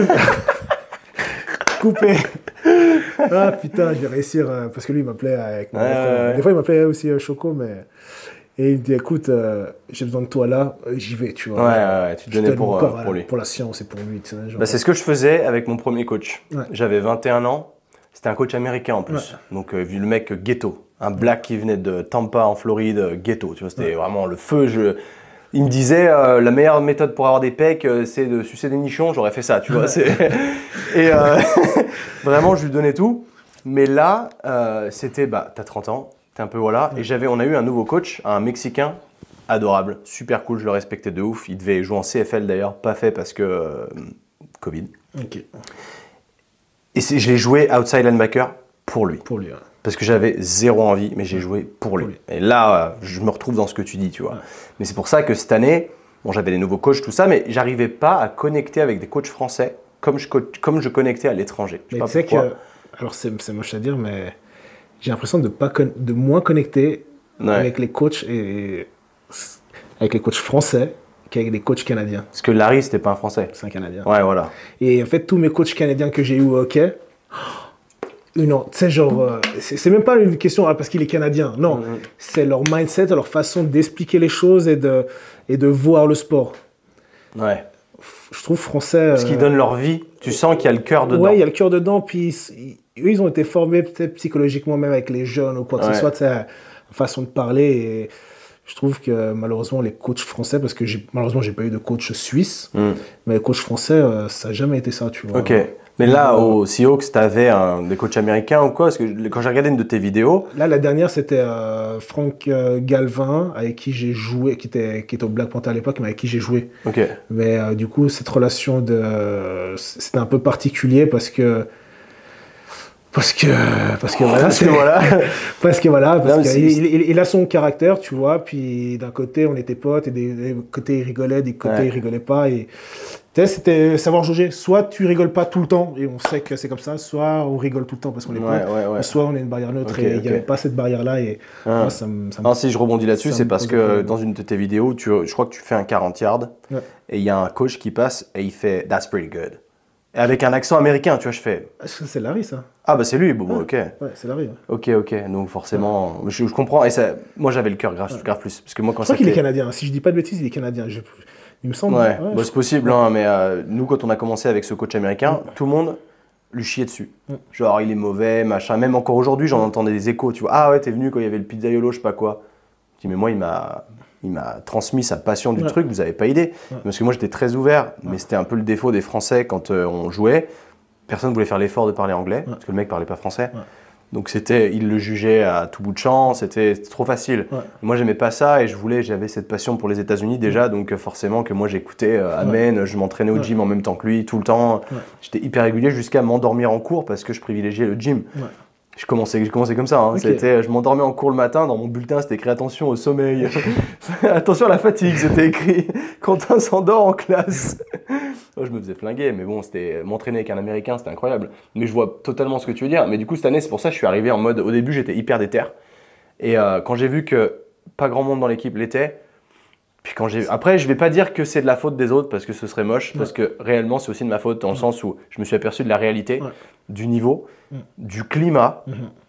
[SPEAKER 3] Coupé. Ah putain, je vais réussir. Parce que lui, il m'appelait avec mon Des fois, il m'appelait aussi Choco, mais. Et il me dit écoute, j'ai besoin de toi là, j'y vais, tu vois.
[SPEAKER 2] Ouais, tu te donnais pour lui.
[SPEAKER 3] Pour la science et pour lui, tu sais. Genre...
[SPEAKER 2] Bah, c'est ce que je faisais avec mon premier coach. J'avais 21 ans. C'était un coach américain en plus. Donc, vu le mec ghetto. Un black qui venait de Tampa en Floride, ghetto. Tu vois, c'était vraiment le feu. Il me disait la meilleure méthode pour avoir des pecs, c'est de sucer des nichons. J'aurais fait ça, tu vois. Et vraiment, je lui donnais tout. Mais là, c'était, bah, t'as 30 ans, t'es un peu voilà. Et on a eu un nouveau coach, un Mexicain, adorable, super cool, je le respectais de ouf. Il devait jouer en CFL d'ailleurs, pas fait parce que Covid. Et je l'ai joué outside linebacker pour lui. Parce que j'avais 0 envie, mais j'ai joué pour lui. Et là, je me retrouve dans ce que tu dis, tu vois. Mais c'est pour ça que cette année, bon, j'avais des nouveaux coachs, tout ça, mais j'arrivais pas à connecter avec des coachs français comme je connectais à l'étranger.
[SPEAKER 3] Mais tu sais que, alors c'est moche à dire, mais j'ai l'impression de moins connecter avec les coachs français qu'avec des coachs canadiens.
[SPEAKER 2] Parce que Larry, c'était pas un Français.
[SPEAKER 3] C'est un Canadien.
[SPEAKER 2] Ouais, voilà.
[SPEAKER 3] Et en fait, tous mes coachs canadiens que j'ai eu au hockey, non, tu sais, genre, c'est même pas une question parce qu'il est canadien. Non, c'est leur mindset, leur façon d'expliquer les choses et de voir le sport.
[SPEAKER 2] Ouais.
[SPEAKER 3] Je trouve français.
[SPEAKER 2] Parce qu'ils donnent leur vie. Tu sens qu'il y a le cœur dedans.
[SPEAKER 3] Ouais, il y a le cœur dedans. Puis eux, ils ont été formés peut-être psychologiquement, même avec les jeunes ou quoi que ce soit, tu sais, la façon de parler. Et je trouve que malheureusement, les coachs français, parce que malheureusement, j'ai pas eu de coach suisse, mais les coachs français, ça n'a jamais été ça, tu vois.
[SPEAKER 2] Ok. Mais là, au Seahawks, tu avais des coachs américains ou quoi? Parce que quand j'ai regardé une de tes vidéos.
[SPEAKER 3] Là, la dernière, c'était Franck Galvin, avec qui j'ai joué, qui était au Black Panther à l'époque, mais avec qui j'ai joué.
[SPEAKER 2] Ok.
[SPEAKER 3] Mais du coup, cette relation c'était un peu particulier parce que il a son caractère, tu vois. Puis d'un côté, on était potes, et des côtés il rigolait, des côtés il rigolait pas. Et c'était savoir jauger. Soit tu rigoles pas tout le temps et on sait que c'est comme ça, soit on rigole tout le temps parce qu'on est potes. Soit on est une barrière neutre et il n'y avait pas cette barrière-là. Et moi,
[SPEAKER 2] non, si je rebondis là-dessus, c'est parce que dans une de tes vidéos, je crois que tu fais un 40 yards et il y a un coach qui passe et il fait « That's pretty good ». Et avec un accent américain, tu vois, je fais...
[SPEAKER 3] C'est Larry, ça.
[SPEAKER 2] Ah bah c'est lui, bon, ok.
[SPEAKER 3] Ouais, c'est Larry.
[SPEAKER 2] Ok, donc forcément, je comprends. Et ça, moi j'avais le cœur grave plus. Parce que moi, quand
[SPEAKER 3] je crois qu'il est canadien, si je dis pas de bêtises, il est canadien. Il me semble.
[SPEAKER 2] Ouais, c'est possible, hein, mais nous quand on a commencé avec ce coach américain, tout le monde lui chiait dessus. Genre il est mauvais, machin. Même encore aujourd'hui, j'en entendais des échos, tu vois. Ah ouais, t'es venu quand il y avait le pizzaiolo, je sais pas quoi. Je dis mais moi il m'a transmis sa passion du truc, vous avez pas idée. Parce que moi j'étais très ouvert, mais c'était un peu le défaut des Français quand on jouait. Personne ne voulait faire l'effort de parler anglais, parce que le mec parlait pas français. Donc il le jugeait à tout bout de champ, c'était trop facile. Moi j'aimais pas ça et j'avais cette passion pour les États-Unis déjà, donc forcément que moi j'écoutais Amen, je m'entraînais au gym en même temps que lui tout le temps. J'étais hyper régulier jusqu'à m'endormir en cours parce que je privilégiais le gym. J'ai commencé comme ça, hein. Je m'endormais en cours le matin, dans mon bulletin c'était écrit attention au sommeil, attention à la fatigue, c'était écrit Quentin s'endort en classe. Je me faisais flinguer, mais bon, c'était m'entraîner avec un Américain, c'était incroyable. Mais je vois totalement ce que tu veux dire. Mais du coup, cette année, c'est pour ça que je suis arrivé en mode, au début, j'étais hyper déter. Et quand j'ai vu que pas grand monde dans l'équipe l'était, puis après, je vais pas dire que c'est de la faute des autres parce que ce serait moche, parce que réellement, c'est aussi de ma faute dans le sens où je me suis aperçu de la réalité, du niveau, du climat.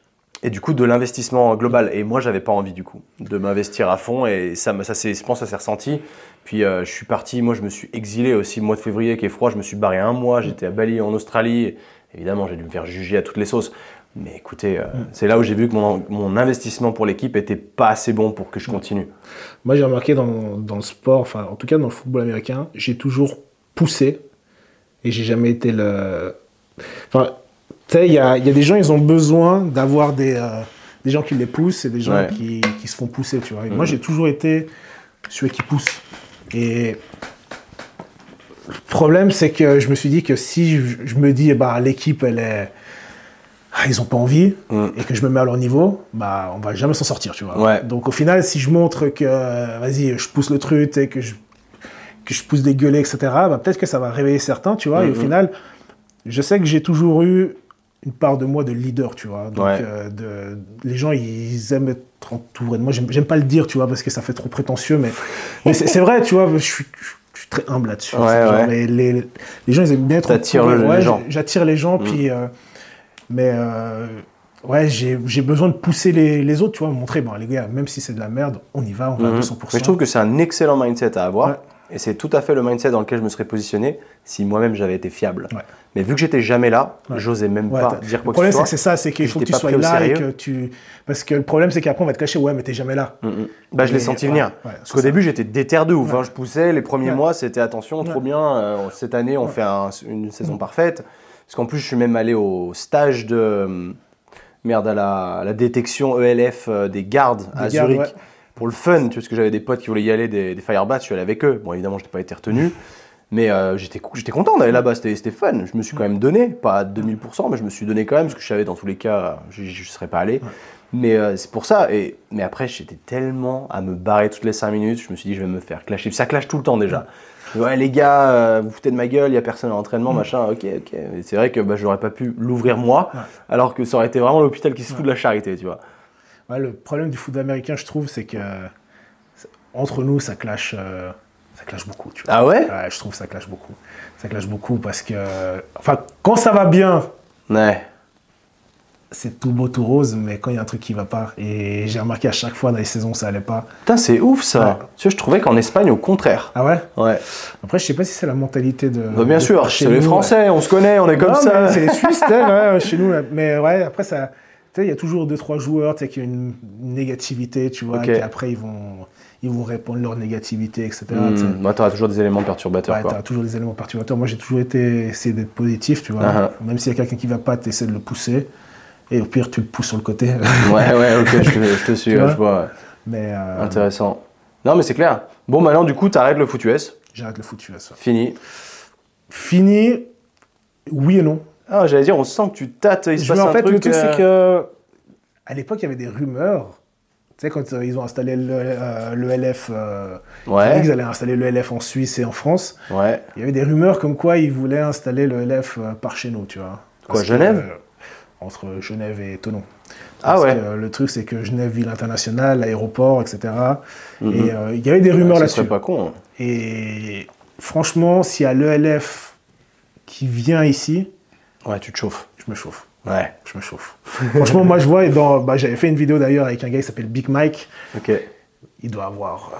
[SPEAKER 2] Et du coup, de l'investissement global. Et moi, j'avais pas envie du coup de m'investir à fond. Et je pense que ça s'est ressenti. Puis je suis parti, moi je me suis exilé aussi le mois de février qui est froid. Je me suis barré un mois, j'étais à Bali en Australie. Évidemment, j'ai dû me faire juger à toutes les sauces. Mais écoutez, c'est là où j'ai vu que mon investissement pour l'équipe était pas assez bon pour que je continue.
[SPEAKER 3] Moi, j'ai remarqué dans le sport, enfin en tout cas dans le football américain, j'ai toujours poussé et j'ai jamais été le... Enfin, tu sais, il y a des gens, ils ont besoin d'avoir des gens qui les poussent et des gens qui se font pousser, tu vois. Et moi, j'ai toujours été celui qui pousse. Et le problème, c'est que je me suis dit que si je me dis, l'équipe, ils ont pas envie, et que je me mets à leur niveau, on va jamais s'en sortir, tu vois. Donc au final, si je montre que, vas-y, je pousse le truc, et que je pousse des gueulets, etc., peut-être que ça va réveiller certains, tu vois. Et au final, je sais que j'ai toujours eu une part de moi de leader, tu vois. Donc, les gens, ils aiment être entourés de moi. J'aime pas le dire, tu vois, parce que ça fait trop prétentieux, mais c'est vrai, tu vois, je suis très humble là-dessus. Mais les gens, ils aiment bien être entourés.
[SPEAKER 2] Les gens.
[SPEAKER 3] J'attire les gens, puis... j'ai besoin de pousser les autres, tu vois, montrer, les gars, même si c'est de la merde, on y va, on va à 200%.
[SPEAKER 2] Mais je trouve que c'est un excellent mindset à avoir. Et c'est tout à fait le mindset dans lequel je me serais positionné si moi-même j'avais été fiable. Mais vu que j'étais jamais là, j'osais même pas dire quoi que ce soit.
[SPEAKER 3] Le problème, c'est que c'est ça, c'est qu'il faut que tu sois là et que tu... Parce que le problème, c'est qu'après, on va te cacher, mais t'es jamais là.
[SPEAKER 2] Je l'ai senti venir. Parce qu'au début, j'étais déter de ouf. Je poussais, les premiers mois, c'était attention, trop bien. Cette année, on fait une saison parfaite. Parce qu'en plus, je suis même allé au stage de... à la détection ELF des gardes à Zurich. Pour le fun, tu vois, parce que j'avais des potes qui voulaient y aller, des firebats, je suis allé avec eux. Bon, évidemment, je n'ai pas été retenu, mais j'étais content d'aller là-bas, c'était fun. Je me suis quand même donné, pas à 2000%, mais je me suis donné quand même, parce que je savais dans tous les cas, je ne serais pas allé. Mais c'est pour ça. Mais après, j'étais tellement à me barrer toutes les 5 minutes, je me suis dit, je vais me faire clasher. Ça clash tout le temps déjà. Ouais, les gars, vous foutez de ma gueule, il n'y a personne à l'entraînement, machin, ok. Et c'est vrai que je n'aurais pas pu l'ouvrir moi, alors que ça aurait été vraiment l'hôpital qui se fout de la charité, tu vois.
[SPEAKER 3] Le problème du football américain, je trouve, c'est que entre nous, ça clash beaucoup. Tu vois.
[SPEAKER 2] Ah ouais?
[SPEAKER 3] Je trouve que ça clash beaucoup. Ça clash beaucoup parce que, quand ça va bien, c'est tout beau, tout rose, mais quand il y a un truc qui va pas, et j'ai remarqué à chaque fois dans les saisons, ça allait pas.
[SPEAKER 2] Putain, c'est ouf ça.
[SPEAKER 3] Ouais.
[SPEAKER 2] Tu sais, je trouvais qu'en Espagne, au contraire.
[SPEAKER 3] Ah ouais?
[SPEAKER 2] Ouais.
[SPEAKER 3] Après, je sais pas si c'est la mentalité de.
[SPEAKER 2] Bah, bien
[SPEAKER 3] de
[SPEAKER 2] sûr,
[SPEAKER 3] par chez
[SPEAKER 2] c'est les
[SPEAKER 3] nous,
[SPEAKER 2] Français, on se connaît, on est comme
[SPEAKER 3] non,
[SPEAKER 2] ça.
[SPEAKER 3] mais c'est les Suisses, ouais, chez nous. Mais ouais, après, ça. Tu sais, il y a toujours 2-3 joueurs qui ont une négativité, tu vois,
[SPEAKER 2] Ok.
[SPEAKER 3] qui après, ils vont répondre leur négativité, etc. tu sais.
[SPEAKER 2] Bah, t'auras toujours des éléments perturbateurs,
[SPEAKER 3] Ouais,
[SPEAKER 2] quoi.
[SPEAKER 3] t'as toujours des éléments perturbateurs. Moi, j'ai toujours essayé d'être positif, tu vois.
[SPEAKER 2] Uh-huh.
[SPEAKER 3] Même s'il y a quelqu'un qui va pas, tu essaies de le pousser. Et au pire, tu le pousses sur le côté.
[SPEAKER 2] Ouais, ok, je te suis,
[SPEAKER 3] Tu vois
[SPEAKER 2] je vois.
[SPEAKER 3] Mais
[SPEAKER 2] Intéressant. Non, mais c'est clair. Bon, maintenant, du coup, t'arrêtes le foot US.
[SPEAKER 3] j'arrête le foot US.
[SPEAKER 2] Fini.
[SPEAKER 3] Fini, oui et non.
[SPEAKER 2] Ah, j'allais dire, on sent que tu tâtes, il se passe
[SPEAKER 3] En
[SPEAKER 2] un
[SPEAKER 3] fait,
[SPEAKER 2] truc.
[SPEAKER 3] le truc, c'est que à l'époque, il y avait des rumeurs. Tu sais, quand ils ont installé le LF, ils ont dit qu'ils allaient installer le LF en Suisse et en France.
[SPEAKER 2] Ouais.
[SPEAKER 3] Il y avait des rumeurs comme quoi ils voulaient installer le LF par chez nous, tu vois.
[SPEAKER 2] Quoi, Genève
[SPEAKER 3] entre Genève et Thonon.
[SPEAKER 2] Ah
[SPEAKER 3] Parce
[SPEAKER 2] ouais.
[SPEAKER 3] que, le truc, c'est que Genève, ville internationale, l'aéroport, etc.
[SPEAKER 2] Mhm.
[SPEAKER 3] Et il y avait des rumeurs
[SPEAKER 2] Ça
[SPEAKER 3] là-dessus.
[SPEAKER 2] serait pas con. Hein.
[SPEAKER 3] Et franchement, s'il y a l'ELF qui vient ici,
[SPEAKER 2] Ouais, tu te chauffes.
[SPEAKER 3] je me chauffe.
[SPEAKER 2] Ouais.
[SPEAKER 3] Je me chauffe. Franchement, moi, je vois, j'avais fait une vidéo d'ailleurs avec un gars qui s'appelle Big Mike.
[SPEAKER 2] Ok.
[SPEAKER 3] Il doit avoir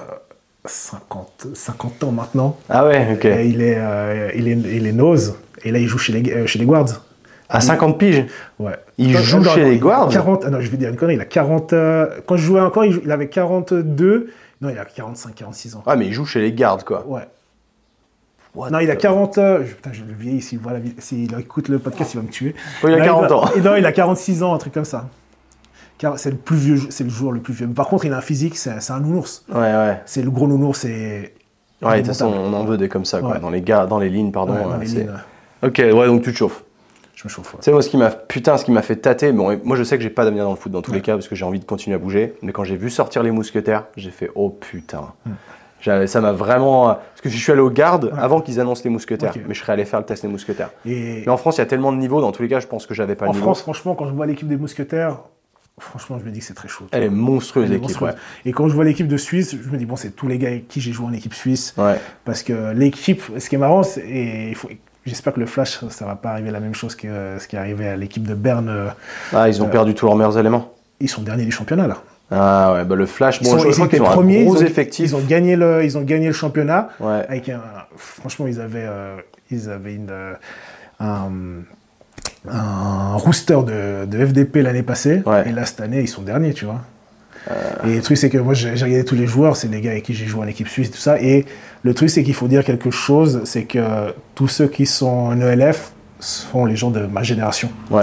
[SPEAKER 3] 50 ans maintenant.
[SPEAKER 2] Ah ouais, ok.
[SPEAKER 3] Et il est nose. Et là, il joue chez les Guards.
[SPEAKER 2] À 50 piges.
[SPEAKER 3] Ouais.
[SPEAKER 2] Il joue chez les Guards
[SPEAKER 3] 40, ah non, je vais dire une connerie, il a 40... quand je jouais encore, il avait 42. Non, il a 45, 46 ans.
[SPEAKER 2] Ouais, mais il joue chez les gardes, quoi.
[SPEAKER 3] Ouais.
[SPEAKER 2] What
[SPEAKER 3] Non, il a
[SPEAKER 2] the-
[SPEAKER 3] 40... putain, je le vieillis, s'il écoute le podcast, il va me tuer.
[SPEAKER 2] Ouais, il a
[SPEAKER 3] Non,
[SPEAKER 2] 40 ans.
[SPEAKER 3] Non, il a 46 ans, un truc comme ça. C'est le plus vieux, c'est le joueur le plus vieux. Mais par contre, il a un physique, c'est un nounours.
[SPEAKER 2] Ouais.
[SPEAKER 3] C'est le gros nounours, c'est...
[SPEAKER 2] Ouais, de toute façon, on en veut des comme ça, quoi.
[SPEAKER 3] Ouais.
[SPEAKER 2] Dans les lignes, pardon.
[SPEAKER 3] Ouais, dans les
[SPEAKER 2] c'est-
[SPEAKER 3] lignes,
[SPEAKER 2] Ok, ouais, donc tu te chauffes.
[SPEAKER 3] je me chauffe. Ouais.
[SPEAKER 2] Tu sais, moi, ce qui m'a fait tâter, bon, moi, je sais que j'ai pas d'avenir dans le foot dans tous les cas, parce que j'ai envie de continuer à bouger, mais quand j'ai vu sortir les mousquetaires, j'ai fait, oh putain. Ça m'a vraiment... Parce que je suis allé aux gardes avant qu'ils annoncent les mousquetaires,
[SPEAKER 3] Ok.
[SPEAKER 2] mais je serais allé faire le test des mousquetaires.
[SPEAKER 3] Et
[SPEAKER 2] Mais en France, il y a tellement de niveaux, dans tous les cas, je pense que j'avais pas le
[SPEAKER 3] en
[SPEAKER 2] niveau.
[SPEAKER 3] France, franchement, quand je vois l'équipe des mousquetaires, franchement, je me dis que c'est très chaud.
[SPEAKER 2] Elle est monstrueuse,
[SPEAKER 3] Elle est
[SPEAKER 2] l'équipe,
[SPEAKER 3] monstrueuse. Et quand je vois l'équipe de Suisse, je me dis, bon, c'est tous les gars avec qui j'ai joué en équipe suisse.
[SPEAKER 2] ouais.
[SPEAKER 3] Parce que l'équipe, ce qui est marrant, j'espère que le Flash, ça va pas arriver la même chose que ce qui est arrivé à l'équipe de Berne.
[SPEAKER 2] Ah, ils ont perdu tous leurs meilleurs éléments.
[SPEAKER 3] Ils sont derniers du championnat, là.
[SPEAKER 2] Ah ouais, bah le Flash, bon, je
[SPEAKER 3] Ils
[SPEAKER 2] crois qu'ils
[SPEAKER 3] étaient
[SPEAKER 2] ont
[SPEAKER 3] premiers,
[SPEAKER 2] un gros
[SPEAKER 3] ils
[SPEAKER 2] effectif.
[SPEAKER 3] ont gagné le championnat.
[SPEAKER 2] Ouais.
[SPEAKER 3] Avec franchement, ils avaient un rooster de FDP l'année passée.
[SPEAKER 2] Ouais.
[SPEAKER 3] Et là, cette année, ils sont derniers, tu vois. Et le truc, c'est que moi, j'ai regardé tous les joueurs, c'est les gars avec qui j'ai joué en équipe suisse, tout ça. Et le truc, c'est qu'il faut dire quelque chose, c'est que tous ceux qui sont en ELF sont les gens de ma génération.
[SPEAKER 2] Ouais.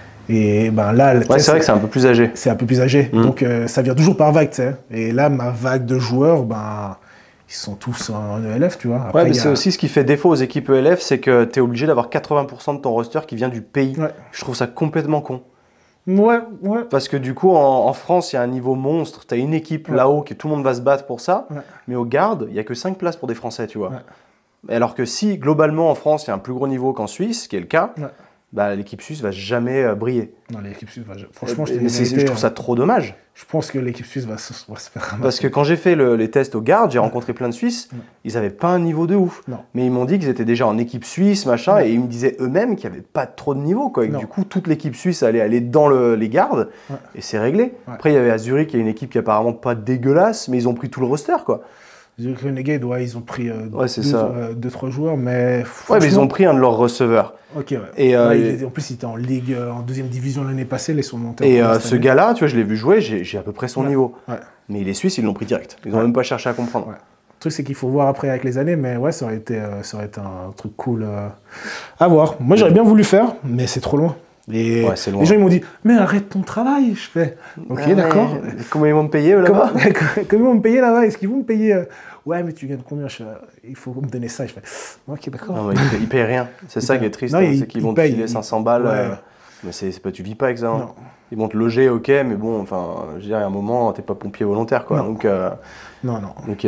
[SPEAKER 3] Et ben là,
[SPEAKER 2] Ouais, c'est vrai que c'est un peu plus âgé.
[SPEAKER 3] c'est un peu plus âgé. Donc ça vient toujours par vague, tu sais. Et là, ma vague de joueurs, ben, ils sont tous en ELF, tu vois. Après,
[SPEAKER 2] Ouais, mais
[SPEAKER 3] il y a-
[SPEAKER 2] c'est aussi ce qui fait défaut aux équipes ELF, c'est que tu es obligé d'avoir 80% de ton roster qui vient du pays.
[SPEAKER 3] Ouais.
[SPEAKER 2] Je trouve ça complètement con.
[SPEAKER 3] Ouais.
[SPEAKER 2] Parce que du coup, en France, il y a un niveau monstre. Tu as une équipe là-haut que tout le monde va se battre pour ça.
[SPEAKER 3] Ouais.
[SPEAKER 2] Mais au garde, il n'y a que 5 places pour des Français, tu vois.
[SPEAKER 3] Ouais.
[SPEAKER 2] Alors que si, globalement, en France, il y a un plus gros niveau qu'en Suisse, ce qui est le cas,
[SPEAKER 3] Ouais.
[SPEAKER 2] bah, l'équipe suisse va jamais briller.
[SPEAKER 3] Non, l'équipe suisse va. Franchement,
[SPEAKER 2] Mais je trouve ça trop dommage.
[SPEAKER 3] Je pense que l'équipe suisse va se faire ramasser.
[SPEAKER 2] Parce que quand j'ai fait les tests au garde, j'ai rencontré plein de Suisses, ils n'avaient pas un niveau de ouf.
[SPEAKER 3] Non.
[SPEAKER 2] Mais ils m'ont dit qu'ils étaient déjà en équipe suisse, machin, et ils me disaient eux-mêmes qu'il n'y avait pas trop de niveau, quoi. Et que
[SPEAKER 3] Non.
[SPEAKER 2] du coup, toute l'équipe suisse allait aller dans les gardes,
[SPEAKER 3] Ouais.
[SPEAKER 2] et c'est réglé.
[SPEAKER 3] Ouais.
[SPEAKER 2] Après, il y avait à Zurich, il y a une équipe qui est apparemment pas dégueulasse, mais ils ont pris tout le roster, quoi.
[SPEAKER 3] Les Renegades, ils ont pris
[SPEAKER 2] Ouais, c'est ça.
[SPEAKER 3] 2-3 joueurs, mais.
[SPEAKER 2] Ouais, mais ils ont
[SPEAKER 3] franchement-
[SPEAKER 2] pris un de leurs receveurs.
[SPEAKER 3] Ok, ouais.
[SPEAKER 2] Et,
[SPEAKER 3] En plus, il était en Ligue, en deuxième division l'année passée, ils sont montés.
[SPEAKER 2] Et
[SPEAKER 3] en première cette
[SPEAKER 2] ce
[SPEAKER 3] année.
[SPEAKER 2] gars-là, tu vois, je l'ai vu jouer, j'ai à peu près son
[SPEAKER 3] Ouais.
[SPEAKER 2] niveau.
[SPEAKER 3] Ouais.
[SPEAKER 2] Mais les Suisses, ils l'ont pris direct. Ils n'ont
[SPEAKER 3] Ouais.
[SPEAKER 2] même pas cherché à comprendre.
[SPEAKER 3] Ouais. Le truc, c'est qu'il faut voir après avec les années, mais ouais, ça aurait été un truc cool à voir. Moi, j'aurais bien voulu faire, mais c'est trop loin. Et
[SPEAKER 2] Ouais, c'est loin.
[SPEAKER 3] les gens, ils m'ont dit, mais arrête ton travail. Je fais, ok,
[SPEAKER 2] Ah,
[SPEAKER 3] d'accord.
[SPEAKER 2] mais comment ils vont me payer, eux, là-bas?
[SPEAKER 3] Comment ils vont me payer là-bas? Est-ce qu'ils vont me payer ouais, mais tu gagnes combien? Il faut me donner ça. Je fais, ok, d'accord.
[SPEAKER 2] Non, mais ils payent rien. C'est ça qui est triste,
[SPEAKER 3] Non,
[SPEAKER 2] hein,
[SPEAKER 3] ils-
[SPEAKER 2] c'est qu'ils
[SPEAKER 3] ils
[SPEAKER 2] vont te
[SPEAKER 3] payent,
[SPEAKER 2] filer 500 balles.
[SPEAKER 3] ouais.
[SPEAKER 2] Mais c'est pas, tu vis pas avec ça. Hein.
[SPEAKER 3] Non.
[SPEAKER 2] Ils vont te loger, ok, mais bon, enfin, je veux dire, à un moment, t'es pas pompier volontaire, quoi.
[SPEAKER 3] Non.
[SPEAKER 2] Donc,
[SPEAKER 3] Non.
[SPEAKER 2] ok.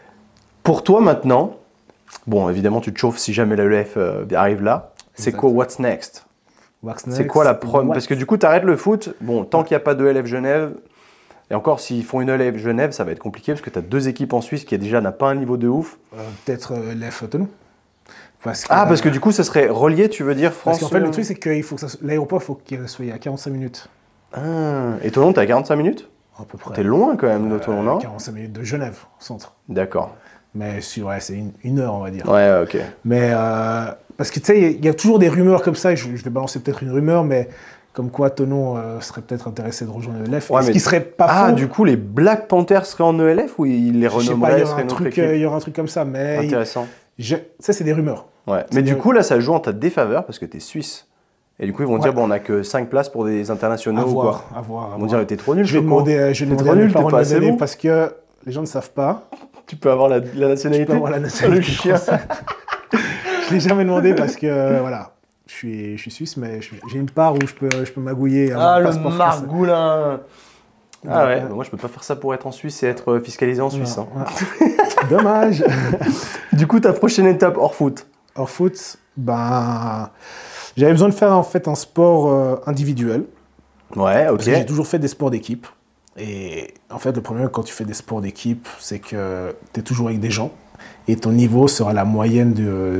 [SPEAKER 2] Pour toi, maintenant, bon, évidemment, tu te chauffes si jamais la ELF arrive là. C'est
[SPEAKER 3] Exact.
[SPEAKER 2] quoi, what's next?
[SPEAKER 3] Wax
[SPEAKER 2] C'est
[SPEAKER 3] next,
[SPEAKER 2] quoi la prom?
[SPEAKER 3] what?
[SPEAKER 2] Parce que du coup, t'arrêtes le foot. Bon, tant qu'il n'y a pas de ELF Genève, et encore, s'ils font une ELF Genève, ça va être compliqué parce que t'as deux équipes en Suisse qui déjà n'a pas un niveau de ouf.
[SPEAKER 3] Peut-être l'EF Thonon.
[SPEAKER 2] Parce que du coup, ça serait relié, tu veux dire, France
[SPEAKER 3] Parce qu'en fait, le truc, c'est que l'aéroport, il faut qu'il soit à 45 minutes.
[SPEAKER 2] Et Toulon, t'es à 45 minutes?
[SPEAKER 3] À peu près.
[SPEAKER 2] T'es loin quand même de Toulon, non?
[SPEAKER 3] 45 minutes de Genève, centre.
[SPEAKER 2] D'accord.
[SPEAKER 3] Mais c'est une heure, on va dire.
[SPEAKER 2] Ouais, ok.
[SPEAKER 3] Mais parce que tu sais, il y a toujours des rumeurs comme ça, et je vais balancer peut-être une rumeur, mais comme quoi Tonon serait peut-être intéressé de rejoindre l'ELF.
[SPEAKER 2] Ouais,
[SPEAKER 3] ce qui serait pas faux.
[SPEAKER 2] Du coup, les Black Panthers seraient en ELF ou ils les renommeraient?
[SPEAKER 3] Je sais pas, il y aura un truc comme ça, mais.
[SPEAKER 2] Intéressant.
[SPEAKER 3] Ça, c'est des rumeurs.
[SPEAKER 2] Ouais. Mais du coup, là, ça joue en ta défaveur parce que t'es suisse. Et du coup, ils vont dire, bon, on a que 5 places pour des internationaux ou quoi.
[SPEAKER 3] À voir.
[SPEAKER 2] Ils vont dire, t'es trop nul,
[SPEAKER 3] je vais demander à mes parents de me donner parce que les gens ne savent pas.
[SPEAKER 2] Tu peux avoir la nationalité.
[SPEAKER 3] Tu peux avoir la nationalité.
[SPEAKER 2] Le chien.
[SPEAKER 3] Je l'ai jamais demandé parce que, voilà, je suis suisse, mais j'ai une part où je peux magouiller.
[SPEAKER 2] Le margoulin. Ouais, moi je peux pas faire ça pour être en Suisse et être fiscalisé en Suisse.
[SPEAKER 3] Non, Dommage.
[SPEAKER 2] Du coup, ta prochaine étape hors foot?
[SPEAKER 3] Hors foot, j'avais besoin de faire en fait un sport individuel.
[SPEAKER 2] Ouais, ok.
[SPEAKER 3] Parce que j'ai toujours fait des sports d'équipe. Et en fait, le problème quand tu fais des sports d'équipe, c'est que tu es toujours avec des gens. Et ton niveau sera la moyenne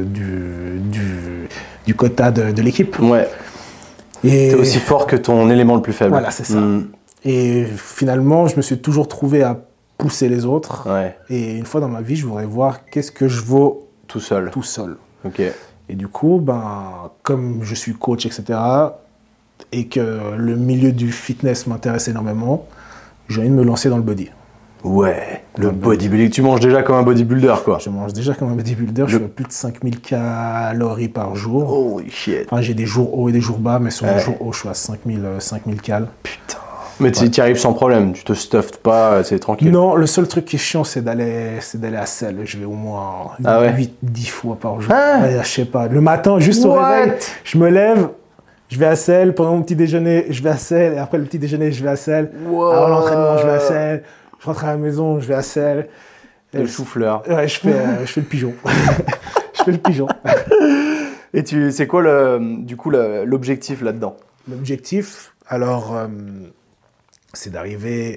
[SPEAKER 3] du quota de l'équipe.
[SPEAKER 2] Ouais. Et t'es aussi fort que ton élément le plus faible.
[SPEAKER 3] Voilà, c'est ça. Et finalement, je me suis toujours trouvé à pousser les autres.
[SPEAKER 2] Ouais.
[SPEAKER 3] Et une fois dans ma vie, je voudrais voir qu'est-ce que je vaux
[SPEAKER 2] tout seul. Ok.
[SPEAKER 3] Et du coup, comme je suis coach, etc., et que le milieu du fitness m'intéresse énormément, j'ai envie de me lancer dans le body.
[SPEAKER 2] Ouais, le bodybuilding. Tu manges déjà comme un bodybuilder, quoi.
[SPEAKER 3] Je mange déjà comme un bodybuilder. Je fais plus de 5000 calories par jour.
[SPEAKER 2] Holy shit.
[SPEAKER 3] Enfin, j'ai des jours hauts et des jours bas, mais sur les jours hauts, je suis à 5000 cal.
[SPEAKER 2] Putain. Mais tu y arrives sans problème, tu te stuffes pas, c'est tranquille.
[SPEAKER 3] Non, le seul truc qui est chiant, c'est d'aller à selle. Je vais au moins 8-10 fois par jour. Je sais pas. Le matin, juste au réveil, je me lève, je vais à selle. Pendant mon petit déjeuner, je vais à selle. Et après le petit déjeuner, je vais à selle. Avant l'entraînement, je vais à selle. Je rentre à la maison, je vais à selle.
[SPEAKER 2] Le chou-fleur.
[SPEAKER 3] Ouais, je fais le pigeon. Je fais le pigeon.
[SPEAKER 2] Et c'est quoi l'objectif là-dedans?
[SPEAKER 3] L'objectif, alors, c'est d'arriver,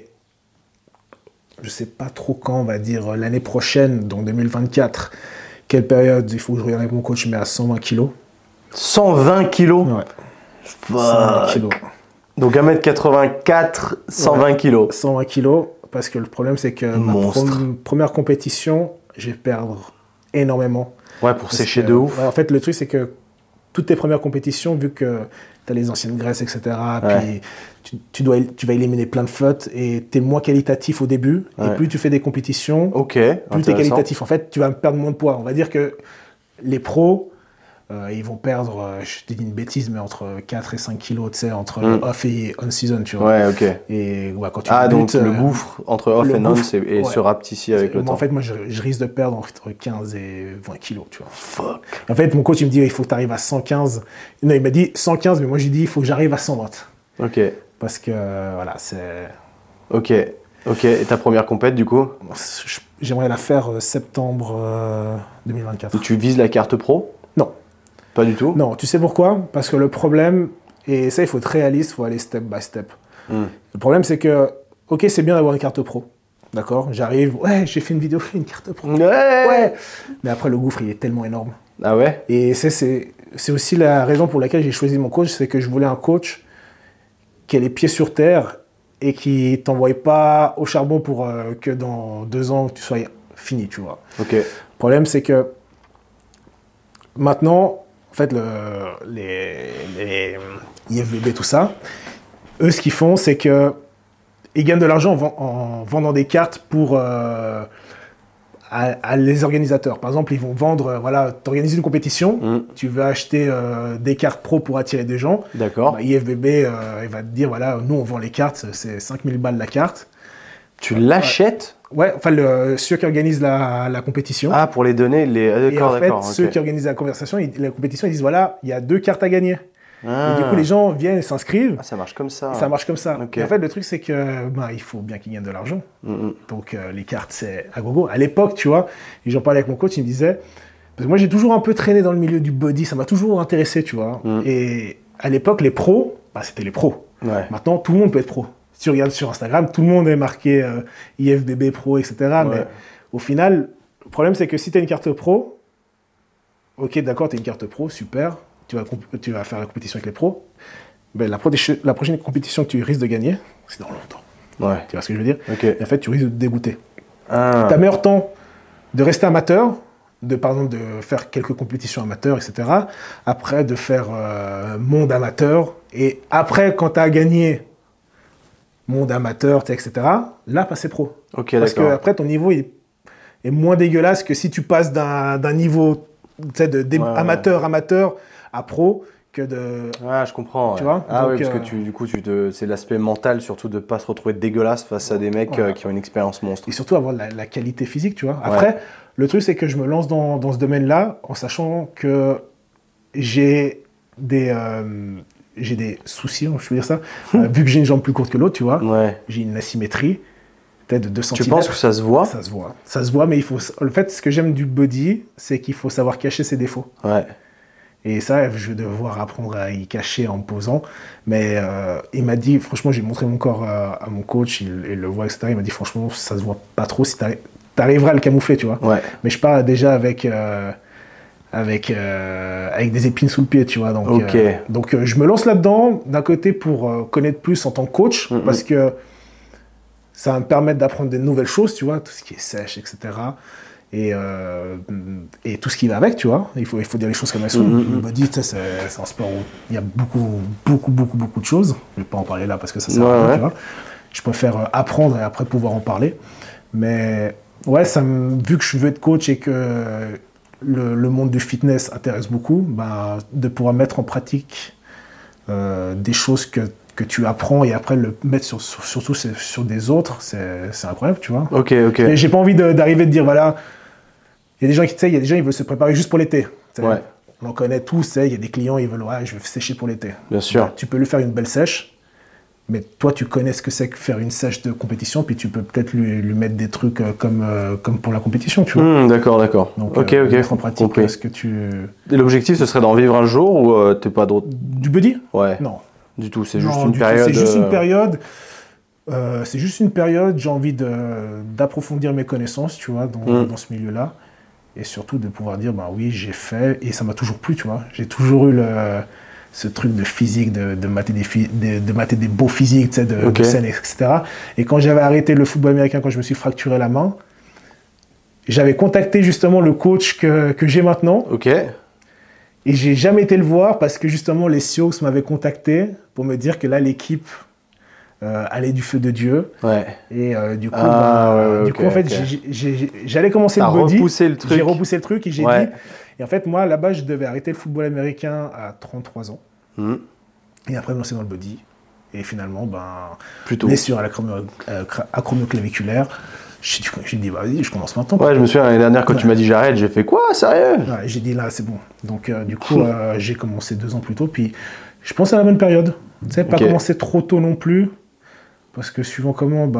[SPEAKER 3] je sais pas trop quand, on va dire l'année prochaine, donc 2024. Quelle période il faut que je regarde avec mon coach, mais à 120 kilos.
[SPEAKER 2] 120 kilos?
[SPEAKER 3] Ouais. 120 kilos.
[SPEAKER 2] Donc 1m84, 120 kilos.
[SPEAKER 3] 120 kilos, parce que le problème, c'est que ma première compétition, je vais perdre énormément.
[SPEAKER 2] Ouais, pour sécher de ouf.
[SPEAKER 3] Ouais, en fait, le truc, c'est que toutes tes premières compétitions, vu que tu as les anciennes graisses, etc., puis tu vas éliminer plein de flottes et tu es moins qualitatif au début. Et plus tu fais des compétitions, plus tu es qualitatif. En fait, tu vas perdre moins de poids. On va dire que les pros, ils vont perdre, je te dis une bêtise, mais entre 4 et 5 kilos, tu sais, entre off et on-season, tu vois.
[SPEAKER 2] Ouais, ok.
[SPEAKER 3] Et quand tu
[SPEAKER 2] débutes, donc le gouffre entre off et on se rapetissy avec le temps.
[SPEAKER 3] En fait, moi, je risque de perdre entre 15 et 20 kilos, tu vois.
[SPEAKER 2] Fuck.
[SPEAKER 3] En fait, mon coach, il me dit, il faut que tu arrives à 115. Non, il m'a dit 115, mais moi, j'ai dit, il faut que j'arrive à 120.
[SPEAKER 2] Ok.
[SPEAKER 3] Parce que, voilà, c'est...
[SPEAKER 2] Ok. Et ta première compète, du coup?
[SPEAKER 3] J'aimerais la faire septembre 2024.
[SPEAKER 2] Et tu vises la carte pro?
[SPEAKER 3] Non.
[SPEAKER 2] Pas du tout?
[SPEAKER 3] Non, tu sais pourquoi? Parce que le problème, et ça, il faut être réaliste, il faut aller step by step. Le problème, c'est que, ok, c'est bien d'avoir une carte pro. D'accord? J'arrive, j'ai fait une vidéo, une carte pro. Ouais. Mais après, le gouffre, il est tellement énorme.
[SPEAKER 2] Ah ouais?
[SPEAKER 3] Et c'est aussi la raison pour laquelle j'ai choisi mon coach, c'est que je voulais un coach qui a les pieds sur terre et qui t'envoie pas au charbon pour que dans 2 ans, tu sois fini, tu vois.
[SPEAKER 2] Ok.
[SPEAKER 3] Le problème, c'est que maintenant, en fait, les IFBB, tout ça, eux, ce qu'ils font, c'est qu'ils gagnent de l'argent en vendant des cartes pour à les organisateurs. Par exemple, ils vont vendre, tu organises une compétition, tu veux acheter des cartes pro pour attirer des gens.
[SPEAKER 2] D'accord.
[SPEAKER 3] IFBB, il va te dire, nous, on vend les cartes, c'est 5000 balles la carte.
[SPEAKER 2] Tu l'achètes?
[SPEAKER 3] Ouais, enfin, ceux qui organisent la compétition.
[SPEAKER 2] Ah, pour les donner,
[SPEAKER 3] Et en fait, ceux qui organisent la compétition, ils disent, il y a 2 cartes à gagner. Et du coup, les gens viennent et s'inscrivent.
[SPEAKER 2] Ah, ça marche comme ça.
[SPEAKER 3] Ça marche comme ça.
[SPEAKER 2] Okay.
[SPEAKER 3] Et en fait, le truc, c'est que il faut bien qu'ils gagnent de l'argent. Donc, les cartes, c'est à gogo. À l'époque, tu vois, et j'en parlais avec mon coach, il me disait... Parce que moi, j'ai toujours un peu traîné dans le milieu du body. Ça m'a toujours intéressé, tu vois. Et à l'époque, les pros, c'était les pros.
[SPEAKER 2] Ouais.
[SPEAKER 3] Maintenant, tout le monde peut être pro. Si tu regardes sur Instagram, tout le monde est marqué IFBB pro, etc. Ouais. Mais au final, le problème, c'est que si tu as une carte pro, ok, d'accord, tu as une carte pro, super, tu vas faire la compétition avec les pros. Ben, la prochaine compétition que tu risques de gagner, c'est dans longtemps.
[SPEAKER 2] Ouais.
[SPEAKER 3] Tu vois ce que je veux dire?
[SPEAKER 2] Ok.
[SPEAKER 3] Et en fait, tu risques de te dégoûter.
[SPEAKER 2] Ah.
[SPEAKER 3] Tu as meilleur temps de rester amateur, par exemple, de faire quelques compétitions amateurs, etc. Après, de faire monde amateur. Et après, quand tu as gagné monde amateur, etc., là, passer pro.
[SPEAKER 2] Ok,
[SPEAKER 3] Parce
[SPEAKER 2] d'accord.
[SPEAKER 3] qu'après, ton niveau est moins dégueulasse que si tu passes d'un niveau amateur à pro que de...
[SPEAKER 2] Ah, je comprends.
[SPEAKER 3] Tu
[SPEAKER 2] Ouais.
[SPEAKER 3] vois?
[SPEAKER 2] Ah
[SPEAKER 3] Donc,
[SPEAKER 2] oui, parce que du coup, c'est l'aspect mental surtout de ne pas se retrouver dégueulasse face à des mecs
[SPEAKER 3] Voilà.
[SPEAKER 2] qui ont une expérience monstre.
[SPEAKER 3] Et surtout avoir la qualité physique, tu vois. Après, le truc, c'est que je me lance dans ce domaine-là en sachant que j'ai des soucis, je peux dire ça, vu que j'ai une jambe plus courte que l'autre, tu vois.
[SPEAKER 2] Ouais.
[SPEAKER 3] J'ai une asymétrie, peut-être de 2 cm.
[SPEAKER 2] Tu penses que ça se voit?
[SPEAKER 3] Ça se voit. Ça se voit, mais le fait, ce que j'aime du body, c'est qu'il faut savoir cacher ses défauts.
[SPEAKER 2] Ouais.
[SPEAKER 3] Et ça, je vais devoir apprendre à y cacher en me posant. Mais il m'a dit, franchement, j'ai montré mon corps à mon coach, il le voit, etc. Il m'a dit, franchement, ça se voit pas trop si t'arriveras à le camoufler, tu vois.
[SPEAKER 2] Ouais.
[SPEAKER 3] Mais je pars déjà avec des épines sous le pied, tu vois. Donc,
[SPEAKER 2] Ok.
[SPEAKER 3] Je me lance là-dedans, d'un côté pour connaître plus en tant que coach, parce que ça va me permettre d'apprendre des nouvelles choses, tu vois, tout ce qui est sèche, etc. Et tout ce qui va avec, tu vois. Il faut dire les choses comme elles sont. Le body, tu sais, c'est un sport où il y a beaucoup de choses. Je ne vais pas en parler là parce que ça sert à rien, tu vois. Je préfère apprendre et après pouvoir en parler. Mais ouais, vu que je veux être coach et que le monde du fitness intéresse beaucoup, ben, de pouvoir mettre en pratique des choses que tu apprends et après le mettre surtout sur des autres, c'est incroyable, tu vois.
[SPEAKER 2] Ok.
[SPEAKER 3] Mais j'ai pas envie d'arriver de dire, voilà, il y a des gens qui, tu sais, ils veulent se préparer juste pour l'été.
[SPEAKER 2] Ouais.
[SPEAKER 3] On en connaît tous, il y a des clients, ils veulent, ouais, je vais sécher pour l'été.
[SPEAKER 2] Bien sûr.
[SPEAKER 3] Ben, tu peux lui faire une belle sèche, mais toi, tu connais ce que c'est que faire une sèche de compétition, puis tu peux peut-être lui mettre des trucs comme pour la compétition, tu vois.
[SPEAKER 2] D'accord.
[SPEAKER 3] Donc,
[SPEAKER 2] Ok.
[SPEAKER 3] mettre en pratique
[SPEAKER 2] Compris.
[SPEAKER 3] ce que tu...
[SPEAKER 2] Et l'objectif, ce serait d'en vivre un jour ou t'es pas d'autre?
[SPEAKER 3] Du body?
[SPEAKER 2] Ouais.
[SPEAKER 3] Non.
[SPEAKER 2] Du tout, c'est
[SPEAKER 3] Non,
[SPEAKER 2] juste une
[SPEAKER 3] du tout.
[SPEAKER 2] période.
[SPEAKER 3] C'est juste une période. C'est juste une période. J'ai envie d'approfondir mes connaissances, tu vois, dans ce milieu-là. Et surtout de pouvoir dire, bah oui, j'ai fait, et ça m'a toujours plu, tu vois. J'ai toujours eu ce truc de physique, de mater des beaux physiques, tu sais, de scène, etc. Et quand j'avais arrêté le football américain, quand je me suis fracturé la main, j'avais contacté justement le coach que j'ai maintenant.
[SPEAKER 2] Ok.
[SPEAKER 3] Et j'ai jamais été le voir parce que justement les Sioux m'avaient contacté pour me dire que là l'équipe allait du feu de Dieu.
[SPEAKER 2] Ouais.
[SPEAKER 3] Et du coup, en fait, j'allais commencer le body. J'ai repoussé le truc et j'ai dit. Et en fait, moi là-bas, je devais arrêter le football américain à 33 ans. Et après me lancer dans le body. Et finalement, blessure à l'acromioclaviculaire. J'ai dit, bah, vas-y, je commence maintenant.
[SPEAKER 2] Ouais, je me souviens l'année dernière quand tu m'as dit j'arrête, j'ai fait quoi, sérieux?
[SPEAKER 3] Ouais, j'ai dit là, c'est bon. Donc, du coup, j'ai commencé 2 ans plus tôt. Puis, je pense à la bonne période. Tu sais, pas commencer trop tôt non plus. Parce que suivant comment,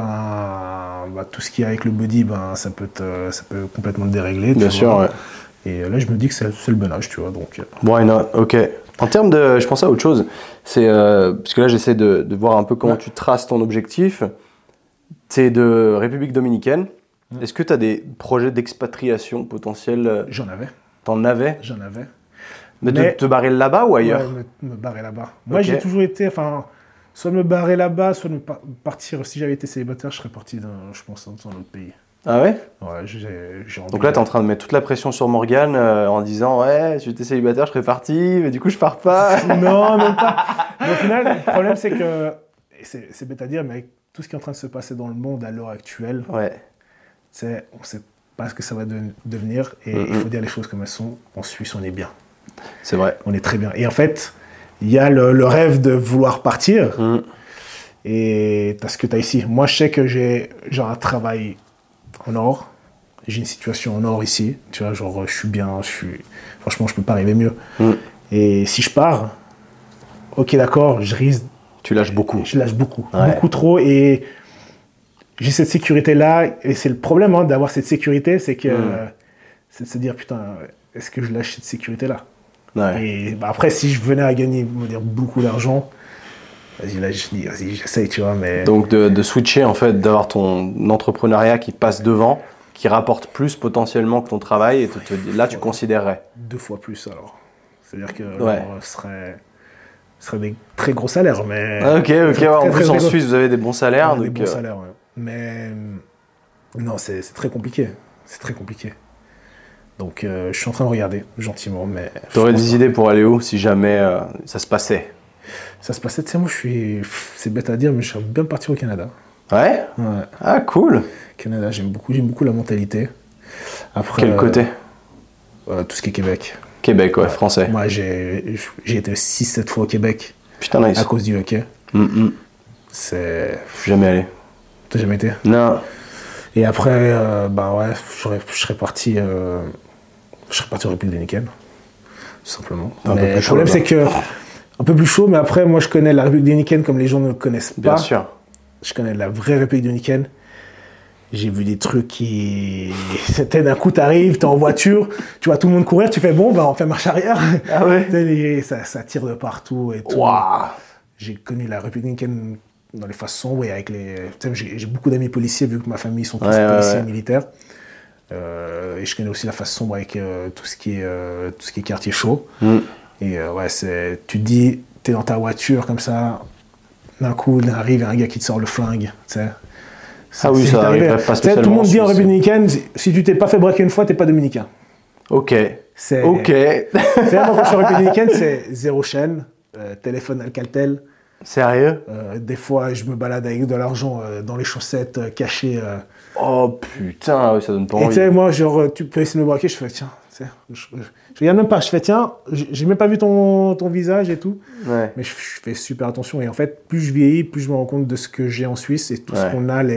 [SPEAKER 3] tout ce qui est avec le body, ça peut complètement te dérégler.
[SPEAKER 2] Bien sûr, ouais.
[SPEAKER 3] Et là, je me dis que c'est le bon âge, tu vois. Donc,
[SPEAKER 2] why not? Ok. En termes de. Je pensais à autre chose. C'est. Parce que là, j'essaie de voir un peu comment tu traces ton objectif. C'est de République Dominicaine. Est-ce que tu as des projets d'expatriation potentiels?
[SPEAKER 3] J'en avais.
[SPEAKER 2] T'en avais?
[SPEAKER 3] J'en avais.
[SPEAKER 2] Mais te barrer là-bas ou ailleurs?
[SPEAKER 3] Ouais, me barrer là-bas. Moi, j'ai toujours été, soit me barrer là-bas, soit me partir. Si j'avais été célibataire, je serais parti, je pense, dans un autre pays.
[SPEAKER 2] Ah ouais?
[SPEAKER 3] Ouais, j'ai envie.
[SPEAKER 2] Donc là, tu es en train de mettre toute la pression sur Morgane en disant ouais, si j'étais célibataire, je serais parti, mais du coup, je pars pas.
[SPEAKER 3] Non, même pas. Mais au final, le problème, c'est que, c'est bête à dire, mais avec tout ce qui est en train de se passer dans le monde à l'heure actuelle, on ne sait pas ce que ça va devenir. Et il faut dire les choses comme elles sont. En Suisse, on est bien.
[SPEAKER 2] C'est vrai.
[SPEAKER 3] On est très bien. Et en fait, il y a le rêve de vouloir partir. Et tu as ce que tu as ici. Moi, je sais que j'ai un travail en or. J'ai une situation en or ici. Tu vois, genre, je suis bien. Franchement, je peux pas rêver mieux. Et si je pars, ok, d'accord, je risque.
[SPEAKER 2] Tu lâches beaucoup.
[SPEAKER 3] Je lâche beaucoup. Ouais. Beaucoup trop. Et j'ai cette sécurité-là. Et c'est le problème d'avoir cette sécurité, c'est que c'est de se dire, putain, est-ce que je lâche cette sécurité-là?
[SPEAKER 2] Ouais.
[SPEAKER 3] Et après, si je venais à gagner beaucoup d'argent, vas-y, là, je dis, vas-y, j'essaye, tu vois. Mais...
[SPEAKER 2] Donc de switcher, en fait, d'avoir ton entrepreneuriat qui passe devant, qui rapporte plus potentiellement que ton travail et là tu considérerais?
[SPEAKER 3] 2 fois plus alors. C'est-à-dire que
[SPEAKER 2] Ouais.
[SPEAKER 3] ce serait des très gros salaires, mais...
[SPEAKER 2] Ok,
[SPEAKER 3] très,
[SPEAKER 2] en
[SPEAKER 3] très,
[SPEAKER 2] plus
[SPEAKER 3] très
[SPEAKER 2] en
[SPEAKER 3] gros.
[SPEAKER 2] Suisse vous avez des bons salaires.
[SPEAKER 3] Des
[SPEAKER 2] donc,
[SPEAKER 3] bons salaires, ouais. Mais non, c'est très compliqué. C'est très compliqué. Donc je suis en train de regarder gentiment, mais...
[SPEAKER 2] T'aurais
[SPEAKER 3] je pense
[SPEAKER 2] des
[SPEAKER 3] pas.
[SPEAKER 2] idées pour aller où si jamais ça se passait?
[SPEAKER 3] Ça se passait, tu sais, moi c'est bête à dire, mais je suis bien parti au Canada.
[SPEAKER 2] Ouais?
[SPEAKER 3] Ouais.
[SPEAKER 2] Ah cool.
[SPEAKER 3] Canada, j'aime beaucoup la mentalité. Après,
[SPEAKER 2] Quel côté?
[SPEAKER 3] tout ce qui est Québec.
[SPEAKER 2] Québec, ouais, français.
[SPEAKER 3] Moi, j'ai été 6-7 fois au Québec
[SPEAKER 2] Putain, nice.
[SPEAKER 3] à cause du hockey. C'est...
[SPEAKER 2] Je suis jamais allé.
[SPEAKER 3] T'as jamais été?
[SPEAKER 2] Non.
[SPEAKER 3] Et après, bah ouais, je serais parti en République dominicaine, tout simplement.
[SPEAKER 2] Un peu
[SPEAKER 3] Mais
[SPEAKER 2] plus
[SPEAKER 3] le
[SPEAKER 2] chaud,
[SPEAKER 3] problème,
[SPEAKER 2] là.
[SPEAKER 3] c'est que un peu plus chaud, mais après, moi, je connais la République dominicaine comme les gens ne le connaissent pas.
[SPEAKER 2] Bien sûr.
[SPEAKER 3] Je connais la vraie République dominicaine. J'ai vu des trucs qui... C'était d'un coup, t'arrives, t'es en voiture, tu vois tout le monde courir, tu fais bon, bah on fait marche arrière.
[SPEAKER 2] Ah ouais?
[SPEAKER 3] Ça tire de partout et tout.
[SPEAKER 2] Waouh.
[SPEAKER 3] J'ai connu la République dominicaine dans les phases sombres et avec les... Tu sais, j'ai beaucoup d'amis policiers vu que ma famille sont tous policiers militaires. Et je connais aussi la face sombre avec tout ce qui est quartier chaud. Et ouais, tu te dis, t'es dans ta voiture comme ça, d'un coup, il arrive un gars qui te sort le flingue, tu sais.
[SPEAKER 2] Ah oui, ça arrive pas spécialement.
[SPEAKER 3] Tout le monde dit en
[SPEAKER 2] Suisse.
[SPEAKER 3] République dominicaine, si tu t'es pas fait braquer une fois, t'es pas dominicain.
[SPEAKER 2] Ok.
[SPEAKER 3] C'est
[SPEAKER 2] Ok.
[SPEAKER 3] vraiment quand je suis en République dominicaine, c'est zéro chaîne, téléphone Alcatel.
[SPEAKER 2] Sérieux?
[SPEAKER 3] Des fois, je me balade avec de l'argent dans les chaussettes cachées.
[SPEAKER 2] Oh putain, oui, ça donne pas
[SPEAKER 3] Et tu
[SPEAKER 2] envie.
[SPEAKER 3] sais, moi, genre, tu peux essayer de me braquer, je fais, tiens, tu sais, je regarde même pas, je fais, tiens, j'ai même pas vu ton visage et tout.
[SPEAKER 2] Ouais.
[SPEAKER 3] Mais je fais super attention. Et en fait, plus je vieillis, plus je me rends compte de ce que j'ai en Suisse et tout ce qu'on a,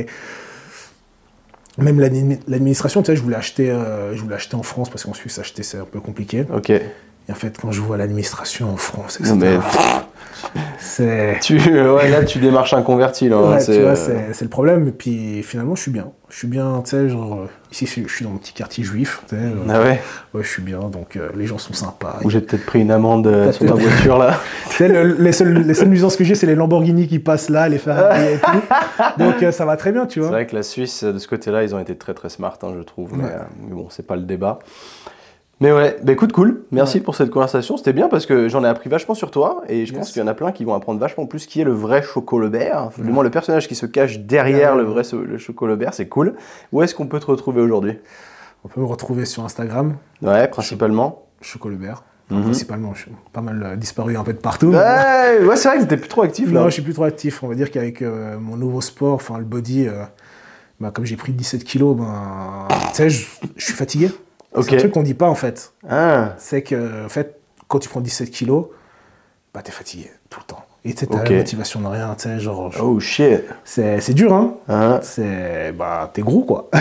[SPEAKER 3] même l'administration, tu sais, je voulais acheter en France parce qu'en Suisse, acheter, c'est un peu compliqué.
[SPEAKER 2] Ok.
[SPEAKER 3] Et en fait, quand je vois l'administration en France, etc.,
[SPEAKER 2] Non, mais
[SPEAKER 3] c'est...
[SPEAKER 2] là tu démarches un converti là.
[SPEAKER 3] Ouais,
[SPEAKER 2] c'est,
[SPEAKER 3] tu vois, c'est le problème. Et puis finalement, je suis bien. Je suis bien, tu sais, genre, ici, je suis dans mon petit quartier juif, tu sais.
[SPEAKER 2] Ah ouais.
[SPEAKER 3] Ouais, je suis bien, donc les gens sont sympas.
[SPEAKER 2] Ou j'ai peut-être pris une amende sur ma
[SPEAKER 3] peut-être.
[SPEAKER 2] voiture là.
[SPEAKER 3] Tu sais, les seules nuisances que j'ai, c'est les Lamborghini qui passent là, les Ferrari et tout. Donc ça va très bien, tu
[SPEAKER 2] C'est
[SPEAKER 3] vois.
[SPEAKER 2] vrai que la Suisse, de ce côté-là, ils ont été très très smart, hein, je trouve. Mais,
[SPEAKER 3] Ouais.
[SPEAKER 2] mais bon, c'est pas le débat. Mais ouais, bah écoute, cool. Merci pour cette conversation. C'était bien parce que j'en ai appris vachement sur toi et je pense qu'il y en a plein qui vont apprendre vachement plus qui est le vrai Choco Lebert. Du moins, le personnage qui se cache derrière le Choco Lebert, c'est cool. Où est-ce qu'on peut te retrouver aujourd'hui?
[SPEAKER 3] On peut me retrouver sur Instagram,
[SPEAKER 2] Ouais, principalement.
[SPEAKER 3] Choco Lebert. Enfin, principalement, je suis pas mal disparu un peu de partout.
[SPEAKER 2] Ouais, c'est vrai que t'étais plus trop actif là.
[SPEAKER 3] Non, je suis plus trop actif. On va dire qu'avec mon nouveau sport, enfin le body, bah, comme j'ai pris 17 kilos, ben, tu sais, je suis fatigué.
[SPEAKER 2] Ok.
[SPEAKER 3] C'est un truc qu'on dit pas en fait.
[SPEAKER 2] Ah,
[SPEAKER 3] C'est que en fait, quand tu prends 17 kilos, bah t'es fatigué tout le temps. Et tu sais, t'as
[SPEAKER 2] Ok.
[SPEAKER 3] la motivation de rien, tu sais, genre...
[SPEAKER 2] oh shit.
[SPEAKER 3] C'est dur, hein.
[SPEAKER 2] Hein.
[SPEAKER 3] Bah, t'es gros, quoi.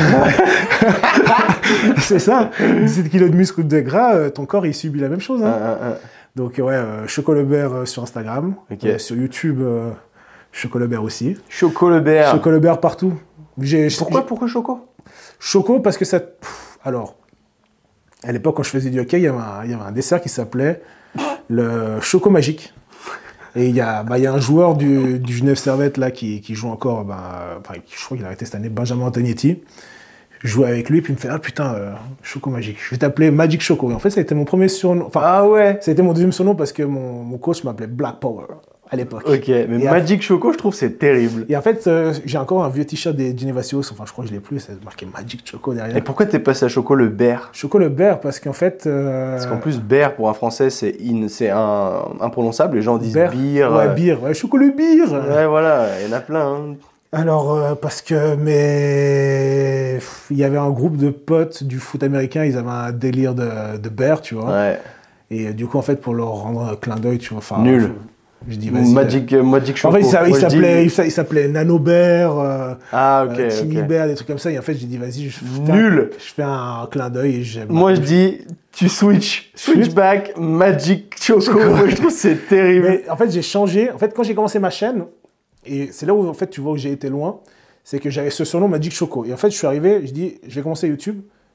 [SPEAKER 3] C'est ça. 17 kilos de muscles ou de gras, ton corps, il subit la même chose, hein. Donc, ouais, Choco Lebert sur Instagram.
[SPEAKER 2] Ok.
[SPEAKER 3] Sur YouTube, Choco Lebert aussi.
[SPEAKER 2] Choco Lebert.
[SPEAKER 3] Choco Lebert partout.
[SPEAKER 2] Pourquoi Choco?
[SPEAKER 3] Choco, parce que ça... alors, à l'époque, quand je faisais du hockey, il y avait un dessert qui s'appelait le Choco Magique. Et il y a un joueur du Genève Servette là, qui joue encore, je crois qu'il a arrêté cette année, Benjamin Antonietti. Je jouais avec lui, puis il me fait « Ah putain, Choco Magique, je vais t'appeler Magic Choco ». Et en fait, ça a été mon premier surnom. Enfin,
[SPEAKER 2] Ah ouais.
[SPEAKER 3] ça a été mon deuxième surnom parce que mon coach m'appelait Black Power à l'époque.
[SPEAKER 2] Ok, mais
[SPEAKER 3] Et
[SPEAKER 2] Magic Choco, je trouve c'est terrible.
[SPEAKER 3] Et en fait, j'ai encore un vieux t-shirt des Geneva Seals, enfin je crois que je l'ai plus, c'est marqué Magic Choco derrière.
[SPEAKER 2] Et pourquoi t'es passé à Choco Lebert?
[SPEAKER 3] Choco Lebert, parce qu'en fait...
[SPEAKER 2] Parce qu'en plus, Bear pour un français, c'est imprononçable. Les gens disent
[SPEAKER 3] Bear.
[SPEAKER 2] beer.
[SPEAKER 3] Ouais, beer, ouais, Choco le beer.
[SPEAKER 2] Ouais, voilà, il y en a plein. Hein.
[SPEAKER 3] Alors, parce que il y avait un groupe de potes du foot américain, ils avaient un délire de bear, tu vois.
[SPEAKER 2] Ouais.
[SPEAKER 3] Et du coup, en fait, pour leur rendre un clin d'œil, tu vois, enfin...
[SPEAKER 2] Nul.
[SPEAKER 3] Je dis, vas-y.
[SPEAKER 2] Magic Choco.
[SPEAKER 3] En fait,
[SPEAKER 2] Moi, je dis-
[SPEAKER 3] il s'appelait Nano Bear,
[SPEAKER 2] Ah, ok.
[SPEAKER 3] Timmy
[SPEAKER 2] ok.
[SPEAKER 3] Bear, des trucs comme ça. Et en fait, j'ai dit, vas-y,
[SPEAKER 2] Nul.
[SPEAKER 3] je fais un clin d'œil et j'aime.
[SPEAKER 2] Moi, je dis, tu switch back, Magic Choco. Moi, je trouve que c'est terrible.
[SPEAKER 3] Mais en fait, j'ai changé. En fait, quand j'ai commencé ma chaîne, et c'est là où en fait tu vois que j'ai été loin, c'est que j'avais ce surnom Magic Choco. Et en fait, je suis arrivé, je dis, je vais commencer YouTube,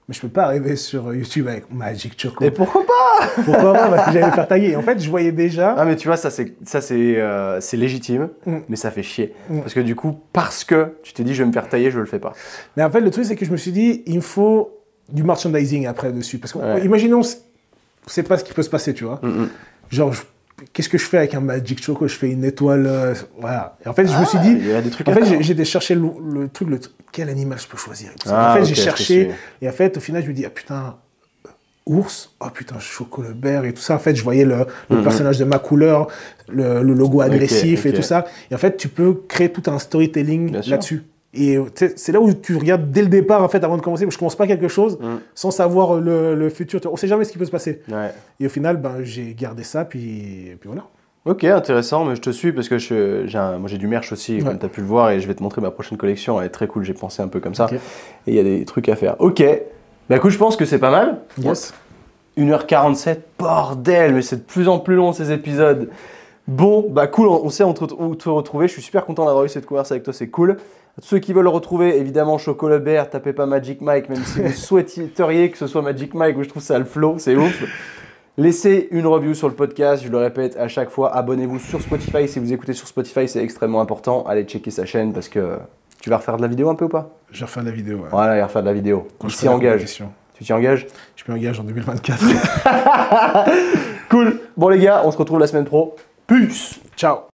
[SPEAKER 3] mais je peux pas arriver sur YouTube avec Magic Choco.
[SPEAKER 2] Et pourquoi pas?
[SPEAKER 3] Pourquoi pas? Parce que j'allais me faire tailler. Et en fait, je voyais déjà.
[SPEAKER 2] Ah mais tu vois, c'est légitime, mais ça fait chier. Parce que du coup, parce que tu t'es dit je vais me faire tailler, je le fais pas.
[SPEAKER 3] Mais en fait, le truc, c'est que je me suis dit, il me faut du merchandising après dessus. Parce que, imaginons, c'est pas ce qui peut se passer, tu vois. Genre, qu'est-ce que je fais avec un Magic Choco? Je fais une étoile, voilà. Et en fait, je me suis dit,
[SPEAKER 2] il y a des trucs
[SPEAKER 3] en
[SPEAKER 2] à
[SPEAKER 3] fait,
[SPEAKER 2] faire.
[SPEAKER 3] j'ai cherché le truc, quel animal je peux choisir. Et tout ça.
[SPEAKER 2] Ah,
[SPEAKER 3] en fait,
[SPEAKER 2] ok,
[SPEAKER 3] j'ai
[SPEAKER 2] je te
[SPEAKER 3] cherché,
[SPEAKER 2] suis.
[SPEAKER 3] et en fait, au final, je me dis, ah putain, ours, oh putain, Choco le bear et tout ça. En fait, je voyais le personnage de ma couleur, le logo agressif et tout ça. Et en fait, tu peux créer tout un storytelling
[SPEAKER 2] Bien sûr.
[SPEAKER 3] là-dessus. Et c'est là où tu regardes dès le départ, en fait, avant de commencer. Je commence pas quelque chose sans savoir le futur. On sait jamais ce qui peut se passer.
[SPEAKER 2] Ouais.
[SPEAKER 3] Et au final, ben, j'ai gardé ça, puis voilà.
[SPEAKER 2] Ok, intéressant, mais je te suis parce que moi j'ai du merch aussi, comme tu as pu le voir, et je vais te montrer ma prochaine collection. Elle est très cool, j'ai pensé un peu comme ça.
[SPEAKER 3] Ok.
[SPEAKER 2] Et il y a des trucs à faire. Ok, bah écoute, je pense que c'est pas mal.
[SPEAKER 3] Yes.
[SPEAKER 2] 1h47, bordel, mais c'est de plus en plus long ces épisodes. Bon, bah cool, on sait où te retrouver. Je suis super content d'avoir eu cette conversation avec toi, c'est cool. Ceux qui veulent le retrouver, évidemment, Choco le bear, tapez pas Magic Mike, même si vous souhaiteriez que ce soit Magic Mike, où je trouve ça le flow, c'est ouf. Laissez une review sur le podcast, je le répète à chaque fois. Abonnez-vous sur Spotify, si vous écoutez sur Spotify, c'est extrêmement important. Allez checker sa chaîne parce que tu vas refaire de la vidéo un peu ou pas?
[SPEAKER 3] Je vais refaire la vidéo. Ouais.
[SPEAKER 2] Voilà, il va refaire de la vidéo.
[SPEAKER 3] Quand
[SPEAKER 2] Il
[SPEAKER 3] je
[SPEAKER 2] s'y
[SPEAKER 3] ferai la
[SPEAKER 2] engage.
[SPEAKER 3] compétition.
[SPEAKER 2] Tu t'y engages?
[SPEAKER 3] Je m'engage en 2024.
[SPEAKER 2] Cool. Bon les gars, on se retrouve la semaine pro. Peace.
[SPEAKER 3] Ciao.